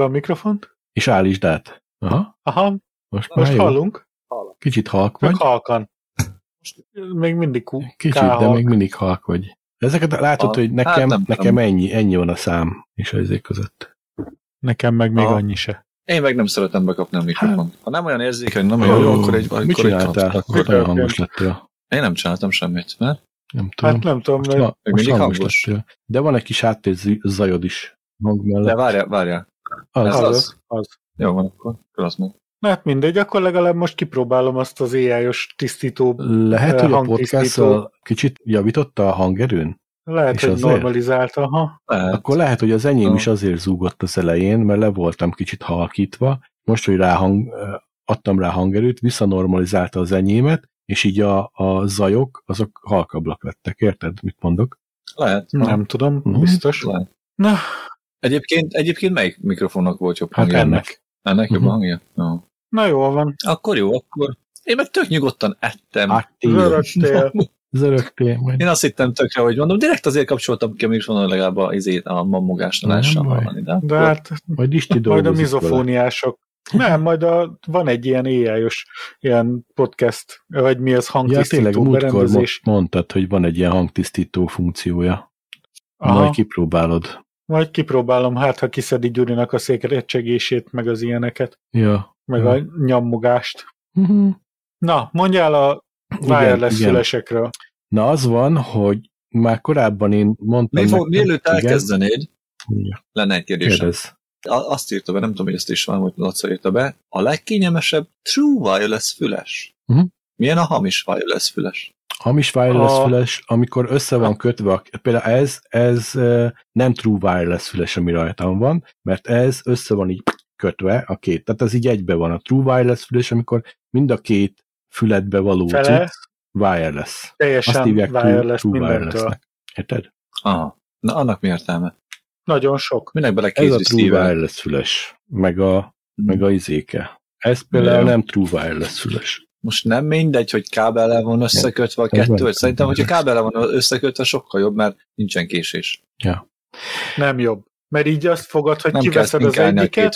Speaker 2: És
Speaker 1: állítsd át. Aha. Most
Speaker 2: hallunk.
Speaker 1: Kicsit halk vagy.
Speaker 2: Csak halkan. Most még mindig
Speaker 1: Kicsit, de még mindig halk vagy. Ezeket látod, hogy nekem ennyi van a szám és az ezek között.
Speaker 2: Nekem meg még annyi se.
Speaker 4: Én meg nem szeretem bekapni a mikrofont. Ha nem olyan érzékeny, nem olyan jó, akkor egy
Speaker 1: mit csináltál? Olyan hangos lettél.
Speaker 4: Én nem csináltam semmit, mert?
Speaker 1: Nem tudom.
Speaker 2: Hát nem tudom,
Speaker 1: mert mindig hangos lettél. De van egy kis háttér zajod is hang mellett.
Speaker 4: De várjál.
Speaker 2: Az.
Speaker 4: Jó van, akkor az meg.
Speaker 2: Na hát mindegy, akkor legalább most kipróbálom azt az AI-os tisztító.
Speaker 1: Lehet, hogy a podcast-szal kicsit javította a hangerőn?
Speaker 2: Lehet, hogy normalizálta.
Speaker 1: Akkor lehet, hogy az enyém is azért zúgott az elején, mert le voltam kicsit halkítva. Most, hogy adtam rá hangerőt, visszanormalizálta az enyémet, és így a zajok, azok halkabbak lettek. Érted, mit mondok?
Speaker 4: Lehet.
Speaker 2: Nem tudom, biztos.
Speaker 4: Lehet.
Speaker 2: Na.
Speaker 4: Egyébként melyik mikrofonnak volt jobb hangja? Ennek jobb hangja? No.
Speaker 2: Na jól van.
Speaker 4: Akkor jó, akkor én meg tök nyugodtan ettem.
Speaker 2: Zörögtél.
Speaker 4: Én azt hittem tökre, hogy mondom, direkt azért kapcsoltam ki a mikrofonon, legalább a mammogást lehessen hallani.
Speaker 2: De hát majd a mizofóniások. Nem, majd van egy ilyen AI-os ilyen podcast, vagy mi az hangtisztító berendezés.
Speaker 1: Mondtad, hogy van egy ilyen hangtisztító funkciója. Majd kipróbálod.
Speaker 2: Majd kipróbálom, hát ha kiszedi Gyurinak a székrecsegését, meg az ilyeneket.
Speaker 1: Ja.
Speaker 2: Meg a nyommogást. Na, mondjál a wireless fülesekről.
Speaker 1: Na, az van, hogy már korábban én mondtam...
Speaker 4: Mielőtt elkezdenéd, lenne egy kérdésem.
Speaker 1: Kérdez.
Speaker 4: Azt írta be, nem tudom, hogy ezt is van, hogy Laca írta be, a legkényelmesebb true wireless füles. Milyen a hamis wireless füles?
Speaker 1: Hamis wireless füles, amikor össze van kötve, például ez nem true wireless füles, ami rajtam van, mert ez össze van így kötve a két. Tehát ez így egybe van. A true wireless füles, amikor mind a két füledbe való wireless.
Speaker 2: Teljesen
Speaker 1: azt hívják
Speaker 2: wireless
Speaker 1: true wireless-nek. Érted?
Speaker 4: Aha. Na, annak mi értelme?
Speaker 2: Nagyon sok.
Speaker 4: Minek bele
Speaker 1: ez a true wireless füles, meg a izéke. Ez például nem true wireless füles.
Speaker 4: Most nem mindegy, hogy kábellel van összekötve a kettő. Szerintem, hogyha kábellel van összekötve, sokkal jobb, mert nincsen késés.
Speaker 1: Ja.
Speaker 2: Nem jobb. Mert így azt fogod, hogy kiveszed az egyiket,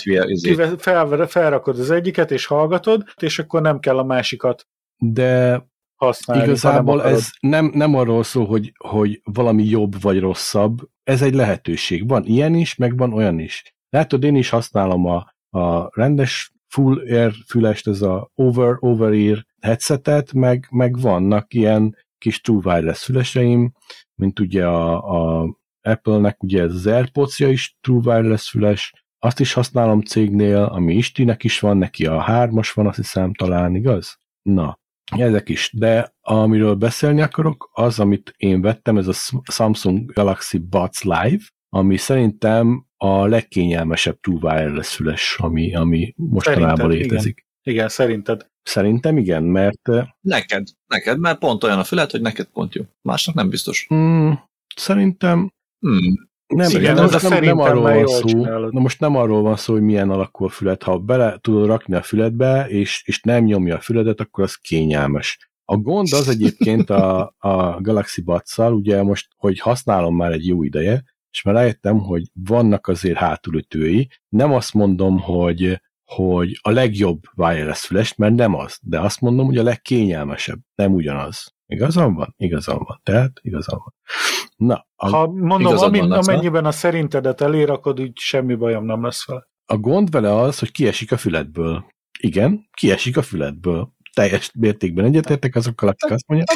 Speaker 2: felrakod az egyiket, és hallgatod, és akkor nem kell a másikat
Speaker 1: de
Speaker 2: használni.
Speaker 1: Igazából ez nem arról szól, hogy valami jobb vagy rosszabb. Ez egy lehetőség. Van ilyen is, meg van olyan is. Látod, én is használom a rendes full air fülest, ez a over-ear headsetet, meg vannak ilyen kis true wireless füleseim, mint ugye a Apple-nek ugye ez az AirPods-ja is true wireless füles, azt is használom cégnél, ami Istinek is van, neki a 3-as van, azt hiszem talán, igaz? Na, ezek is. De amiről beszélni akarok, az, amit én vettem, ez a Samsung Galaxy Buds Live, ami szerintem a legkényelmesebb true wireless füles, ami mostanában létezik.
Speaker 2: Igen, szerinted.
Speaker 1: Szerintem igen, mert...
Speaker 4: Neked, mert pont olyan a fület, hogy neked pont jó. Másnak nem biztos.
Speaker 1: Szerintem... Nem,
Speaker 2: igen,
Speaker 1: nem arról van szó. Na most nem arról van szó, hogy milyen alakú a fület. Ha bele tudod rakni a füledbe, és nem nyomja a füledet, akkor az kényelmes. A gond az egyébként a Galaxy Buds-szal, ugye most, hogy használom már egy jó ideje, és már rájöttem, hogy vannak azért hátulütői. Nem azt mondom, hogy a legjobb wireless füles, mert nem az, de azt mondom, hogy a legkényelmesebb. Nem ugyanaz. Igazam van? Igazam van. Tehát igazam van. Na,
Speaker 2: ha mondom, amennyiben a szerintedet elérakod, úgy semmi bajom nem lesz fel.
Speaker 1: A gond vele az, hogy kiesik a füledből. Igen, kiesik a füledből. Teljes mértékben egyetértek azokkal, akik azt mondják.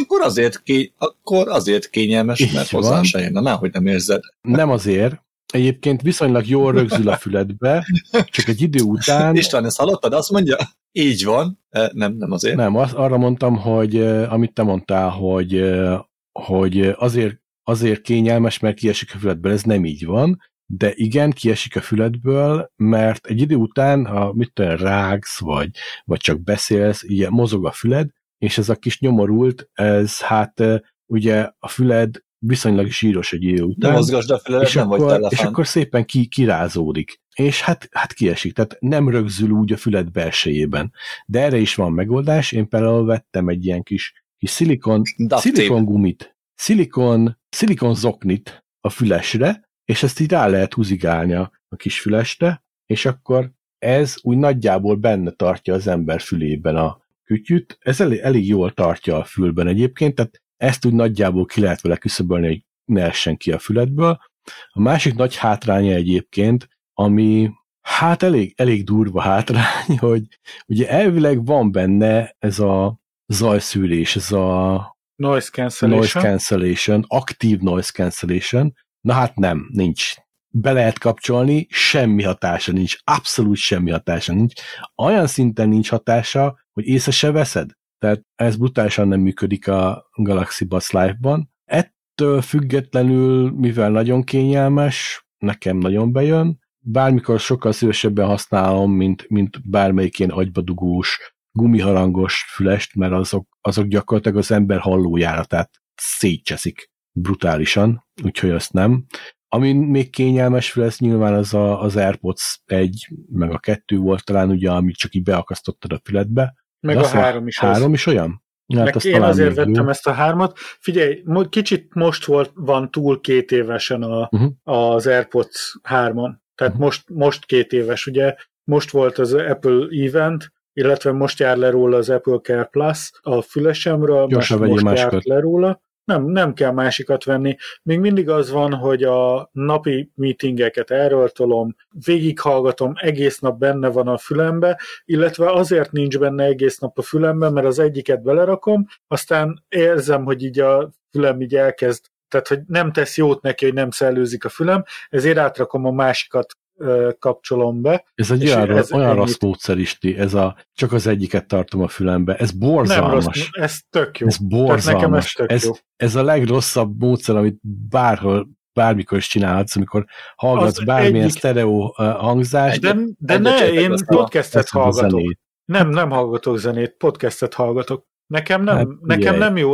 Speaker 4: Akkor azért kényelmes, mert hozzá se jön. Na, hogy nem érzed.
Speaker 1: Nem azért. Egyébként viszonylag jól rögzül a füledbe, csak egy idő után...
Speaker 4: István, ezt hallottad? Azt mondja, így van. Nem azért.
Speaker 1: Nem, arra mondtam, hogy amit te mondtál, hogy azért kényelmes, mert kiesik a füledből, ez nem így van. de igen, kiesik a füledből, mert egy idő után, ha rágsz, vagy csak beszélsz, ugye mozog a füled, és ez a kis nyomorult, ez hát ugye a füled viszonylag zsíros egy idő után.
Speaker 4: De mozgasd a füledet, nem vagy telefon.
Speaker 1: És akkor szépen kirázódik. És hát kiesik, tehát nem rögzül úgy a füled belsejében. De erre is van megoldás, én például vettem egy ilyen kis szilikon gumit, szilikon zoknit a fülesre, és ezt így rá lehet húzigálni a kis fülesre, és akkor ez úgy nagyjából benne tartja az ember fülében a kütyüt. Ez elég jól tartja a fülben egyébként, tehát ezt úgy nagyjából ki lehet vele küszöbölni, hogy ne essen ki a füledből. A másik nagy hátránya egyébként, ami hát elég durva hátrány, hogy ugye elvileg van benne ez a zajszűrés, ez a
Speaker 2: noise cancellation,
Speaker 1: aktív noise cancellation. Na hát nincs. Be lehet kapcsolni, semmi hatása nincs, abszolút semmi hatása nincs. Olyan szinten nincs hatása, hogy észre se veszed. Tehát ez brutálisan nem működik a Galaxy Buds Live-ban. Ettől függetlenül, mivel nagyon kényelmes, nekem nagyon bejön, bármikor sokkal szívesebben használom, mint bármelyik ilyen agybadugós, gumiharangos fülest, mert azok gyakorlatilag az ember hallójáratát szétcseszik brutálisan, úgyhogy azt nem. Ami még kényelmes fülesz nyilván az AirPods 1, meg a 2 volt talán ugye, amit csak így beakasztottad a füledbe.
Speaker 2: Meg a 3 is.
Speaker 1: 3 is olyan?
Speaker 2: Hát én azért vettem ezt a 3-at. Figyelj, kicsit most van túl 2 évesen az AirPods 3-on. Tehát most 2 éves, ugye most volt az Apple Event, illetve most jár le róla az Apple Care Plus a fülesemről, most járt le róla. Nem kell másikat venni. Még mindig az van, hogy a napi meetingeket erről tolom, végighallgatom, egész nap benne van a fülembe, illetve azért nincs benne egész nap a fülembe, mert az egyiket belerakom, aztán érzem, hogy így a fülem így elkezd, tehát hogy nem tesz jót neki, hogy nem szellőzik a fülem, ezért átrakom a másikat, kapcsolom be.
Speaker 1: Ez egy olyan rossz módszer is, csak az egyiket tartom a fülembe. Ez borzalmas.
Speaker 2: Nem rossz, ez tök jó.
Speaker 1: Ez borzalmas. Ez a legrosszabb módszer, amit bármikor is csinálhatsz, amikor hallgatsz bármilyen sztereó hangzást.
Speaker 2: De ne, én podcastet hallgatok. Nem hallgatok zenét, podcastet hallgatok. Nekem nem jó.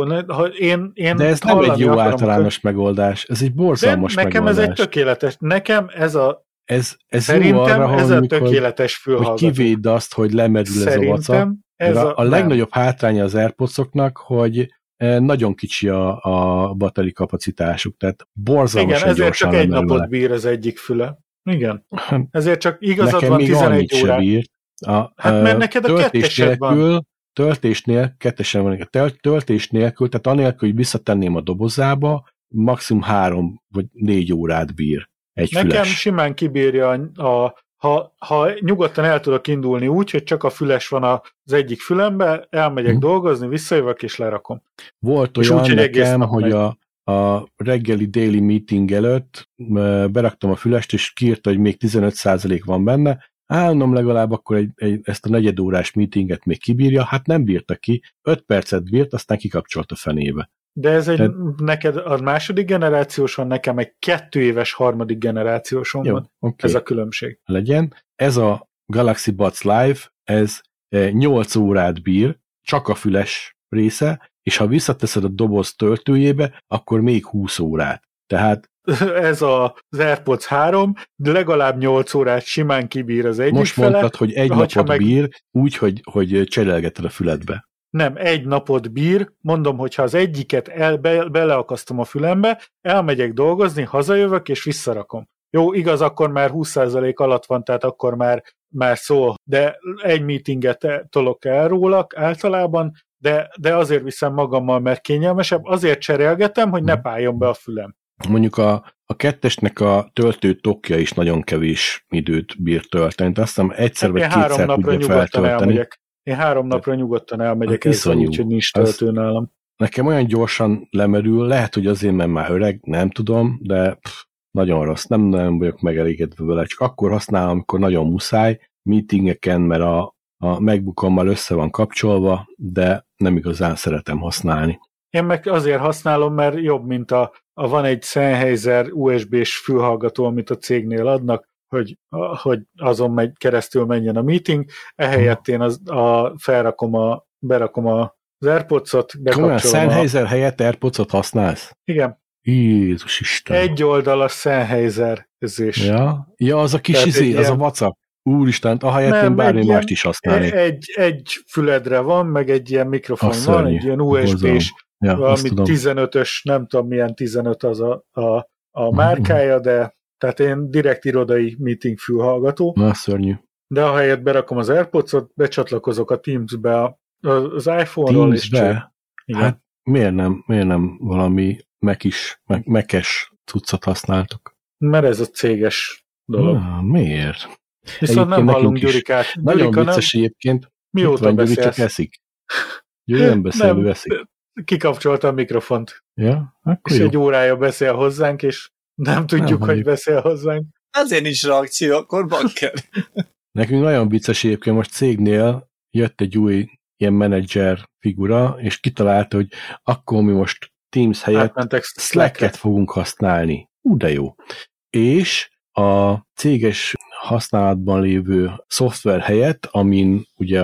Speaker 1: De ez nem egy jó általános megoldás. Ez egy borzalmas megoldás.
Speaker 2: Nekem ez egy tökéletes. Nekem
Speaker 1: ez
Speaker 2: szerintem
Speaker 1: jó arra,
Speaker 2: ez a tökéletes fülhallgató.
Speaker 1: Hogy kivédd azt, hogy lemerül ez a vaca. A legnagyobb hátránya az AirPodsoknak, hogy nagyon kicsi a batteri kapacitásuk, tehát borzalmasan
Speaker 2: igen,
Speaker 1: gyorsan
Speaker 2: ezért csak egy napot bír az egyik füle. Igen. Ezért csak igazad van 11 órát. Hát mert neked a kettesed van.
Speaker 1: Kettesen van. Töltés nélkül, tehát anélkül, hogy visszatenném a dobozába, maximum 3 vagy 4 órát bír.
Speaker 2: Nekem simán kibírja, ha nyugodtan el tudok indulni úgy, hogy csak a füles van az egyik fülembe, elmegyek dolgozni, visszajövök és lerakom.
Speaker 1: Volt olyan úgy, nekem, hogy a reggeli daily meeting előtt beraktam a fülest, és kiírta, hogy még 15% van benne, állnom legalább akkor ezt a negyedórás meetinget még kibírja, hát nem bírta ki, 5 percet bírt, aztán kikapcsolt a fenébe.
Speaker 2: De ez neked a második generációs van, nekem egy 2 éves harmadik generációsom van. Okay. Ez a különbség.
Speaker 1: Legyen. Ez a Galaxy Buds Live, ez 8 órát bír, csak a füles része, és ha visszateszed a doboz töltőjébe, akkor még 20 órát. Tehát
Speaker 2: ez az AirPods 3, de legalább 8 órát simán kibír az egyik
Speaker 1: most
Speaker 2: fele.
Speaker 1: Most mondtad, hogy egy napot bír, úgy, hogy cserélgeted a füledbe.
Speaker 2: Nem, egy napot bír, mondom, hogyha az egyiket beleakasztom a fülembe, elmegyek dolgozni, hazajövök és visszarakom. Jó, igaz, akkor már 20% alatt van, tehát akkor már szól, de egy meetinget tolok el rólak általában, de azért viszem magammal, mert kényelmesebb, azért cserélgetem, hogy ne páljon be a fülem.
Speaker 1: Mondjuk a kettesnek a töltő tokja is nagyon kevés időt bír tölteni, azt hiszem egyszer vagy kétszer tudja feltölteni.
Speaker 2: Én 3 napra nyugodtan elmegyek ezzel, úgyhogy nincs töltő nálam.
Speaker 1: Nekem olyan gyorsan lemerül, lehet, hogy azért, mert már öreg, nem tudom, de nagyon rossz, nem vagyok megelégedve vele, csak akkor használom, amikor nagyon muszáj, meetingeken, mert a MacBookommal össze van kapcsolva, de nem igazán szeretem használni.
Speaker 2: Én meg azért használom, mert jobb, mint a van egy Sennheiser USB-s fülhallgató, amit a cégnél adnak, hogy azon keresztül menjen a meeting, ehelyett én berakom az AirPods-ot, bekapcsolom.
Speaker 1: Sennheiser helyett AirPods-ot használsz?
Speaker 2: Igen.
Speaker 1: Jézus Isten.
Speaker 2: Egy oldalas Sennheiser-ezés.
Speaker 1: Ja, az a kis az a vacak. Úristen, ahelyett én bármi mást is használnék.
Speaker 2: Egy füledre van, meg egy ilyen mikrofon van, egy ilyen USB-s, valami 15-ös, nem tudom milyen 15 az a márkája, de tehát én direkt irodai meeting fülhallgató.
Speaker 1: Na, szörnyű.
Speaker 2: De ahelyett berakom az AirPods-ot, becsatlakozok a Teams-be az iPhone-ról.
Speaker 1: Teams-be? Hát miért nem valami Mac-es cuccot használtok?
Speaker 2: Mert ez a céges dolog.
Speaker 1: Miért?
Speaker 2: Viszont nem hallunk Gyurikát.
Speaker 1: Nagyon vicces egyébként.
Speaker 2: Mióta beszélsz?
Speaker 1: Csak eszik. Gyuri nem beszél, ő eszik.
Speaker 2: Kikapcsolta a mikrofont.
Speaker 1: Ja, akkor
Speaker 2: és
Speaker 1: jó.
Speaker 2: Egy órája beszél hozzánk, és nem tudjuk, hogy beszél hozzánk.
Speaker 4: Azért nincs reakció, akkor bakker.
Speaker 1: Nekünk nagyon vicces egyébként, most cégnél jött egy új ilyen menedzser figura, és kitalálta, hogy akkor mi most Teams helyett Slack-et fogunk használni. De jó. És a céges használatban lévő szoftver helyett, amin ugye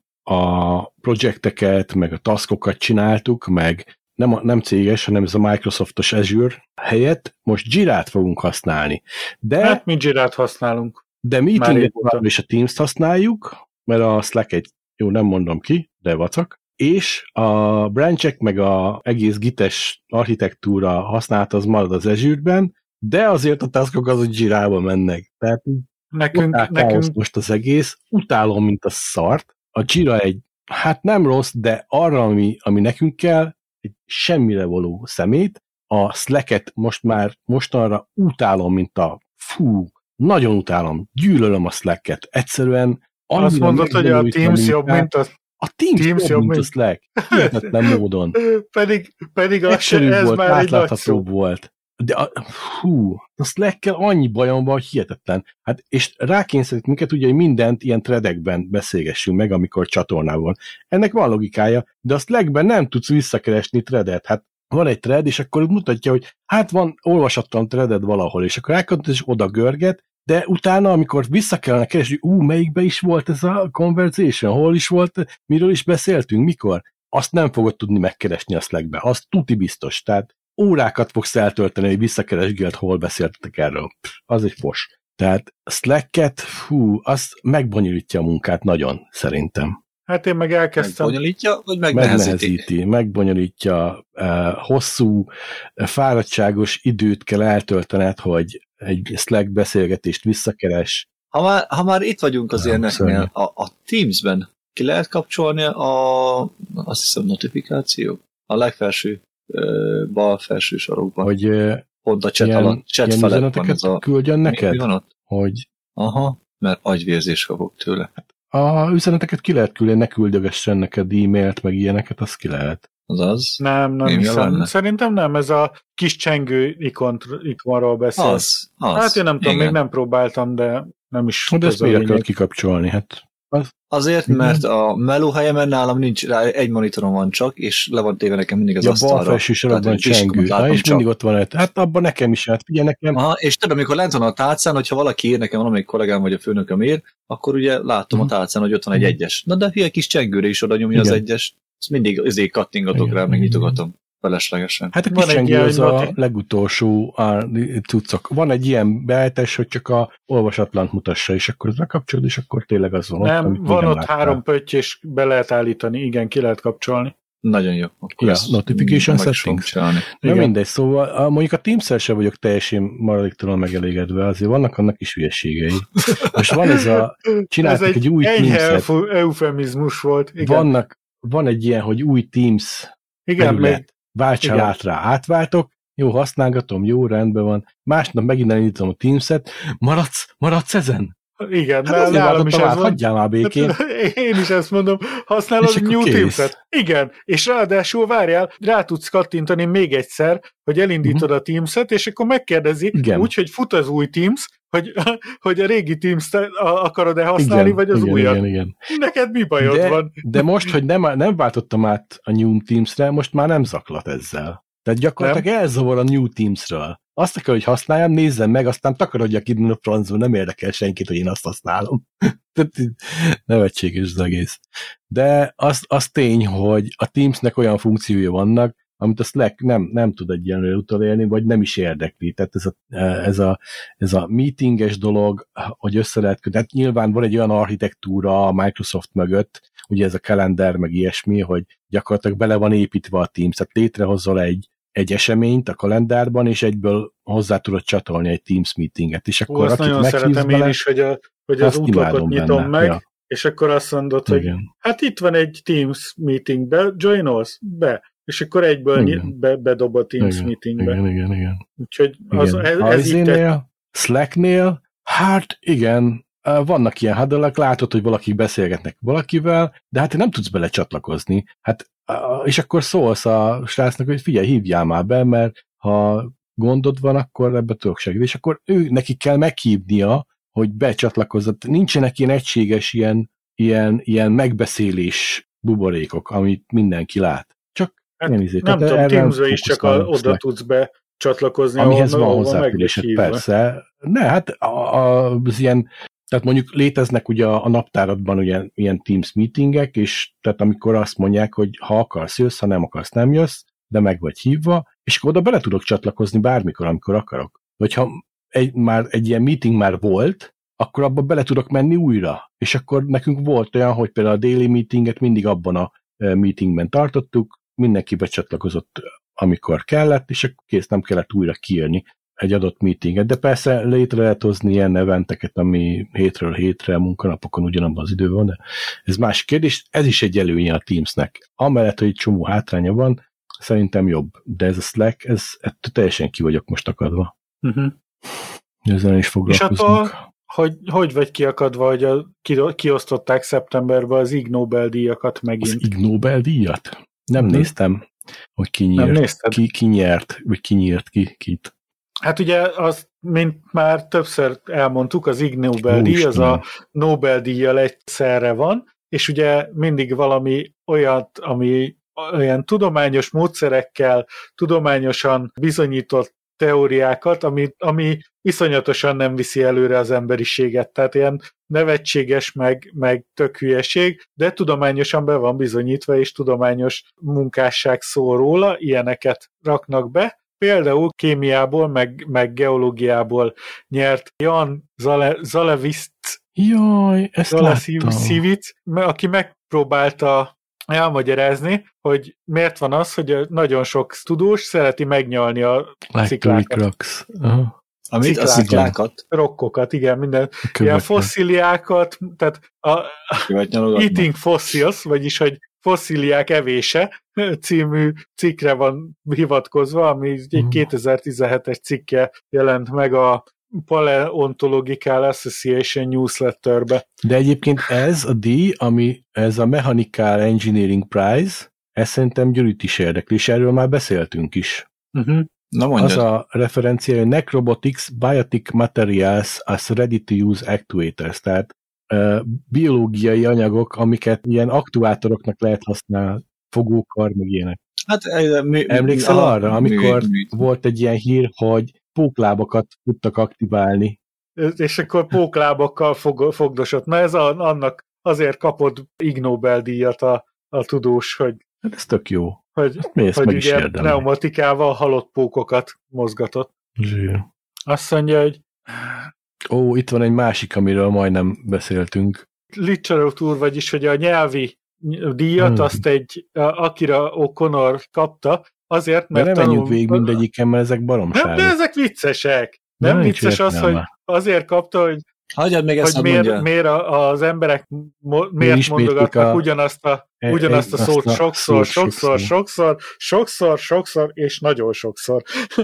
Speaker 1: a projekteket, meg a taskokat csináltuk, meg nem céges, hanem ez a Microsoftos Azure helyett most Jira-t fogunk használni.
Speaker 2: Hát mi Jira-t használunk.
Speaker 1: De meetinget és a Teams-t használjuk, mert a Slack jó, nem mondom ki, de vacak, és a branchek meg a egész Git-es architektúra használat az marad az Azure-ben, de azért a taskok az a Jira-ba mennek. Tehát nekünk most az egész, utálom, mint a szart. A Jira hát nem rossz, de arra, ami nekünk kell, egy semmire való szemét. A Slack-et mostanra utálom, mint nagyon utálom, gyűlölöm a Slack-et. Egyszerűen
Speaker 2: azt mondod, hogy a Teams jobb, mint
Speaker 1: a Teams jobb, mint a Slack. Hihetetlen módon.
Speaker 2: pedig
Speaker 1: ez
Speaker 2: volt, már egy nagy szó.
Speaker 1: volt. De a Slack-kel annyi bajom van, hihetetlen. Hát, és rákényszerít minket ugye, hogy mindent ilyen threadekben beszélgessünk meg, amikor csatornában. Ennek van logikája, de a Slackben nem tudsz visszakeresni threadet. Hát van egy thread, és akkor mutatja, hogy hát van olvasatlan threaded valahol, és akkor rákattint, és oda görget, de utána, amikor vissza kellene keresni, melyikbe is volt ez a conversation, hol is volt, miről is beszéltünk, mikor, azt nem fogod tudni megkeresni a Slackbe. Az tuti biztos. Tehát órákat fogsz eltölteni, hogy visszakeresgélt, hol beszéltetek erről. Az egy fos. Tehát Slack-et, az megbonyolítja a munkát nagyon, szerintem.
Speaker 2: Hát én meg elkezdtem.
Speaker 4: Megbonyolítja, vagy megnehezíti?
Speaker 1: Megbonyolítja, hosszú, fáradtságos időt kell eltöltened, hogy egy Slack beszélgetést visszakeres.
Speaker 4: Ha már itt vagyunk az ilyeneknél, a Teams-ben ki lehet kapcsolni azt hiszem notifikáció? A legfelső bal felső sarokban.
Speaker 1: Hogy
Speaker 4: pont a chat felett van ez a...
Speaker 1: küldjön neked?
Speaker 4: Mi van ott?
Speaker 1: Hogy...
Speaker 4: Aha, mert agyvérzés kapok tőle.
Speaker 1: A üzeneteket ki lehet küldeni, ne küldögessen neked e-mailt, meg ilyeneket, az ki lehet.
Speaker 4: Azaz?
Speaker 2: Nem hiszem. Szerintem nem, ez a kis csengő ikonról beszél.
Speaker 4: Az.
Speaker 2: Hát én nem tudom, még nem próbáltam, de nem is.
Speaker 1: De ezt miért kell kikapcsolni? Hát
Speaker 4: azért, mert a melóhelyemen nálam nincs rá, egy monitorom van csak, és le van téve nekem mindig az asztalra.
Speaker 1: A bal felső sarokban csengő, és mindig ott van. Hát abban nekem is, hát figyelj nekem.
Speaker 4: Aha, és tudom, amikor lent van a tálcán, hogyha valaki ír nekem, valamelyik kollégám vagy a főnököm ír, akkor ugye látom a tálcán, hogy ott van egy egyes. Na de egy kis csengőre is oda nyomja az egyes. Ezt mindig azért kattingatok rá, meg nyitogatom feleslegesen.
Speaker 1: Hát a kis csengő az a legutolsó cuccok. Van egy ilyen beállítás, hogy csak a olvasatlant mutassa, és akkor bekapcsolod, és akkor tényleg az van.
Speaker 2: Nem, van ott 3 pötty, és be lehet állítani. Igen, ki lehet kapcsolni.
Speaker 4: Nagyon jó.
Speaker 1: Ja, notification settings. Na mindegy, szóval mondjuk a Teams-el sem vagyok teljesen maradéktalan megelégedve, azért vannak annak is hülyeségei. Most van ez a... Csináltak egy új Teams-et.
Speaker 2: Eufemizmus volt. Igen.
Speaker 1: Van egy ilyen, hogy új Teams
Speaker 2: terület.
Speaker 1: Váltsál át rá. Átváltok, jó, használgatom, jó, rendben van. Másnap megint elindítom a Teams-et, maradsz ezen?
Speaker 2: Igen,
Speaker 1: hát nálam is ez van. Hagyjál már békén.
Speaker 2: Én is ezt mondom, használod a New Teams-et. Igen, és ráadásul várjál, rá tudsz kattintani még egyszer, hogy elindítod a Teams-et, és akkor megkérdezi, úgy, hogy fut az új Teams, hogy a régi Teams-t akarod-e használni, vagy az újat.
Speaker 1: Igen.
Speaker 2: Neked mi bajod van?
Speaker 1: De most, hogy nem váltottam át a New Teams-re, most már nem zaklat ezzel. Tehát gyakorlatilag elzavar a New Teams-ről. Azt kell, hogy használjam, nézzem meg, aztán takarodjak innen a francból, nem érdekel senkit, hogy én azt használom. Nevetséges az egész. De az tény, hogy a Teamsnek olyan funkciója vannak, amit a Slack nem tud egyenlőre utolérni, vagy nem is érdekli. Tehát ez a meetinges dolog, hogy össze lehet kötni. Hát nyilván van egy olyan architektúra a Microsoft mögött, ugye ez a kalender, meg ilyesmi, hogy gyakorlatilag bele van építve a Teams, tehát létrehozol egy eseményt a kalendárban, és egyből hozzá tudod csatolni egy Teams meetinget. És akkor
Speaker 2: azt nagyon szeretem én is, hogy az útlapot nyitom meg, ja. És akkor azt mondod, hogy hát itt van egy Teams meeting, join us, be. És akkor egyből bedob a Teams meetingbe.
Speaker 1: Igen.
Speaker 2: Úgyhogy ez így
Speaker 1: Slacknél, hát igen, vannak ilyen huddle-ek, látod, hogy valakik beszélgetnek valakivel, de hát nem tudsz bele csatlakozni. Hát, és akkor szólsz a srácnak, hogy figyelj, hívjál már be, mert ha gondod van, akkor ebbe tudok segíteni. És akkor neki kell meghívnia, hogy becsatlakozzat. Nincsenek ilyen egységes ilyen megbeszélés buborékok, amit mindenki lát. Csak
Speaker 2: hát, nem tudom, Teams-re is csak oda tudsz becsatlakozni,
Speaker 1: amihez van hozzáférésed, persze. Ne, hát az ilyen, tehát mondjuk léteznek ugye a naptáradban ugye ilyen Teams meetingek, és tehát amikor azt mondják, hogy ha akarsz, jössz, ha nem akarsz, nem jössz, de meg vagy hívva, és akkor oda bele tudok csatlakozni bármikor, amikor akarok. Vagy ha egy ilyen meeting már volt, akkor abba bele tudok menni újra. És akkor nekünk volt olyan, hogy például a daily meetinget mindig abban a meetingben tartottuk, mindenki becsatlakozott, amikor kellett, és akkor kész, nem kellett újra kiírni egy adott meetinget. De persze létre lehet hozni ilyen eventeket, ami hétről hétre, munkanapokon ugyanabban az időben van, de ez más kérdés. Ez is egy előnye a Teamsnek. Amellett, hogy egy csomó hátránya van, szerintem jobb. De ez a Slack, ettől teljesen ki vagyok most akadva. Ezzel is foglalkozunk.
Speaker 2: És hogy vagy kiakadva, hogy kiosztották szeptemberben az Ig Nobel-díjakat megint?
Speaker 1: Az Ig Nobel-díjat? Nem néztem, hogy ki nyert, vagy ki nyírt kit.
Speaker 2: Hát ugye az, mint már többször elmondtuk, az Ig Nobel-díj, az a Nobel-díjjal egyszerre van, és ugye mindig valami olyat, ami olyan tudományos módszerekkel, tudományosan bizonyított teóriákat, ami iszonyatosan nem viszi előre az emberiséget. Tehát ilyen nevetséges, meg tök hülyeség, de tudományosan be van bizonyítva, és tudományos munkásság szól róla, ilyeneket raknak be. Például kémiából, meg geológiából nyert Jan Zalewicz, aki megpróbálta elmagyarázni, hogy miért van az, hogy nagyon sok tudós szereti megnyalni a sziklákat.
Speaker 4: Amit? A sziklákat?
Speaker 2: Rokkokat, igen, minden. Ilyen fosszíliákat, tehát a Eating Fossils, vagyis, hogy fosszíliák evése című cikkre van hivatkozva, ami egy 2017-es cikke jelent meg a Paleontological Association newsletterbe.
Speaker 1: De egyébként ez a díj, ez a Mechanical Engineering Prize, ez szerintem Gyurit is érdekli, és erről már beszéltünk is.
Speaker 4: Na mondjad.
Speaker 1: Az a referencia, hogy Necrobotics Biotic Materials as Ready-to-Use Actuators, tehát biológiai anyagok, amiket ilyen aktuátoroknak lehet használni, fogókar, meg ilyenek.
Speaker 4: Hát,
Speaker 1: emlékszel arra, amikor volt egy ilyen hír, hogy póklábakat tudtak aktiválni.
Speaker 2: És akkor póklábakkal fogdosott. Na ez annak azért kapott Ig Nobel-díjat a tudós, hogy
Speaker 1: hát ez tök jó.
Speaker 2: Hogy ugye pneumatikával halott pókokat mozgatott.
Speaker 1: Zsír.
Speaker 2: Azt mondja, hogy
Speaker 1: itt van egy másik, amiről majdnem beszéltünk.
Speaker 2: Literature, vagyis hogy a nyelvi díjat azt egy Akira O'Connor kapta, azért, mert
Speaker 1: nem menjünk végig mindegyiken, mert ezek baromságok.
Speaker 2: Nem, de ezek viccesek. Nem vicces az, hogy azért kapta, hogy
Speaker 4: hagyjad még ezt,
Speaker 2: miért az emberek miért mondogatnak ugyanazt a szót sokszor, és nagyon sokszor.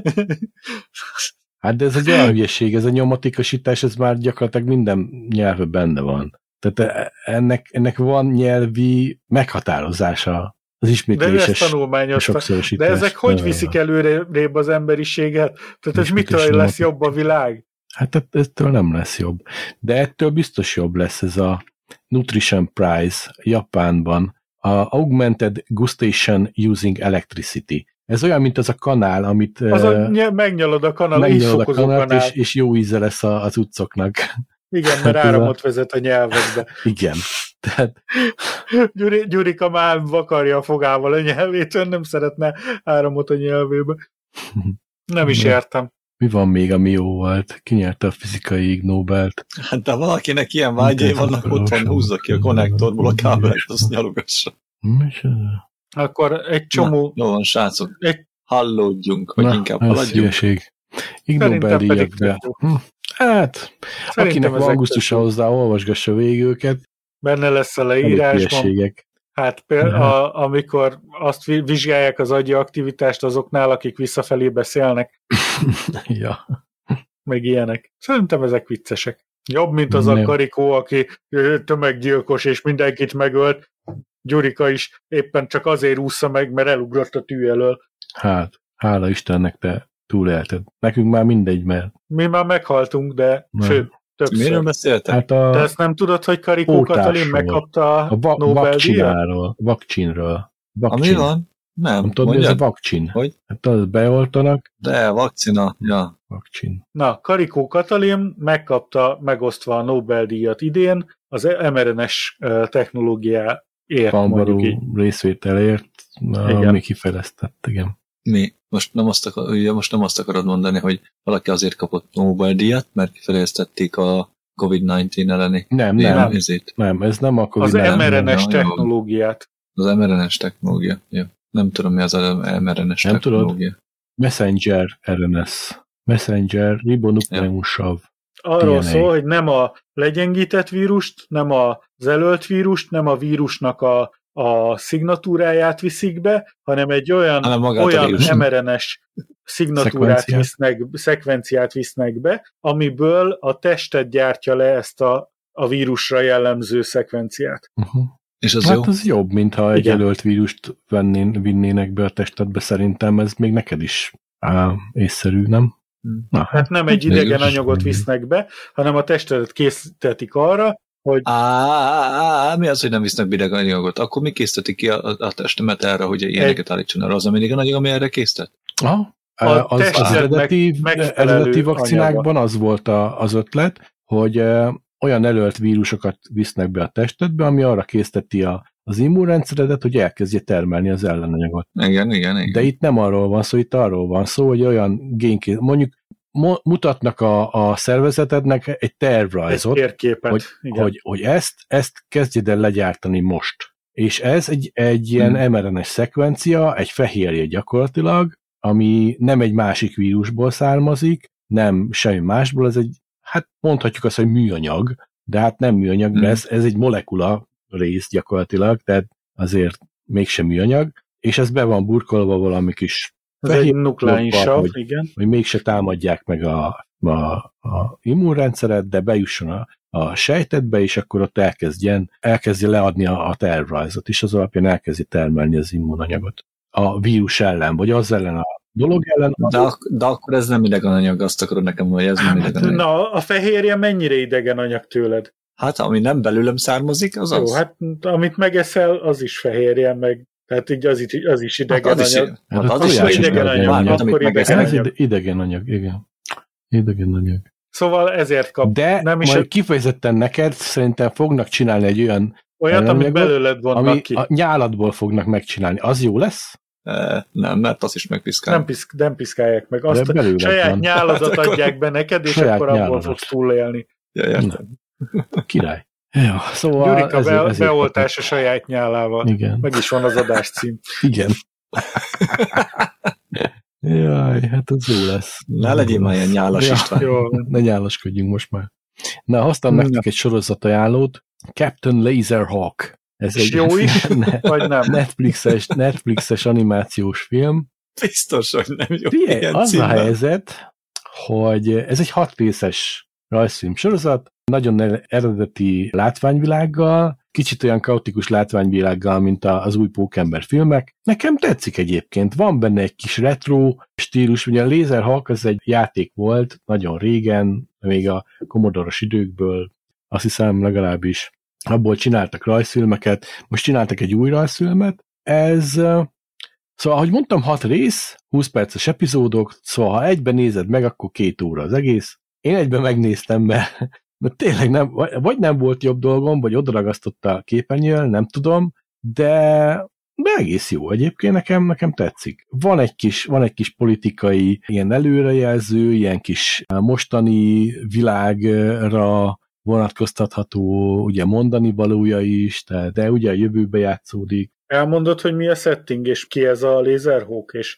Speaker 1: Hát de ez egy olyan hülyeség, ez a nyomatékosítás, ez már gyakorlatilag minden nyelvben benne van. Tehát ennek van nyelvi meghatározása, az ismétléses sokszorosítás.
Speaker 2: De ezek hogy viszik előrébb az emberiséget? Tehát ez mitől lesz jobb a világ?
Speaker 1: Hát ettől nem lesz jobb. De ettől biztos jobb lesz ez a Nutrition Prize Japánban, a Augmented Gustation Using Electricity. Ez olyan, mint az a kanál, amit...
Speaker 2: Megnyalod a kanál, így fokozó kanál.
Speaker 1: És jó íze lesz az utcoknak.
Speaker 2: Igen, mert áramot vezet a nyelvekbe.
Speaker 1: Igen. Tehát...
Speaker 2: Gyurika már vakarja a fogával a nyelvét, nem szeretne áramot a nyelvébe. Nem is értem.
Speaker 1: Mi van még, ami jó volt? Ki nyerte a fizikai Ig Nobelt?
Speaker 4: Hát de valakinek ilyen vágyai vannak, ott van, húzza ki a konnektorból a kábelet, azt nyalogassa.
Speaker 2: Akkor egy csomó...
Speaker 4: Jó van, srácok. Hallódjunk, vagy inkább haladjunk.
Speaker 1: Ig Nobel-díjak be. Hát, akinek van augusztusa hozzá, olvasgassa végig őket.
Speaker 2: Benne lesz a leírásban. Hát például, amikor azt vizsgálják az agyi aktivitást azoknál, akik visszafelé beszélnek.
Speaker 1: Ja.
Speaker 2: Meg ilyenek. Szerintem ezek viccesek. Jobb, mint az a Karikó, aki tömeggyilkos és mindenkit megölt. Gyurika is éppen csak azért ússza meg, mert elugrott a tű elől.
Speaker 1: Hát, hála Istennek te túlélted. Nekünk már mindegy, mert...
Speaker 2: Mi már meghaltunk, de sőt, többször.
Speaker 4: Miről beszéltek?
Speaker 1: Hát
Speaker 2: te ezt nem tudod, hogy Karikó Katalin megkapta a Nobel-díjat?
Speaker 1: Vakcinről.
Speaker 4: Ami van? Nem
Speaker 1: tudod, mi ez a vakcin?
Speaker 4: Hogy?
Speaker 1: Hát az beoltanak.
Speaker 4: De, vakcina, ja.
Speaker 1: Vakcin.
Speaker 2: Na, Karikó Katalin megkapta megosztva a Nobel-díjat idén az mRNA-s technológiáért.
Speaker 1: Kambarú részvételért, ami kifejlesztett, igen.
Speaker 4: Mi? Most nem azt akarod mondani, hogy valaki azért kapott Nobel-díjat, mert kifejlesztették a COVID-19 elleni.
Speaker 1: Nem, ez nem a COVID-19.
Speaker 2: Az mRNA-s technológiát.
Speaker 4: Az mRNA-s technológia, jó. Nem tudom, mi az mRNA-s technológia.
Speaker 1: Messenger RNS. Messenger ribonukleumsav.
Speaker 2: Arról szól, hogy nem a legyengített vírust, nem az előtt vírust, nem a vírusnak a szignatúráját viszik be, hanem egy olyan mRNA-s szekvenciát visznek be, amiből a tested gyártja le ezt a vírusra jellemző szekvenciát.
Speaker 4: És az
Speaker 1: hát
Speaker 4: jó?
Speaker 1: az jobb, mintha egy jelölt vírust vinnének be a testedbe, szerintem ez még neked is észszerű, nem?
Speaker 2: Na, hát nem egy idegen anyagot visznek be, hanem a testedet készítetik arra, hogy...
Speaker 4: Mi az, hogy nem visznek be idegen anyagot? Akkor mi készítetik ki a testemet erre, hogy ilyeneket állítson arra? Az a idegen anyag, ami erre készített?
Speaker 1: Az eredeti vakcinákban az volt az ötlet, hogy olyan előtt vírusokat visznek be a testedbe, ami arra készteti az immunrendszeredet, hogy elkezdje termelni az ellenanyagot.
Speaker 4: Igen.
Speaker 1: De itt nem arról van szó, itt arról van szó, hogy olyan mondjuk mutatnak a szervezetednek egy tervrajzot, hogy ezt kezdjed el legyártani most. És ez egy ilyen mRNA-s szekvencia, egy fehérje gyakorlatilag, ami nem egy másik vírusból származik, nem semmi másból, ez egy, hát mondhatjuk azt, hogy műanyag, de hát nem műanyag, mert ez egy molekula rész gyakorlatilag, tehát azért mégsem műanyag, és ez be van burkolva valami kis
Speaker 2: ez egy nukleínsav, igen.
Speaker 1: Hogy mégse támadják meg a immunrendszeret, de bejusson a sejtetbe, és akkor ott elkezdje leadni a tervrajzot, és az alapján elkezdi termelni az immunanyagot. A vírus ellen, vagy az ellen a dolog ellen.
Speaker 4: De akkor ez nem idegen anyag, azt akarod nekem, hogy ez nem idegen anyag.
Speaker 2: Na, a fehérje mennyire idegen anyag tőled?
Speaker 4: Hát, ami nem belőlem származik, az az.
Speaker 2: Jó, hát amit megeszel, az is fehérje, meg tehát így az is idegen anyag.
Speaker 1: Az is idegen anyag. Akkor idegen anyag, igen. Idegen anyag.
Speaker 2: Szóval ezért kap.
Speaker 1: De nem is majd kifejezetten neked szerintem fognak csinálni egy
Speaker 2: olyat, amit belőled vonnak ki.
Speaker 1: A nyáladból fognak megcsinálni. Az jó lesz?
Speaker 4: Nem, mert azt is megpiszkálják.
Speaker 2: Nem piszkálják meg. Azt a saját nyáladat adják be neked, és akkor abból fogsz túlélni.
Speaker 4: Ja, értem.
Speaker 1: Király. Jó, szóval
Speaker 2: Gyurika beoltás a saját nyálával.
Speaker 1: Igen.
Speaker 2: Meg is van az adáscím.
Speaker 1: Igen. Jaj, hát az jó lesz.
Speaker 4: Ne legyél már ilyen nyálas István.
Speaker 1: Jó, ne nyálaskodjunk most már. Na, hoztam nektek egy sorozatajánlót. Captain Laserhawk. Ez egy
Speaker 2: jó is, vagy nem?
Speaker 1: Netflixes animációs film.
Speaker 4: Biztos, hogy nem jó.
Speaker 1: Az a helyzet, hogy ez egy 6 részes rajzfilm sorozat, nagyon eredeti látványvilággal, kicsit olyan kaotikus látványvilággal, mint az új Pókember filmek. Nekem tetszik egyébként, van benne egy kis retro stílus, ugye a Laserhawk az egy játék volt, nagyon régen, még a Commodore-os időkből, azt hiszem legalábbis abból csináltak rajzfilmeket, most csináltak egy új rajzfilmet, ez Szóval, ahogy mondtam, 6 rész, 20 perces epizódok, szóval ha egyben nézed meg, akkor 2 óra az egész. Én egyben megnéztem, mert tényleg nem, vagy nem volt jobb dolgom, vagy odaragasztotta a képernyőn, nem tudom, de egész jó egyébként, nekem tetszik. Van egy kis politikai ilyen előrejelző, ilyen kis mostani világra vonatkoztatható, ugye mondani valója is, de ugye a jövőbe játszódik.
Speaker 2: Elmondod, hogy mi a setting, és ki ez a Laserhawk, és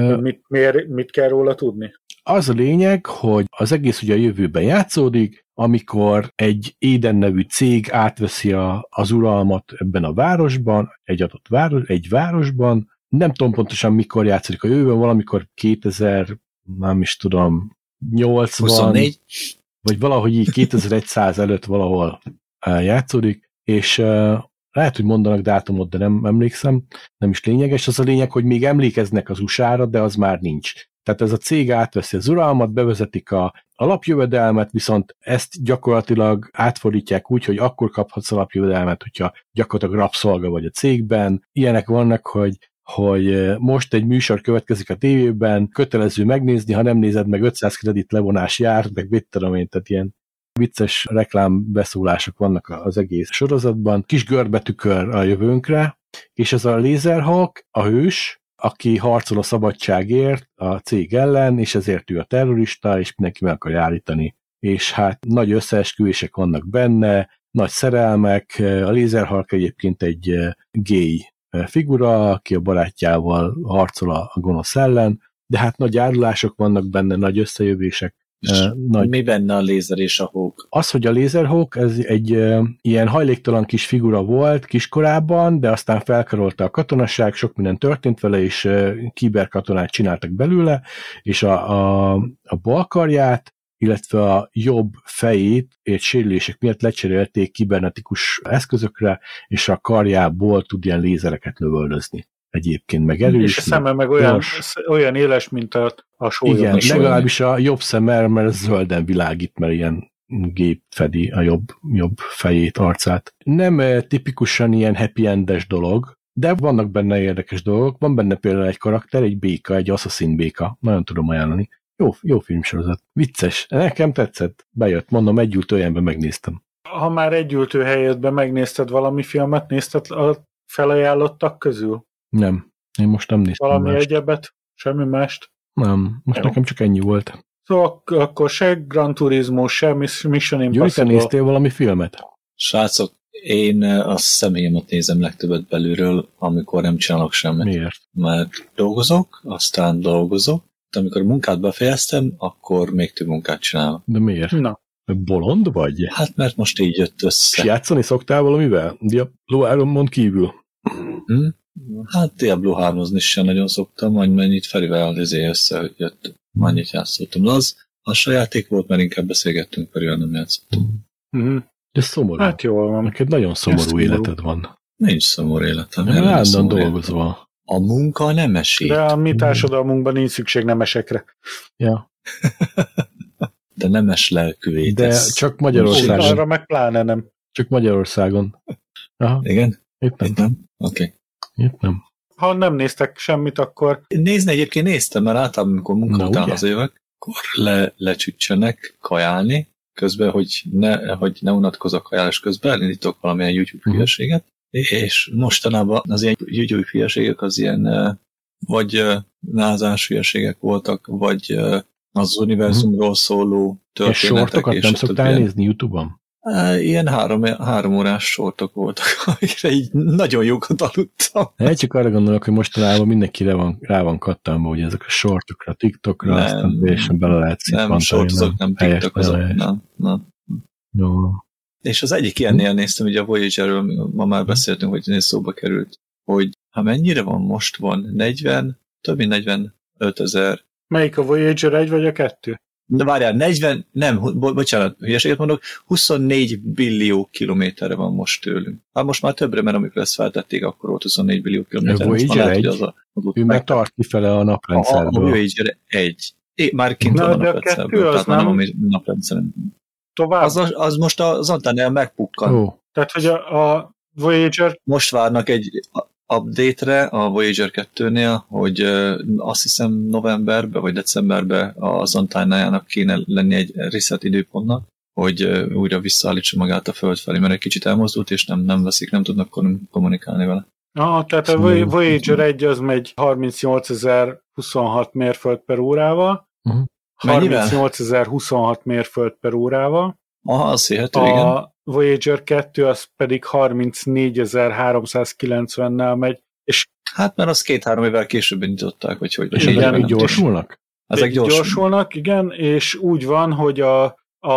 Speaker 2: mit kell róla tudni?
Speaker 1: Az a lényeg, hogy az egész ugye a jövőben játszódik, amikor egy Eden nevű cég átveszi az uralmat ebben a városban, egy városban. Nem tudom pontosan mikor játszódik a jövőben, valamikor 2000, nem is tudom, 80,
Speaker 4: 24.
Speaker 1: Vagy valahogy így 2100 előtt valahol játszódik, és lehet, hogy mondanak dátumot, de nem emlékszem, nem is lényeges. Az a lényeg, hogy még emlékeznek az USA-ra, de az már nincs. Tehát ez a cég átveszi az uralmat, bevezetik a alapjövedelmet, viszont ezt gyakorlatilag átfordítják úgy, hogy akkor kaphatsz alapjövedelmet, hogyha gyakorlatilag rabszolga vagy a cégben. Ilyenek vannak, hogy most egy műsor következik a tévében, kötelező megnézni, ha nem nézed meg 500 kredit levonás jár, meg mit tudom én, tehát ilyen vicces reklámbeszólások vannak az egész sorozatban. Kis görbetükör a jövőnkre, és ez a Laserhawk, a hős, aki harcol a szabadságért a cég ellen, és ezért ő a terrorista, és mindenki meg akarja állítani. És hát nagy összeesküvések vannak benne, nagy szerelmek, a Laserhawk egyébként egy gay figura, aki a barátjával harcol a gonosz ellen, de hát nagy árulások vannak benne, nagy összejövések.
Speaker 4: Mi benne a Laser és a Hawk?
Speaker 1: Az, hogy a Laserhawk, ez egy ilyen hajléktalan kis figura volt kiskorában, de aztán felkarolta a katonasság, sok minden történt vele, és kiberkatonát csináltak belőle, és a bal karját, illetve a jobb fejét és sérülések miatt lecserélték kibernetikus eszközökre, és a karjából tud ilyen lézereket lövöldözni. Egyébként meg erős.
Speaker 2: És a szeme meg olyan éles, mint a sólyom.
Speaker 1: Igen, legalábbis a jobb szeme, mert zölden világít, mert ilyen gép fedi a jobb fejét, arcát. Nem tipikusan ilyen happy endes dolog, de vannak benne érdekes dolgok. Van benne például egy karakter, egy béka, egy assassin béka. Nagyon tudom ajánlani. Jó filmsorozat. Vicces. Nekem tetszett. Bejött, mondom, együltő helyenben megnéztem.
Speaker 2: Ha már együltő helyedben megnézted valami filmet, nézted a felajánlottak közül?
Speaker 1: Nem. Én most nem néztem
Speaker 2: valami
Speaker 1: mást.
Speaker 2: egyebet? Semmi mást?
Speaker 1: Nem. Most nekem csak ennyi volt.
Speaker 2: Szóval akkor se Gran Turismo, se Mission Impossible.
Speaker 1: Gyuri, te néztél valami filmet?
Speaker 4: Srácok, én a személyemet nézem legtöbbet belülről, amikor nem csinálok semmit.
Speaker 1: Miért?
Speaker 4: Mert dolgozok, aztán dolgozok, de amikor a munkát befejeztem, akkor még több munkát csinálok.
Speaker 1: De miért?
Speaker 2: Na.
Speaker 1: Bolond vagy?
Speaker 4: Hát mert most így jött össze.
Speaker 1: És játszani szoktál valamivel? Diablo 3-on kívül?
Speaker 4: Hát Diablo 3-ozni sem nagyon szoktam, mennyit Ferivel összejött, annyit játszottam. De az a játék volt, mert inkább beszélgettünk, Ferivel nem játszottam.
Speaker 1: De szomorú.
Speaker 2: Hát jól van.
Speaker 1: Neked nagyon szomorú életed van.
Speaker 4: Nincs szomorú életem.
Speaker 1: Állandóan dolgozva.
Speaker 4: A munka nem esik.
Speaker 2: De a mi társadalmunkban nincs szükség nemesekre.
Speaker 1: Ja.
Speaker 4: De nemes lelkűvé
Speaker 1: tesz. De csak Magyarországon.
Speaker 2: Arra meg pláne nem.
Speaker 1: Csak Magyarországon. Aha.
Speaker 4: Igen?
Speaker 1: Itt nem.
Speaker 4: Oké.
Speaker 1: Itt nem.
Speaker 2: Ha nem néztek semmit, akkor...
Speaker 4: Egyébként néztem, mert általában, amikor munka után hazajövök, akkor lecsütsenek kajálni, közben, hogy ne unatkozok kajálás közben, elindítok valamilyen YouTube hülyeséget, és mostanában az ilyen YouTube hülyeségek az ilyen vagy názás hülyeségek voltak, vagy az univerzumról szóló történetek.
Speaker 1: És sortokat nem szoktál nézni YouTube-on?
Speaker 4: Ilyen 3 órás sortok voltak, amikre így nagyon jókat aludtam.
Speaker 1: Csak arra gondolok, hogy mostanában mindenki rá van kattanva, hogy ezek a sortokra, TikTokra, aztán teljesen bele lehet
Speaker 4: szintantani. Nem, sortozok, nem TikTokozok, nem.
Speaker 1: No.
Speaker 4: És az egyik ilyennél néztem, ugye a Voyager-ről ma már beszéltünk, hogy szóba került, hogy ha mennyire van most több mint 45 000.
Speaker 2: Melyik a Voyager 1 vagy a 2?
Speaker 4: De várjál, bocsánat, hülyeséget mondok, 24 billió kilométerre van most tőlünk. Hát most már többre, mert amikor ezt feltették, akkor volt 24 billió kilométer.
Speaker 1: A Voyager 1? Ő meg tart kifele a naprendszerből.
Speaker 4: A Voyager 1. Már kint van a naprendszerből, tehát nem a naprendszeren.
Speaker 2: Tovább?
Speaker 4: Az most az antennel megpukkan.
Speaker 2: Tehát, hogy a Voyager...
Speaker 4: Most várnak update-re a Voyager 2-nél, hogy azt hiszem novemberben vagy decemberben az antennájának kéne lenni egy reset időpontnak, hogy újra visszaállítsa magát a Föld felé, mert egy kicsit elmozdult, és nem veszik, nem tudnak kommunikálni vele.
Speaker 2: Tehát a Voyager 1 az megy 38.026 mérföld per órával, 38.026 mérföld per órával.
Speaker 4: Aha, az hihető, igen.
Speaker 2: A Voyager 2 az pedig 34.390-nel megy. És
Speaker 4: hát mert azt 2-3 évvel később nyitották, vagy hogy
Speaker 1: igen, gyorsulnak?
Speaker 2: Ezek gyorsulnak, igen, és úgy van, hogy a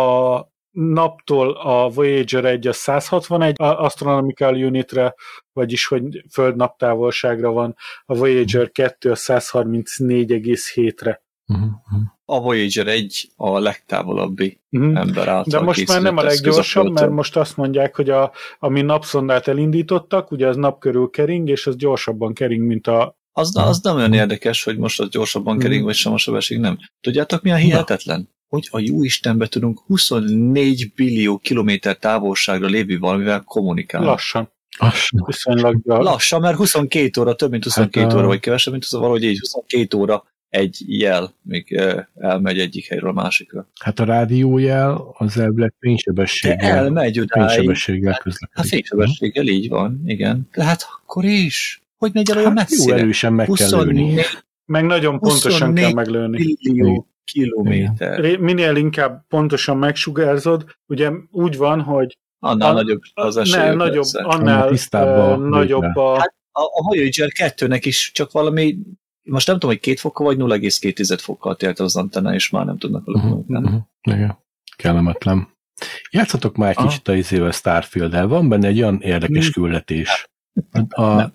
Speaker 2: naptól a Voyager 1 a 161 astronomical unitre, vagyis hogy föld naptávolságra van, a Voyager 2 a 134,7-re.
Speaker 4: A Voyager 1 a legtávolabbi ember által.
Speaker 2: De most már nem a leggyorsabb, mert most azt mondják, hogy ami napszondát elindítottak, ugye az nap körül kering, és az gyorsabban kering, mint a...
Speaker 4: Az nem olyan érdekes, hogy most az gyorsabban kering, vagy sem nem. Tudjátok, mi a hihetetlen? Hogy a jó Istenbe tudunk 24 billió kilométer távolságra lévő valamivel kommunikálni.
Speaker 2: Lassan.
Speaker 4: Viszonylag lassan, mert 22 óra, több mint 22 óra, vagy kevesebb, mint valahogy így 22 óra egy jel, még elmegy egyik helyről a másikra.
Speaker 1: Hát a rádiójel az elvileg fénysebességgel.
Speaker 4: De elmegy odáig.
Speaker 1: Fénysebességgel közlekedik.
Speaker 4: Hát fénysebességgel, így van, igen. De hát akkor is. Hogy megy el olyan messzire?
Speaker 1: Jó erősen meg kell lőni.
Speaker 2: Meg nagyon pontosan kell meglőni.
Speaker 4: Millió kilométer.
Speaker 2: Minél inkább pontosan megsugárzod, ugye úgy van, hogy
Speaker 4: annál nagyobb az esély.
Speaker 2: Annál nagyobb a...
Speaker 4: Hát a Voyager 2-nek is csak valami, most nem tudom, hogy 2 fokkal vagy 0,2 fokkal tért az antenna, és már nem tudnak vele kommunikálni.
Speaker 1: Igen, kellemetlen. Játszatok már egy kicsit a izével Starfield-el. Van benne egy olyan érdekes küldetés. A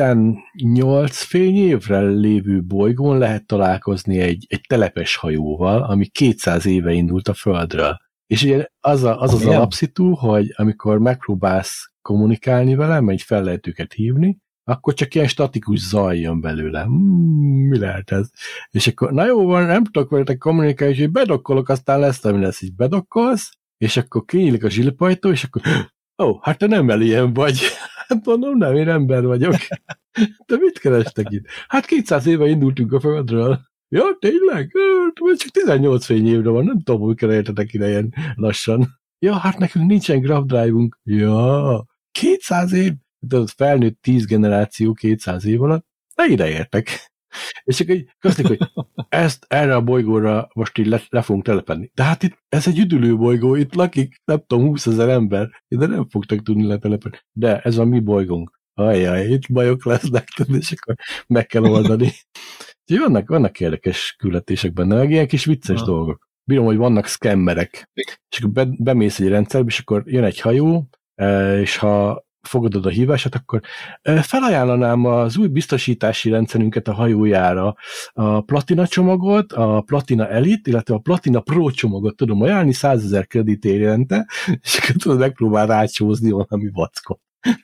Speaker 1: 18 fényévre lévő bolygón lehet találkozni egy telepes hajóval, ami 200 éve indult a Földről. És ugye az alapszitu, hogy amikor megpróbálsz kommunikálni vele, mert fel lehet őket hívni, akkor csak ilyen statikus zaj jön belőle. Mi lehet ez? És akkor, na jó van, nem tudok veletek kommunikálni, és hogy bedokkolok, aztán lesz, ami lesz, így bedokkolsz, és akkor kinyílik a zsilipajtó, és akkor hát te nem ilyen vagy. Hát mondom, nem, én ember vagyok. De mit kerestek itt? Hát 200 éve indultunk a Földről. Ja, tényleg? Csak 18 fényévre van, nem tudom, hogy kerültetek ide ilyen lassan. Ja, hát nekünk nincsen graph drive-unk. Ja, 200 év? De az felnőtt 10 generáció 200 év alatt. Na, ide értek. És akkor így közlik, hogy erre a bolygóra most így le fogunk telepedni. De hát itt ez egy üdülő bolygó, itt lakik, nem tudom, 20 000 ember, de nem fogtak tudni letelepedni. De ez a mi bolygónk. Ajjaj, itt bajok lesznek, és akkor meg kell oldani. Úgyhogy vannak érdekes küldetések benne, meg ilyen kis vicces dolgok. Bírom, hogy vannak scammerek. És akkor bemész egy rendszerbe, és akkor jön egy hajó, és ha fogadod a hívását, akkor felajánlanám az új biztosítási rendszerünket a hajójára. A Platina csomagot, a Platina Elite, illetve a Platina Pro csomagot tudom ajánlani, 100 000 kredit érjente, és akkor tudod megpróbál rácsózni valami vackot.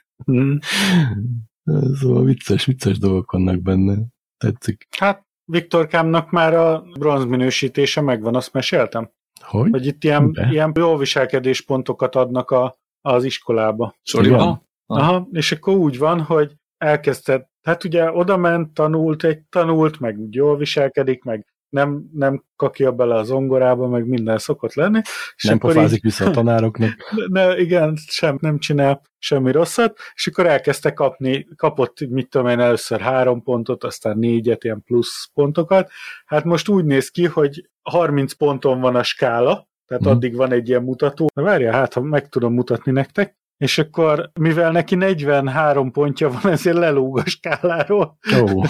Speaker 1: Szóval vicces dolgok vannak benne. Tetszik.
Speaker 2: Hát Viktorkámnak már a bronz minősítése megvan, azt meséltem.
Speaker 1: Hogy
Speaker 2: itt ilyen jó viselkedés pontokat adnak az iskolába.
Speaker 4: Soliban?
Speaker 2: Aha, és akkor úgy van, hogy elkezdted, hát ugye odament, tanult, meg úgy jól viselkedik, meg nem kakja bele az zongorába, meg minden szokott lenni. És
Speaker 1: nem pofázik vissza a tanároknak.
Speaker 2: Igen, nem csinál semmi rosszat, és akkor elkezdte kapott, mit tudom én, először 3 pontot, aztán 4, ilyen plusz pontokat. Hát most úgy néz ki, hogy 30 ponton van a skála, tehát addig van egy ilyen mutató. Na várjál, hát ha meg tudom mutatni nektek. És akkor, mivel neki 43 pontja van, ezért lelóg a skáláról.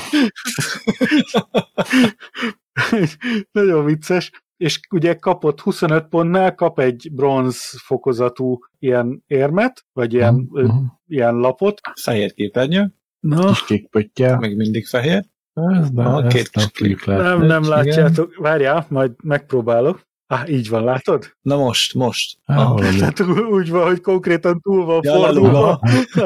Speaker 2: Nagyon vicces. És ugye kapott 25 pontnál, kap egy bronz fokozatú ilyen érmet, vagy ilyen lapot.
Speaker 4: Fehér képernyő.
Speaker 2: Na.
Speaker 1: És kék pöttyel.
Speaker 4: Meg mindig fehér.
Speaker 2: Nem látjátok. Várjál, majd megpróbálok. Így van, látod?
Speaker 4: Na most.
Speaker 2: Tehát úgy van, hogy konkrétan túl van fordulva.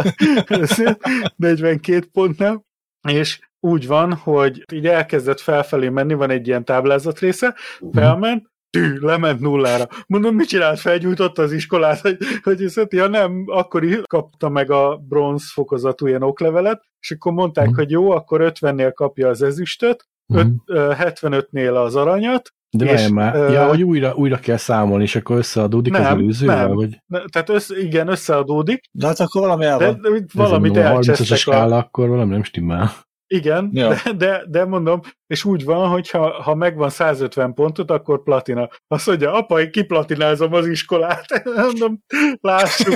Speaker 2: 42 pontnál. És úgy van, hogy így elkezdett felfelé menni, van egy ilyen táblázat része, felment, lement nullára. Mondom, mit csinált? Felgyújtotta az iskolát, hogy ja nem, akkor kapta meg a bronz fokozatú ilyen oklevelet, és akkor mondták, hogy jó, akkor 50-nél kapja az ezüstöt, 75-nél az aranyat.
Speaker 1: De és, már, hogy újra kell számolni, és akkor összeadódik az előzővel? Vagy?
Speaker 2: Tehát igen, összeadódik.
Speaker 4: De hát akkor valami el van.
Speaker 2: De valamit elcsesztek.
Speaker 1: 30-as skála, akkor valami nem stimmel.
Speaker 2: Igen, ja. de mondom, és úgy van, hogy ha megvan 150 pontot, akkor platina. Azt mondja, apa, én kiplatinázom az iskolát. Mondom, lássuk.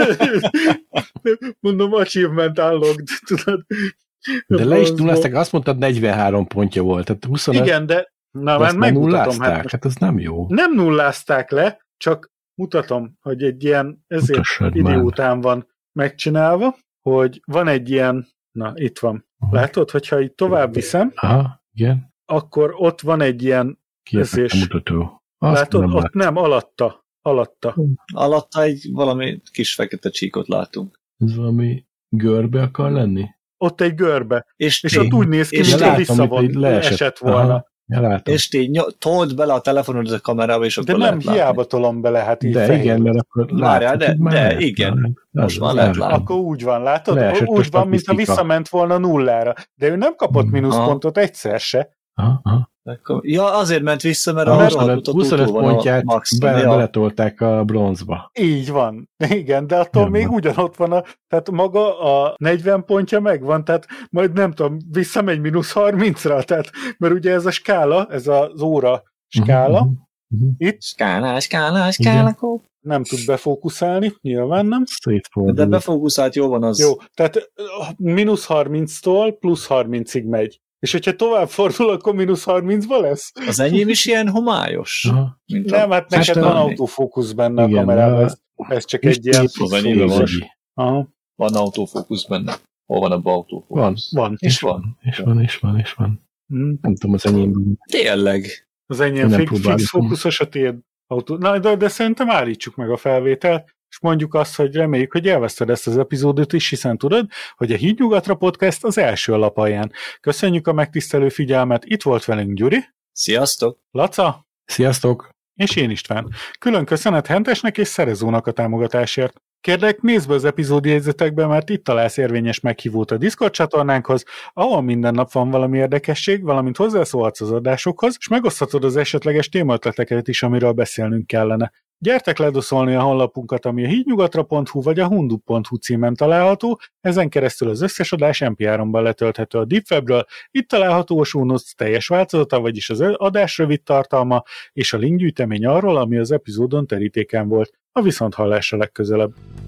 Speaker 2: Mondom, achievement unlocked, tudod.
Speaker 1: De le is nullázták, azt mondtad, 43 pontja volt. Tehát 25...
Speaker 2: Igen, de már megmutatom.
Speaker 1: Hát ez nem jó.
Speaker 2: Nem nullázták le, csak mutatom, hogy egy ilyen, ezért idő után van megcsinálva, hogy van egy ilyen, na itt van. Látod, hogyha itt tovább viszem,
Speaker 1: igen.
Speaker 2: akkor ott van egy ilyen
Speaker 1: mutató.
Speaker 2: Látod, ott nem, alatta.
Speaker 4: Alatta egy valami kis fekete csíkot látunk.
Speaker 1: Ez valami görbe akar lenni?
Speaker 2: Ott egy görbe. És ott úgy néz ki, mintha visszaesett volna.
Speaker 4: És told bele a telefonod a kamerába, és akkor
Speaker 2: de nem hiába tolom bele, hát így
Speaker 1: de igen, mert akkor
Speaker 4: de igen. Most már lehet látni.
Speaker 2: Akkor úgy van, látod? Úgy van, mintha visszament volna nullára. De ő nem kapott mínuszpontot egyszer se.
Speaker 4: Ja, azért ment vissza, mert
Speaker 1: a 25 pontját beletolták a bronzba.
Speaker 2: Így van. Igen, de attól még ugyanott van tehát maga a 40 pontja megvan, tehát majd nem tudom, visszamegy -30-ra, tehát, mert ugye ez a skála, ez az óra skála, itt
Speaker 4: Skála.
Speaker 2: Nem tud befókuszálni, nyilván nem.
Speaker 4: De befókuszált jó van az.
Speaker 2: Jó, tehát -30-tól +30-ig megy. És hogyha tovább fordul, akkor -30-ba lesz?
Speaker 4: Az enyém is ilyen homályos.
Speaker 2: Nem, hát neked van autofókusz benne a kamerában. Ez csak egy ilyen
Speaker 4: fókuszos. Van autofókusz benne. Hol van abban autofókusz?
Speaker 2: Van.
Speaker 1: És van. Nem tudom, az enyém.
Speaker 4: Tényleg.
Speaker 2: Az enyém fix fókuszos, a tiéd autó. Na, de szerintem állítsuk meg a felvételt, és mondjuk azt, hogy reméljük, hogy élvezted ezt az epizódot is, hiszen tudod, hogy a Hídnyugatra Podcast az első lapalján. Köszönjük a megtisztelő figyelmet, itt volt velünk Gyuri.
Speaker 4: Sziasztok!
Speaker 2: Laca.
Speaker 1: Sziasztok!
Speaker 2: És én István. Külön köszönet Hentesnek és Szerezónak a támogatásért. Kérlek, nézd be az epizódjegyzetekbe, mert itt találsz érvényes meghívót a Discord csatornánkhoz, ahol minden nap van valami érdekesség, valamint hozzászólhatsz az adásokhoz, és megoszthatod az esetleges témaötleteket is, amiről beszélnünk kellene. Gyertek ledoszolni a honlapunkat, ami a hídnyugatra.hu vagy a hundu.hu címen található, ezen keresztül az összes adás MP3-ban letölthető a Deepwebről, itt található a show notes teljes változata, vagyis az adás rövid tartalma, és a linkgyűjtemény arról, ami az epizódon terítéken volt. A viszonthallásra legközelebb.